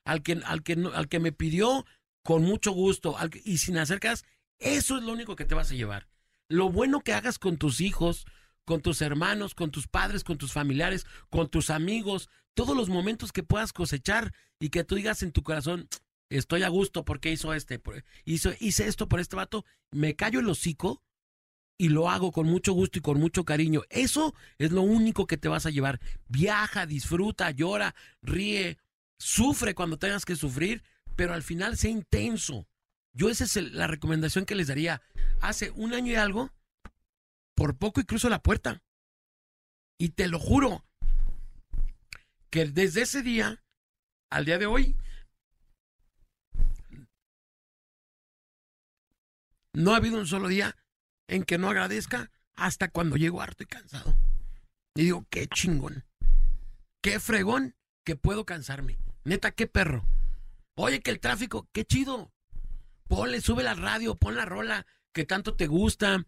[SPEAKER 6] al que me pidió con mucho gusto, y sin hacer caso, eso es lo único que te vas a llevar. Lo bueno que hagas con tus hijos, con tus hermanos, con tus padres, con tus familiares, con tus amigos, todos los momentos que puedas cosechar y que tú digas en tu corazón, estoy a gusto porque hice esto por este vato, me callo el hocico y lo hago con mucho gusto y con mucho cariño. Eso es lo único que te vas a llevar. Viaja, disfruta, llora, ríe, sufre cuando tengas que sufrir, pero al final sé intenso. Yo esa es la recomendación que les daría. Hace un año y algo, por poco y cruzo la puerta. Y te lo juro, que desde ese día al día de hoy, no ha habido un solo día en que no agradezca hasta cuando llego harto y cansado. Y digo, qué chingón, qué fregón que puedo cansarme. Neta, qué perro. Oye, que el tráfico, qué chido. Ponle, sube la radio, pon la rola que tanto te gusta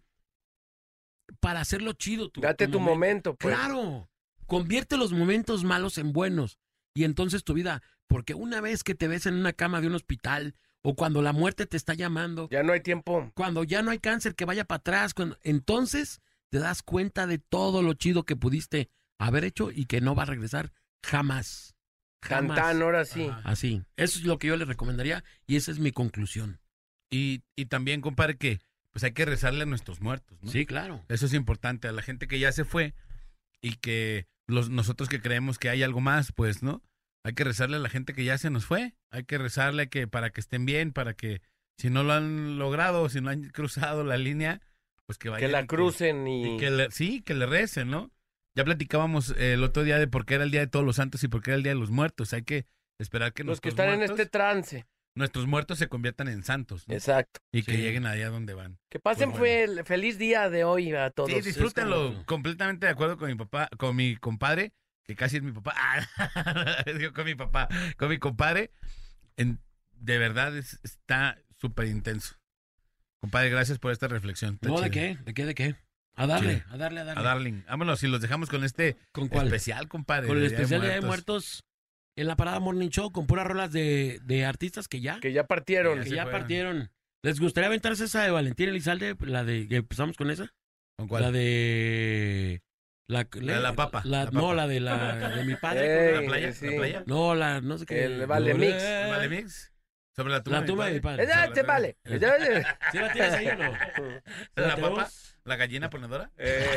[SPEAKER 6] para hacerlo chido.
[SPEAKER 2] Date tu momento, pues.
[SPEAKER 6] Claro, convierte los momentos malos en buenos y entonces tu vida, porque una vez que te ves en una cama de un hospital o cuando la muerte te está llamando,
[SPEAKER 2] ya no hay tiempo.
[SPEAKER 6] Cuando ya no hay cáncer que vaya para atrás, entonces te das cuenta de todo lo chido que pudiste haber hecho y que no va a regresar jamás.
[SPEAKER 2] Cantán, ahora sí.
[SPEAKER 6] Así. Eso es lo que yo les recomendaría y esa es mi conclusión.
[SPEAKER 4] Y también, compadre, que pues hay que rezarle a nuestros muertos, ¿no?
[SPEAKER 6] Sí, claro.
[SPEAKER 4] Eso es importante, a la gente que ya se fue y que nosotros que creemos que hay algo más, pues, ¿no? Hay que rezarle a la gente que ya se nos fue, hay que rezarle para que estén bien, para que si no lo han logrado, si no han cruzado la línea, pues que vayan.
[SPEAKER 2] Que la crucen y
[SPEAKER 4] que le recen, ¿no? Ya platicábamos el otro día de por qué era el Día de Todos los Santos y por qué era el Día de los Muertos. Hay que esperar que
[SPEAKER 2] los que están en este trance,
[SPEAKER 4] nuestros muertos se conviertan en santos, ¿no?
[SPEAKER 2] Exacto.
[SPEAKER 4] Y que lleguen allá donde van.
[SPEAKER 2] Que pasen el feliz día de hoy a todos.
[SPEAKER 4] Sí, disfrútenlo. Completamente de acuerdo con mi papá, con mi compadre, que casi es mi papá. Digo, con mi compadre. De verdad está súper intenso. Compadre, gracias por esta reflexión.
[SPEAKER 6] No, ¿de qué? A darle, sí. a darle.
[SPEAKER 4] A darle. Vámonos, y los dejamos con este especial, compadre.
[SPEAKER 6] Con el especial Día de Muertos en la Parada Morning Show, con puras rolas de artistas que ya
[SPEAKER 2] partieron.
[SPEAKER 6] Partieron. ¿Les gustaría aventarse esa de Valentín Elizalde? La de que empezamos con esa.
[SPEAKER 4] ¿Con cuál?
[SPEAKER 6] La de la
[SPEAKER 4] papa.
[SPEAKER 6] No, la de mi padre.
[SPEAKER 4] ¿La playa?
[SPEAKER 2] Sí.
[SPEAKER 4] ¿La playa?
[SPEAKER 6] No, no sé qué.
[SPEAKER 2] El Valdemix.
[SPEAKER 4] ¿El Valdemix? Sobre la tumba
[SPEAKER 6] de mi padre.
[SPEAKER 2] Vale.
[SPEAKER 6] ¿Sí la tienes ahí o no?
[SPEAKER 4] ¿La papa? ¿La gallina ponedora?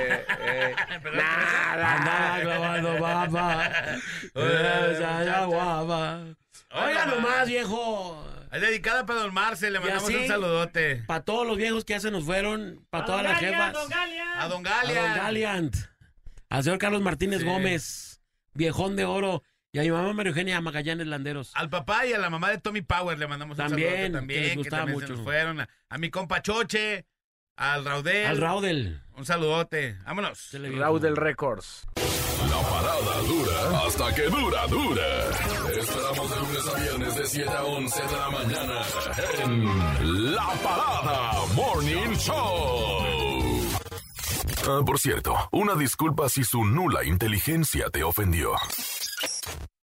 [SPEAKER 2] Nada.
[SPEAKER 6] Andaba clavando papa. Oiga nomás, viejo.
[SPEAKER 4] Es dedicada para don Marce, le mandamos un saludote.
[SPEAKER 6] Para todos los viejos que ya se nos fueron, para todas las jefas.
[SPEAKER 4] A don Galiant.
[SPEAKER 6] Al señor Carlos Martínez Gómez, viejón de oro. Y a mi mamá María Eugenia Magallanes Landeros.
[SPEAKER 4] Al papá y a la mamá de Tommy Power le mandamos un saludote también.
[SPEAKER 6] Que les gustaba mucho.
[SPEAKER 4] Se nos fueron. A mi compa Choche, al Raudel. Un saludote. Vámonos.
[SPEAKER 2] Raudel Records.
[SPEAKER 8] La parada dura hasta que dura. Esperamos de lunes a viernes de 7 a 11 de la mañana en La Parada Morning Show. Por cierto, una disculpa si su nula inteligencia te ofendió.